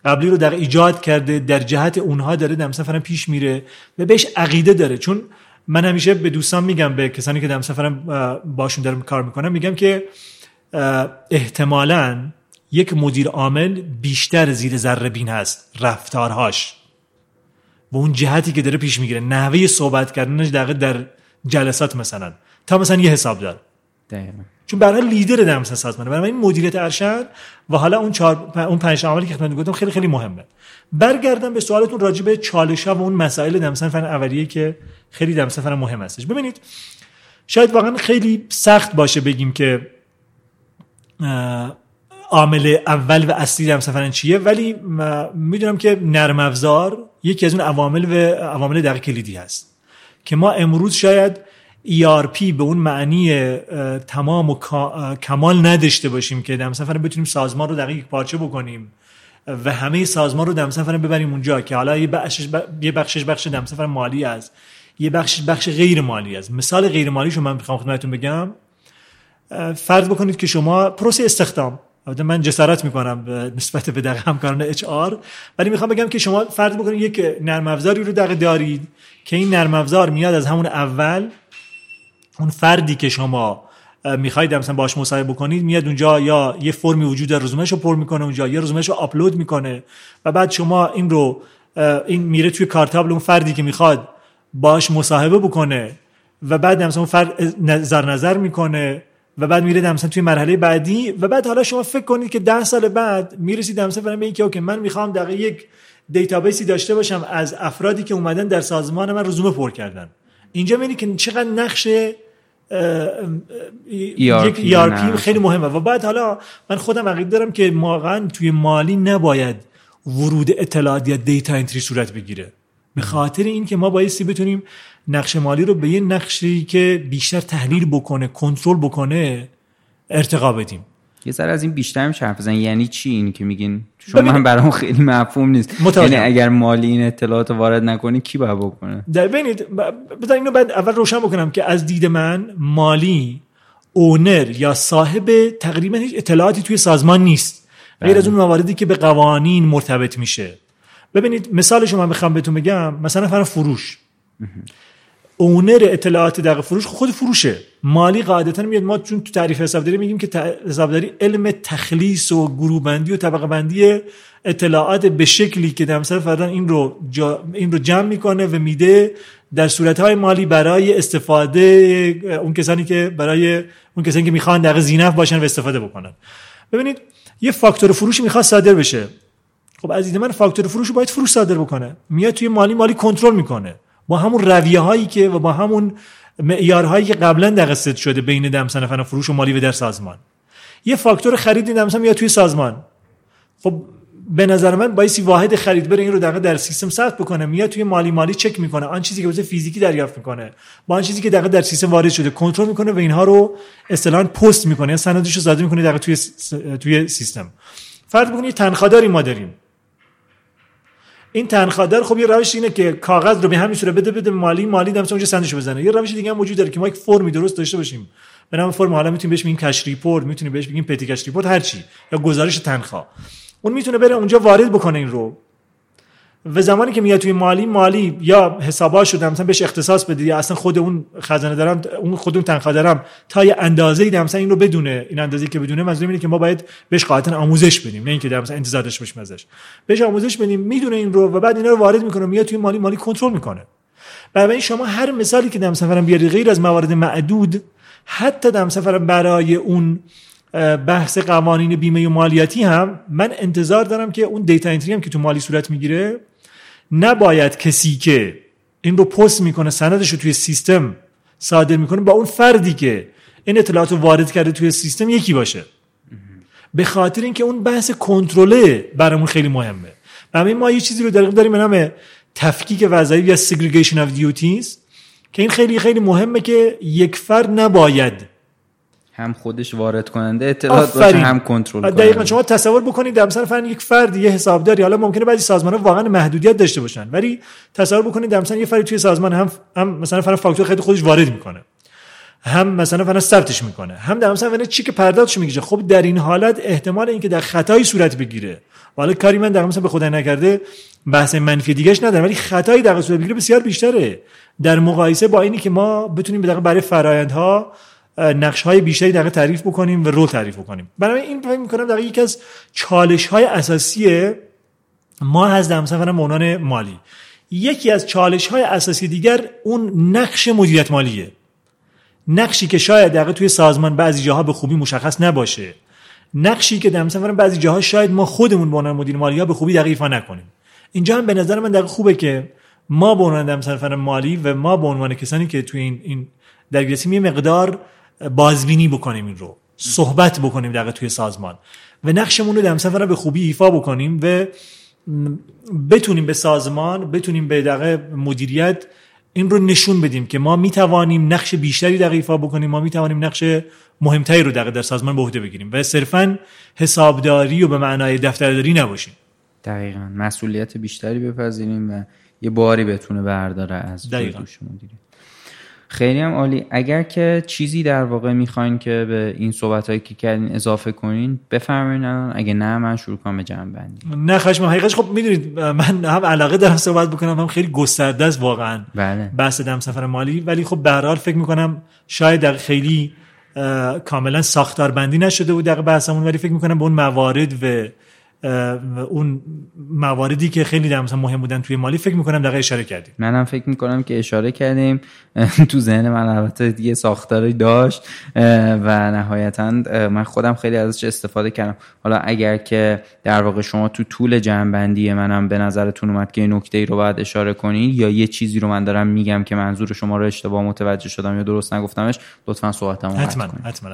قبلی رو در ایجاد کرده، در جهت اونها داره در سفرم پیش میره و بهش عقیده داره. چون من همیشه به دوستان میگم، به کسانی که در سفرم باشون دارم کار میکنم میگم که احتمالاً یک مدیر عامل بیشتر زیر ذره بین هست رفتارهاش و اون جهتی که داره پیش میگیره، نحوه صحبت کردنش در جلسات مثلا تا مثلا یه حسابدار. چون برای لیدر در مثلا سازمانه، برای این مدیریت ارشد و حالا اون 5 عاملی که خدمتتون گفتم خیلی خیلی مهمه. برگردم به سوالتون راجع به چالش‌ها و اون مسائل در مثلا فن اولیه که خیلی در مثلا مهم هستش. ببینید شاید واقعا خیلی سخت باشه بگیم که عامل اول و اصلی در مثلا چیه، ولی میدونم که نرم افزار یکی از اون عوامل دقیق کلیدی هست که ما امروز شاید ERP به اون معنی تمام و کمال نداشته باشیم که در مثلا بتونیم سازمان رو دقیق پارچه بکنیم و همه سازمان رو در مثلا ببریم اونجا که حالا یه بخشش در مثلا مالی است، یه بخش غیر مالی است. مثال غیر مالیشو من میخوام خدمتتون بگم. فرض بکنید که شما پروسه استخدام، من جسارت میکنم نسبت به دقیق همکاران HR، ولی میخوام بگم که شما فرض بکنید یک نرم افزاری رو دقیق دارید که این نرم افزار میاد از همون اول اون فردی که شما میخواید مثلا باهاش مصاحبه بکنید میاد اونجا، یا یه فرمی وجود داره رزومه‌شو پر میکنه اونجا، یا رزومه‌شو آپلود میکنه و بعد شما این میره توی کارتابل اون فردی که میخواد باهاش مصاحبه بکنه و بعد مثلا اون فرد نظر میکنه و بعد میره مثلا توی مرحله بعدی و بعد حالا شما فکر کنید که 10 سال بعد میرسید مثلا به اینکه اوکی من میخوام دقیقاً یک دیتابیسی داشته باشم از افرادی که اومدن در سازمان من رزومه پر کردن. اینجا میبینید که چقدر نقش ERP خیلی مهمه. و بعد حالا من خودم عقیده دارم که واقعا توی مالی نباید ورود اطلاعات یا دیتا انتری صورت بگیره، به خاطر این که ما بایستی بتونیم نقش مالی رو به یه نقشی که بیشتر تحلیل بکنه، کنترل بکنه ارتقا بدیم. یه ذره از این بیشتر میشه حرف بزنید. یعنی چی این که میگین؟ چون من برام خیلی مفهوم نیست. یعنی اگر مالی این اطلاعات وارد نکنه کی باید بکنه؟ ببینید بذار اینو بعد اول روشن بکنم که از دید من مالی اونر یا صاحب تقریبا هیچ اطلاعاتی توی سازمان نیست غیر از اون مواردی که به قوانین مرتبط میشه. ببینید مثالش من بخوام بهتون بگم، مثلا فروش، اونر اطلاعات دقیق فروش خود فروشه. مالی قاعدتا میاد، ما چون تو تعریف حسابداری میگیم که حسابداری علم تخلیص و گروه بندی و طبقه بندی اطلاعات به شکلی که در مثلا فرضاً این رو جمع میکنه و میده در صورتهای مالی برای استفاده اون کسانی که میخوان دقیق زینف باشن و استفاده بکنن. ببینید یه فاکتور فروش میخواد صادر بشه، خب از دید من فاکتور فروش رو باید فروش صادر بکنه. میاد توی مالی کنترل میکنه با همون رویه هایی که و با همون معیارهایی که قبلا دقیق شده بین دمسن فن فروش و مالی و در سازمان. یه فاکتور خرید دمسن میاد توی سازمان، خب به نظر من بایستی واحد خرید بره این رو دقیق در سیستم ثبت بکنه، میاد توی مالی چک میکنه آن چیزی که واسه فیزیکی دریافت میکنه با آن چیزی که دقیق در سیستم وارد شده کنترل میکنه و اینها رو اصطلاحاً پست میکنه یا سندش رو صادر میکنه دقیق توی سیستم. فرض بکنید تنخواهداری ما داریم، این تنخواهدار خب یه روش اینه که کاغذ رو به همین صورت بده مالی دمسن اونجا سندش بزنه. یه روش دیگه هم وجود داره که ما یک فرمی درست داشته باشیم به نام فرم، حالا میتونیم بهش بگیم کش ریپورت، میتونیم بهش بگیم پتی کش ریپورت، هر چی، یا گزارش تنخواه. اون میتونه بره اونجا وارد بکنه این رو و زمانی که میاد توی مالی یا حساباشو مثلا بهش اختصاص بده یا اصلا خود اون خزانه دارم اون تنخواه دارم تا یه اندازه‌ای مثلا این رو بدونه، این اندازه‌ای که بدونه منظورم اینه که ما باید بهش قاطعاً آموزش بدیم، نه اینکه مثلا انتظار داشته باشیم ازش، بهش آموزش بدیم میدونه این رو و بعد اینا رو وارد میکنه میاد توی مالی کنترل میکنه. برای شما هر مثالی که مثلا بیاری غیر از موارد معدود، حتی مثلا برای اون بحث قوانین بیمه و مالیاتی هم من انتظار دارم که اون دیتا انتری هم که تو مالی صورت میگیره نباید کسی که این رو پست میکنه سندش رو توی سیستم صادر میکنه با اون فردی که این اطلاعات رو وارد کرده توی سیستم یکی باشه، به خاطر اینکه اون بحث کنترله برامون خیلی مهمه. همین ما یه چیزی رو داریم به نام تفکیک وظایف یا segregation of duties که این خیلی خیلی مهمه که یک فرد نباید هم خودش وارد کننده اطلاعات باشه هم کنترل کننده. دقیقاً شما تصور بکنید مثلا فرض یک فرد یه حسابداری، حالا ممکنه بعضی سازمان‌ها واقعا محدودیت داشته باشن، ولی تصور بکنید مثلا یه فرد توی سازمان هم مثلا فاکتور خرید خودش وارد میکنه، هم مثلا ثبتش میکنه، هم مثلا چیک پرداختش میگیره. خب در این حالت احتمال اینکه در خطایی صورت بگیره حالا کاری من در مثلا به خدای نکرده بحث منفی دیگه‌اش ندارم، ولی خطایی در صورت بگیره بسیار بیشتره در مقایسه با اینی که ما بتونیم به دقیقه برای فرآیندها نقش‌های بیشتری دقیقه تعریف بکنیم و رول تعریف بکنیم. برای این فکر می‌کنم دقیقه یکی از چالش‌های اساسی ما هست در مثلا عنوان مالی. یکی از چالش‌های اساسی دیگر اون نقش مدیریت مالیه، نقشی که شاید دقیقه توی سازمان بعضی جاها به خوبی مشخص نباشه، نقشی که در مثلا بعضی جاها شاید ما خودمون به عنوان مدیر مالی‌ها به خوبی دقیق ایفا نکنیم. اینجا هم به نظر من دقیق خوبه که ما به عنوان مثلا مالی و ما به عنوان کسانی که توی این درگیری یه مقدار بازبینی بکنیم، این رو صحبت بکنیم دقیقه توی سازمان و نقشمون رو در مثلا به خوبی ایفا بکنیم و بتونیم به سازمان، بتونیم به دقیقه مدیریت این رو نشون بدیم که ما میتوانیم نقش بیشتری دقیقه ایفا بکنیم، ما میتوانیم نقش مهمتری رو دقیقه در سازمان به عهده بگیریم و صرفاً حسابداری و به معنای دفترداری نباشیم. دقیقاً مسئولیت بیشتری بپذیریم و یه باری بتونه برداره از دوش مدیریت. خیلی هم عالی. اگر که چیزی در واقع میخواین که به این صحبتایی که کردین اضافه کنین بفرمایید الان، اگه نه من شروع کنم به جمع‌بندی. نه خواهش حقیقتش خب میدونید من هم علاقه دارم صحبت بکنم، هم خیلی گسترده است واقعا بله. بحث دم سفر مالی، ولی خب به هر حال فکر میکنم شاید در خیلی کاملا ساختار بندی نشده بود در بحثمون، ولی فکر میکنم به اون موارد و اون مواردی که خیلی در مثلا مهم بودن توی مالی فکر میکنم دقیقاً اشاره کردیم. منم فکر میکنم که اشاره کردیم. تو ذهن من البته دیگه ساختاری داشت و نهایتاً من خودم خیلی ازش استفاده کردم. حالا اگر که در واقع شما تو طول جمع‌بندی منم به نظرتون اومد که این نکته‌ای رو باید اشاره کنین یا یه چیزی رو من دارم میگم که منظور شما رو اشتباه متوجه شدم یا درست نگفتمش، لطفاً صحبتمو قطع کنید. حتما.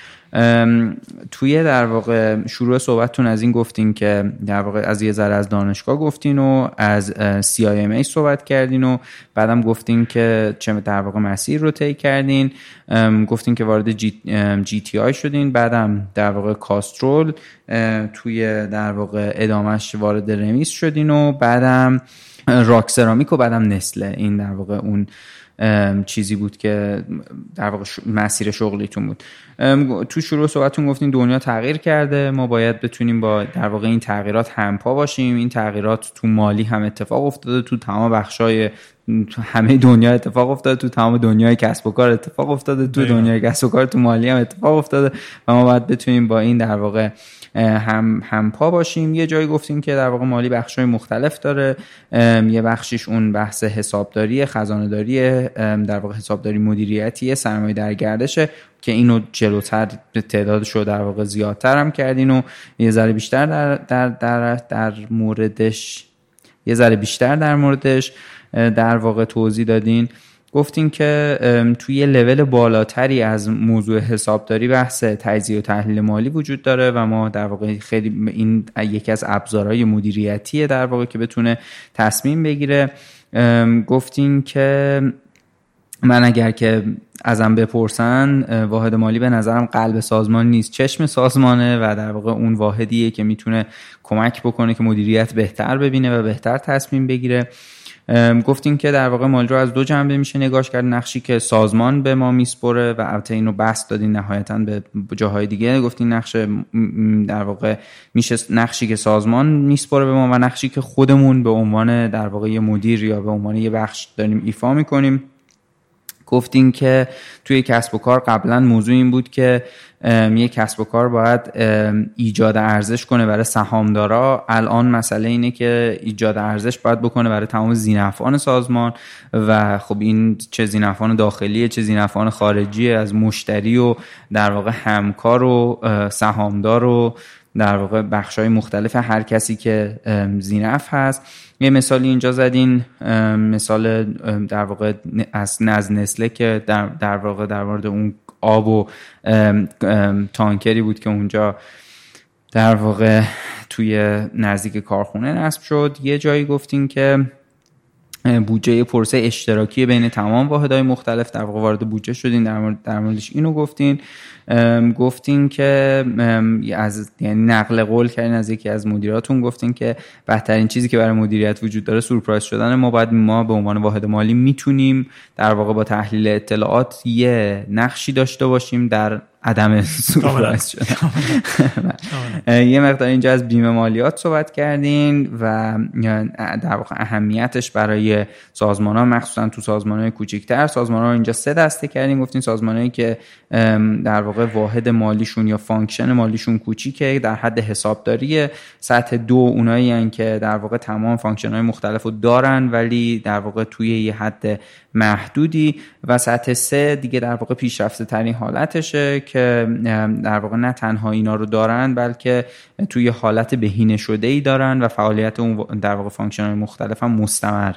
توی در واقع شروع صحبتتون از این گفتین که در واقع از یه ذره از دانشگاه گفتین و از CIMA صحبت کردین و بعدم گفتین که چه در واقع مسیر رو طی کردین، گفتین که وارد GTI شدین، بعدم در واقع کاسترول، توی در واقع ادامهش وارد رمیز شدین و بعدم راک سرامیک و بعدم نسله. این در واقع اون چیزی بود که در واقع مسیر شغلیتون بود. تو شروع صحبتتون گفتین دنیا تغییر کرده، ما باید بتونیم با در واقع این تغییرات همپا باشیم. این تغییرات تو مالی هم اتفاق افتاده، تو تمام بخشای همه دنیا اتفاق افتاده، تو تمام دنیای کسب و کار اتفاق افتاده، تو دنیای کسب و کار تو مالی هم اتفاق افتاده و ما باید بتونیم با این در واقع همپا باشیم. یه جایی گفتیم که در واقع مالی بخشای مختلف داره، یه بخشش اون بحث حسابداری، خزانه‌داری، در واقع حسابداری مدیریتی، سرمایه در گردشه که اینو جلوتر تعدادش رو در واقع زیادتر هم کردین و یه ذره بیشتر در موردش در واقع توضیح دادین. گفتین که توی یه لول بالاتری از موضوع حسابداری بحث تجزیه و تحلیل مالی وجود داره و ما در واقع خیلی این یکی از ابزارهای مدیریتیه در واقع که بتونه تصمیم بگیره. گفتین که من اگر که ازم بپرسن واحد مالی به نظرم قلب سازمان نیست، چشم سازمانه و در واقع اون واحدیه که میتونه کمک بکنه که مدیریت بهتر ببینه و بهتر تصمیم بگیره. گفتین که در واقع مالی رو از دو جنبه میشه نگاش کرد، نقشی که سازمان به ما میسپره و البته اینو بحث دادین نهایتاً به جاهای دیگه. گفتین نقش در واقع میشه نقشی که سازمان میسپره به ما و نقشی که خودمون به عنوان در واقع یه مدیر یا به عنوان یه بخش داریم ایفا میکنیم. گفتین که توی کسب و کار قبلا موضوع این بود که یک کسب و کار باید ایجاد ارزش کنه برای سهامدارا، الان مسئله اینه که ایجاد ارزش باید بکنه برای تمام ذی‌نفعان سازمان و خب این چه ذی‌نفعان داخلیه چه ذی‌نفعان خارجی، از مشتری و در واقع همکار و سهامدار و در واقع بخشای مختلف هر کسی که ذی‌نفع هست. یه مثالی اینجا زدین، مثال در واقع از نسله که در واقع در مورد اون آب و تانکری بود که اونجا در واقع توی نزدیک کارخونه نصب شد. یه جایی گفتین که بودجه پروسه اشتراکی بین تمام واحدهای مختلف در واقع وارد بودجه شدین، در موردش اینو گفتین. گفتین که یعنی نقل قول کردین از یکی از مدیراتون، گفتین که بهترین چیزی که برای مدیریت وجود داره سورپرایز شدن. ما به عنوان واحد مالی میتونیم در واقع با تحلیل اطلاعات یه نقشی داشته باشیم در عدم ظهور باعث شده. یه مقدار اینجا از بیمه مالیات صحبت کردین و در واقع اهمیتش برای سازمان‌ها، مخصوصا تو سازمان‌های کوچیک‌تر. سازمان‌ها رو اینجا 3 دسته کردیم. گفتین سازمان‌هایی که در واقع واحد مالیشون یا فانکشن مالیشون کوچیکه، در حد حسابداری. سطح 2 اونایی هستن که در واقع تمام فانکشن‌های مختلفو دارن ولی در واقع توی یه حد محدودی. و سطح 3 دیگه در واقع پیشرفته ترین حالتشه که در واقع نه تنها اینا رو دارن بلکه توی حالت بهینه شده‌ای دارن و فعالیت اون در واقع فانکشن‌های مختلف هم مستمر.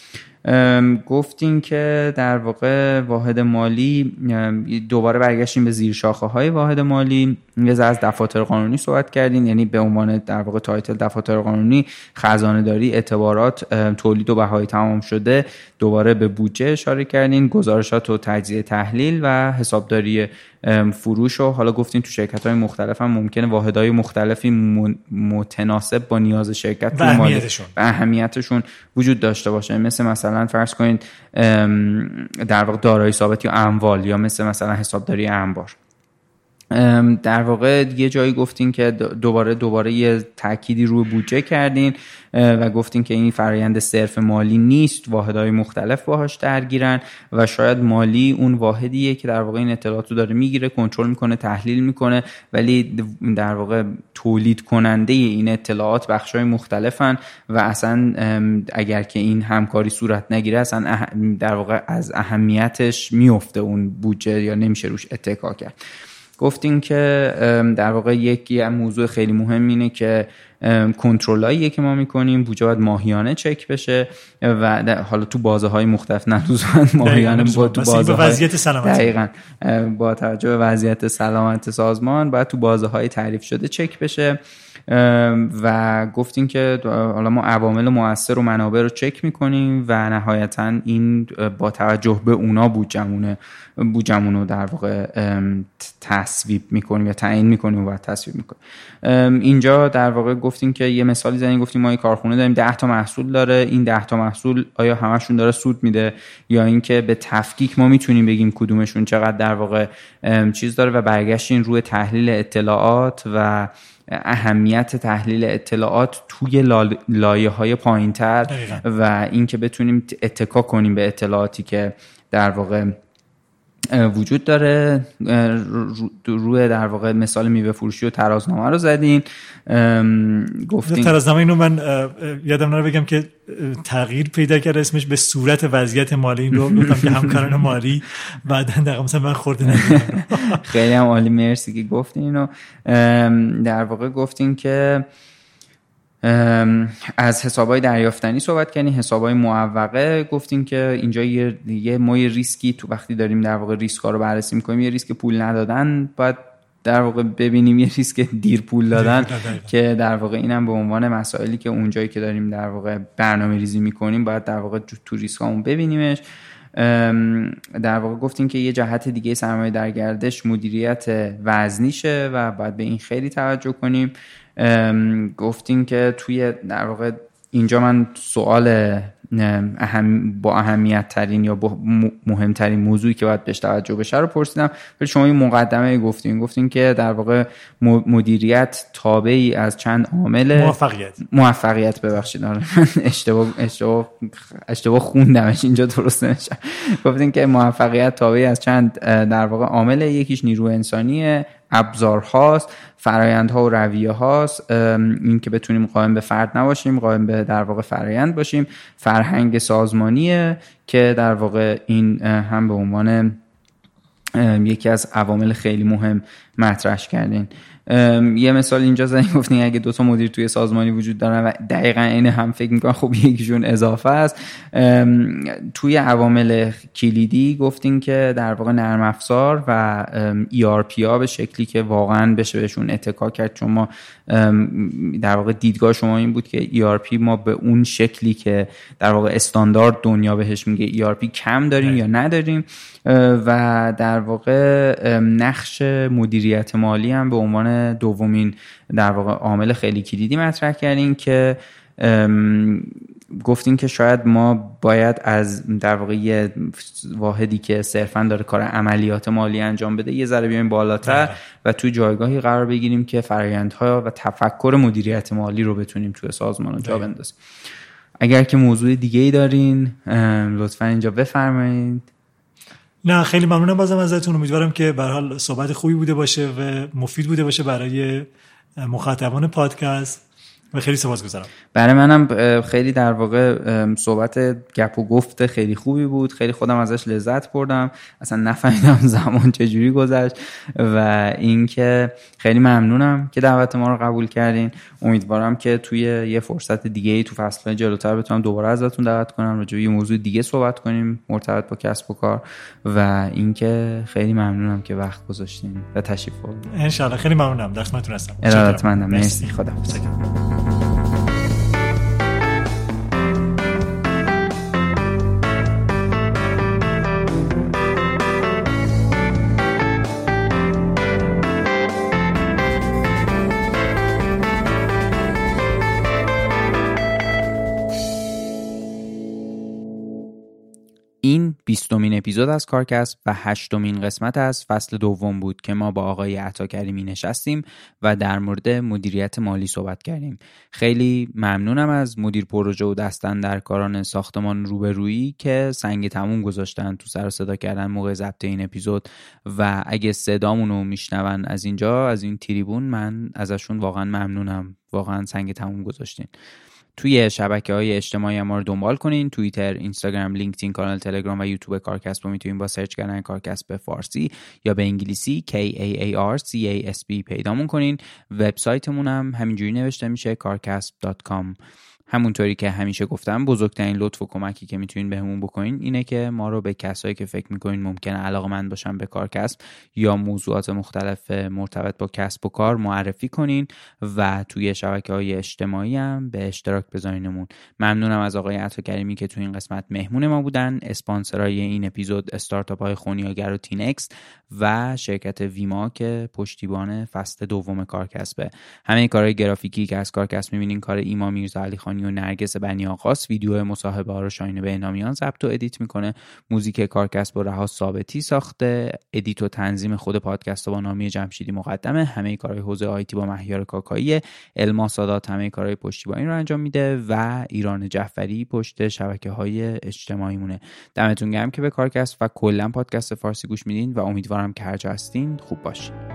گفتین که در واقع واحد مالی، دوباره برگشتیم به زیر شاخه‌های واحد مالی. یه از دفاتر قانونی صحبت کردین، یعنی به عنوان در واقع تایتل دفاتر قانونی، خزانه داری، اعتبارات، تولید و بهای تمام شده. دوباره به بودجه اشاره کردین، گزارشات و تجزیه تحلیل و حسابداری فروش. و حالا گفتین تو شرکت‌های مختلف هم ممکنه واحدهای مختلفی متناسب با نیاز شرکت و اهمیتشون وجود داشته باشه. مثلا فرض کنید در واقع دارایی ثابت یا اموال، یا مثلا حسابداری انبار. در واقع یه جایی گفتین که دوباره یه تأکیدی روی بودجه کردین و گفتین که این فرآیند صرف مالی نیست، واحدهای مختلف باهاش درگیرن و شاید مالی اون واحدیه که در واقع این اطلاعاتو داره میگیره، کنترل میکنه، تحلیل میکنه، ولی در واقع تولید کننده این اطلاعات بخشای مختلفن و اصلا اگر که این همکاری صورت نگیره اصلا در واقع از اهمیتش میفته اون بودجه یا نمیشه روش اتکا کرد. گفتین که در واقع یکی از موضوع خیلی مهم اینه که کنترلاییه که ما میکنیم بودجه باید ماهیانه چک بشه و حالا تو بازه‌های مختلف، نه لزوما ماهیانه، تو بازه‌های وضعیت سلامت، دقیقاً با توجه به وضعیت سلامت سازمان باید تو بازه‌های تعریف شده چک بشه. و گفتین که حالا ما عوامل مؤثر و منابع رو چک میکنیم و نهایتاً این با توجه به اونا بودجمون رو در واقع تصویب میکنیم یا تعیین میکنیم و تصویب میکنیم. اینجا در واقع گفتین که یه مثالی زدین، گفتیم ما یه کارخونه داریم 10 تا محصول داره، این 10 تا محصول آیا همشون داره سود میده یا اینکه به تفکیک ما میتونیم بگیم کدومشون چقدر در واقع چیز داره و برگشتین روی تحلیل اطلاعات و اهمیت تحلیل اطلاعات توی لایه‌های پایین‌تر و اینکه بتونیم اتکا کنیم به اطلاعاتی که در واقع وجود داره. روی در واقع مثال میوه فروشی و ترازنامه رو زدین. گفتین ترازنامه اینو من یادم نره بگم که تغییر پیدا کرده اسمش به صورت وضعیت مالی. این رو گفتم که همکاران مالی بعدن دقیقا مثلا من خورده نگیرم. خیلی هم عالی، مرسی که گفتین اینو. در واقع گفتین که از حسابای دریافتنی صحبت کردیم، حسابای معوقه. گفتیم که اینجا یه ریسکی تو وقتی داریم در واقع ریسکا رو بررسی می‌کنیم، یه ریسک پول ندادن باید در واقع ببینیم، یه ریسک دیر پول دادن که در واقع اینم به عنوان مسائلی که اونجایی که داریم در واقع برنامه‌ریزی می‌کنیم باید در واقع تو ریسکامون ببینیمش. در واقع گفتیم که یه جهت دیگه سرمایه در گردش مدیریت وزنیشه و باید به این خیلی توجه کنیم. گفتیم که توی در واقع اینجا من سوال با اهمیت ترین یا با مهمترین موضوعی که باید بهش توجه بشه رو پرسیدم، ولی شما این مقدمه گفتین که در واقع مدیریت تابعی از چند عامل موفقیت ببخشید اشتباه خوندمش اینجا درست نمیشه. گفتین که موفقیت تابعی از چند در واقع عامل، یکیش نیروی انسانیه، ابزارهاست، فرآیندها و رویه هاست، این که بتونیم قائم به فرد نباشیم، قائم به در واقع فرآیند باشیم، فرهنگ سازمانیه که در واقع این هم به عنوان یکی از عوامل خیلی مهم مطرح کردین. یه مثال اینجا زدین، گفتین اگه 2 تا مدیر توی سازمانی وجود دارن و دقیقاً این هم فکر میکنن خب یکیشون اضافه است. توی عوامل کلیدی گفتین که در واقع نرم افزار و ERP ها به شکلی که واقعاً بشه بهشون اتکا کرد، چون ما در واقع دیدگاه شما این بود که ERP ما به اون شکلی که در واقع استاندارد دنیا بهش میگه ERP کم داریم یا نداریم و در واقع نقش مدیریت مالی هم به عنوان دومین در واقع عامل خیلی کلیدی مطرح کردیم که گفتین که شاید ما باید از در واقع یه واحدی که صرفاً داره کار عملیات مالی انجام بده یه ذره بیایم بالاتر و توی جایگاهی قرار بگیریم که فرآیندها و تفکر مدیریت مالی رو بتونیم توی سازمان جا بندازیم. اگر که موضوع دیگه‌ای دارین لطفاً اینجا بفرمایید. نه خیلی ممنونم بازم ازتون. امیدوارم که به هر حال صحبت خوبی بوده باشه و مفید بوده باشه برای مخاطبان پادکست و خیلی سپاسگزارم. برای منم خیلی در واقع صحبت گپ و گفت خیلی خوبی بود. خیلی خودم ازش لذت بردم. اصلا نفهمیدم زمان چجوری گذشت و اینکه خیلی ممنونم که دعوت ما رو قبول کردین. امیدوارم که توی یه فرصت دیگه‌ای تو فصل‌های جلوتر بتونم دوباره ازتون دعوت کنم راجع به یه موضوع دیگه صحبت کنیم مرتبط با کسب و کار و اینکه خیلی ممنونم که وقت گذاشتین و تشریف آوردین. ان شاء الله. خیلی ممنونم. در خدمتتون هستم. ارادتمندم. مرسی. خداحافظ. این 20مین اپیزود از کارکست و 8مین قسمت از فصل دوم بود که ما با آقای عطا کریمی نشستیم و در مورد مدیریت مالی صحبت کردیم. خیلی ممنونم از مدیر پروژه و دستاندرکاران ساختمان روبرویی که سنگ تموم گذاشتن تو سر و صدا کردن موقع ضبط این اپیزود و اگه صدامونو میشنون از اینجا از این تریبون من ازشون واقعا ممنونم. واقعا سنگ تموم گذاشتین. توی شبکه‌های اجتماعی ما رو دنبال کنین. توییتر، اینستاگرام، لینکدین، کانال تلگرام و یوتیوب کارکسب رو میتونین با سرچ کردن کارکسب به فارسی یا به انگلیسی KAARCASB پیدامون کنین. وبسایتمون هم همینجوری نوشته میشه carcasp.com. همونطوری که همیشه گفتم بزرگترین لطف و کمکی که میتونین بهمون بکنین اینه که ما رو به کسایی که فکر میکنین ممکنه علاقه‌مند باشن به کارکسب یا موضوعات مختلف مرتبط با کسب و کار معرفی کنین و توی شبکه‌های اجتماعی هم به اشتراک بذارینمون. ممنونم از آقای عطا کریمی که تو این قسمت مهمون ما بودن. اسپانسرای این اپیزود استارتاپ‌های خونیاگر و تینکس و شرکت ویما که پشتیبان فصل دوم کارکسبه. همه کارهای گرافیکی که از کارکسب می‌بینین کار ایما میرزا علیخانی و نرگس بنی آقاست. ویدیو مصاحبه ها رو شاهین بهنامیان ضبط و ادیت میکنه. موزیک کارکسب و رها ثابتی ساخته. ادیت و تنظیم خود پادکست با نامی جمشیدی مقدمه. همه کارهای حوزه آیتی با مهیار کاکایی. الما سادات همه کارهای پشتیبانی رو انجام میده و ایران جعفری پشت شبکه‌های اجتماعی مونه. دمتون گرم که به کارکسب و کلا پادکست فارسی گوش میدین و امیدوارم که هر جا هستین خوب باشین.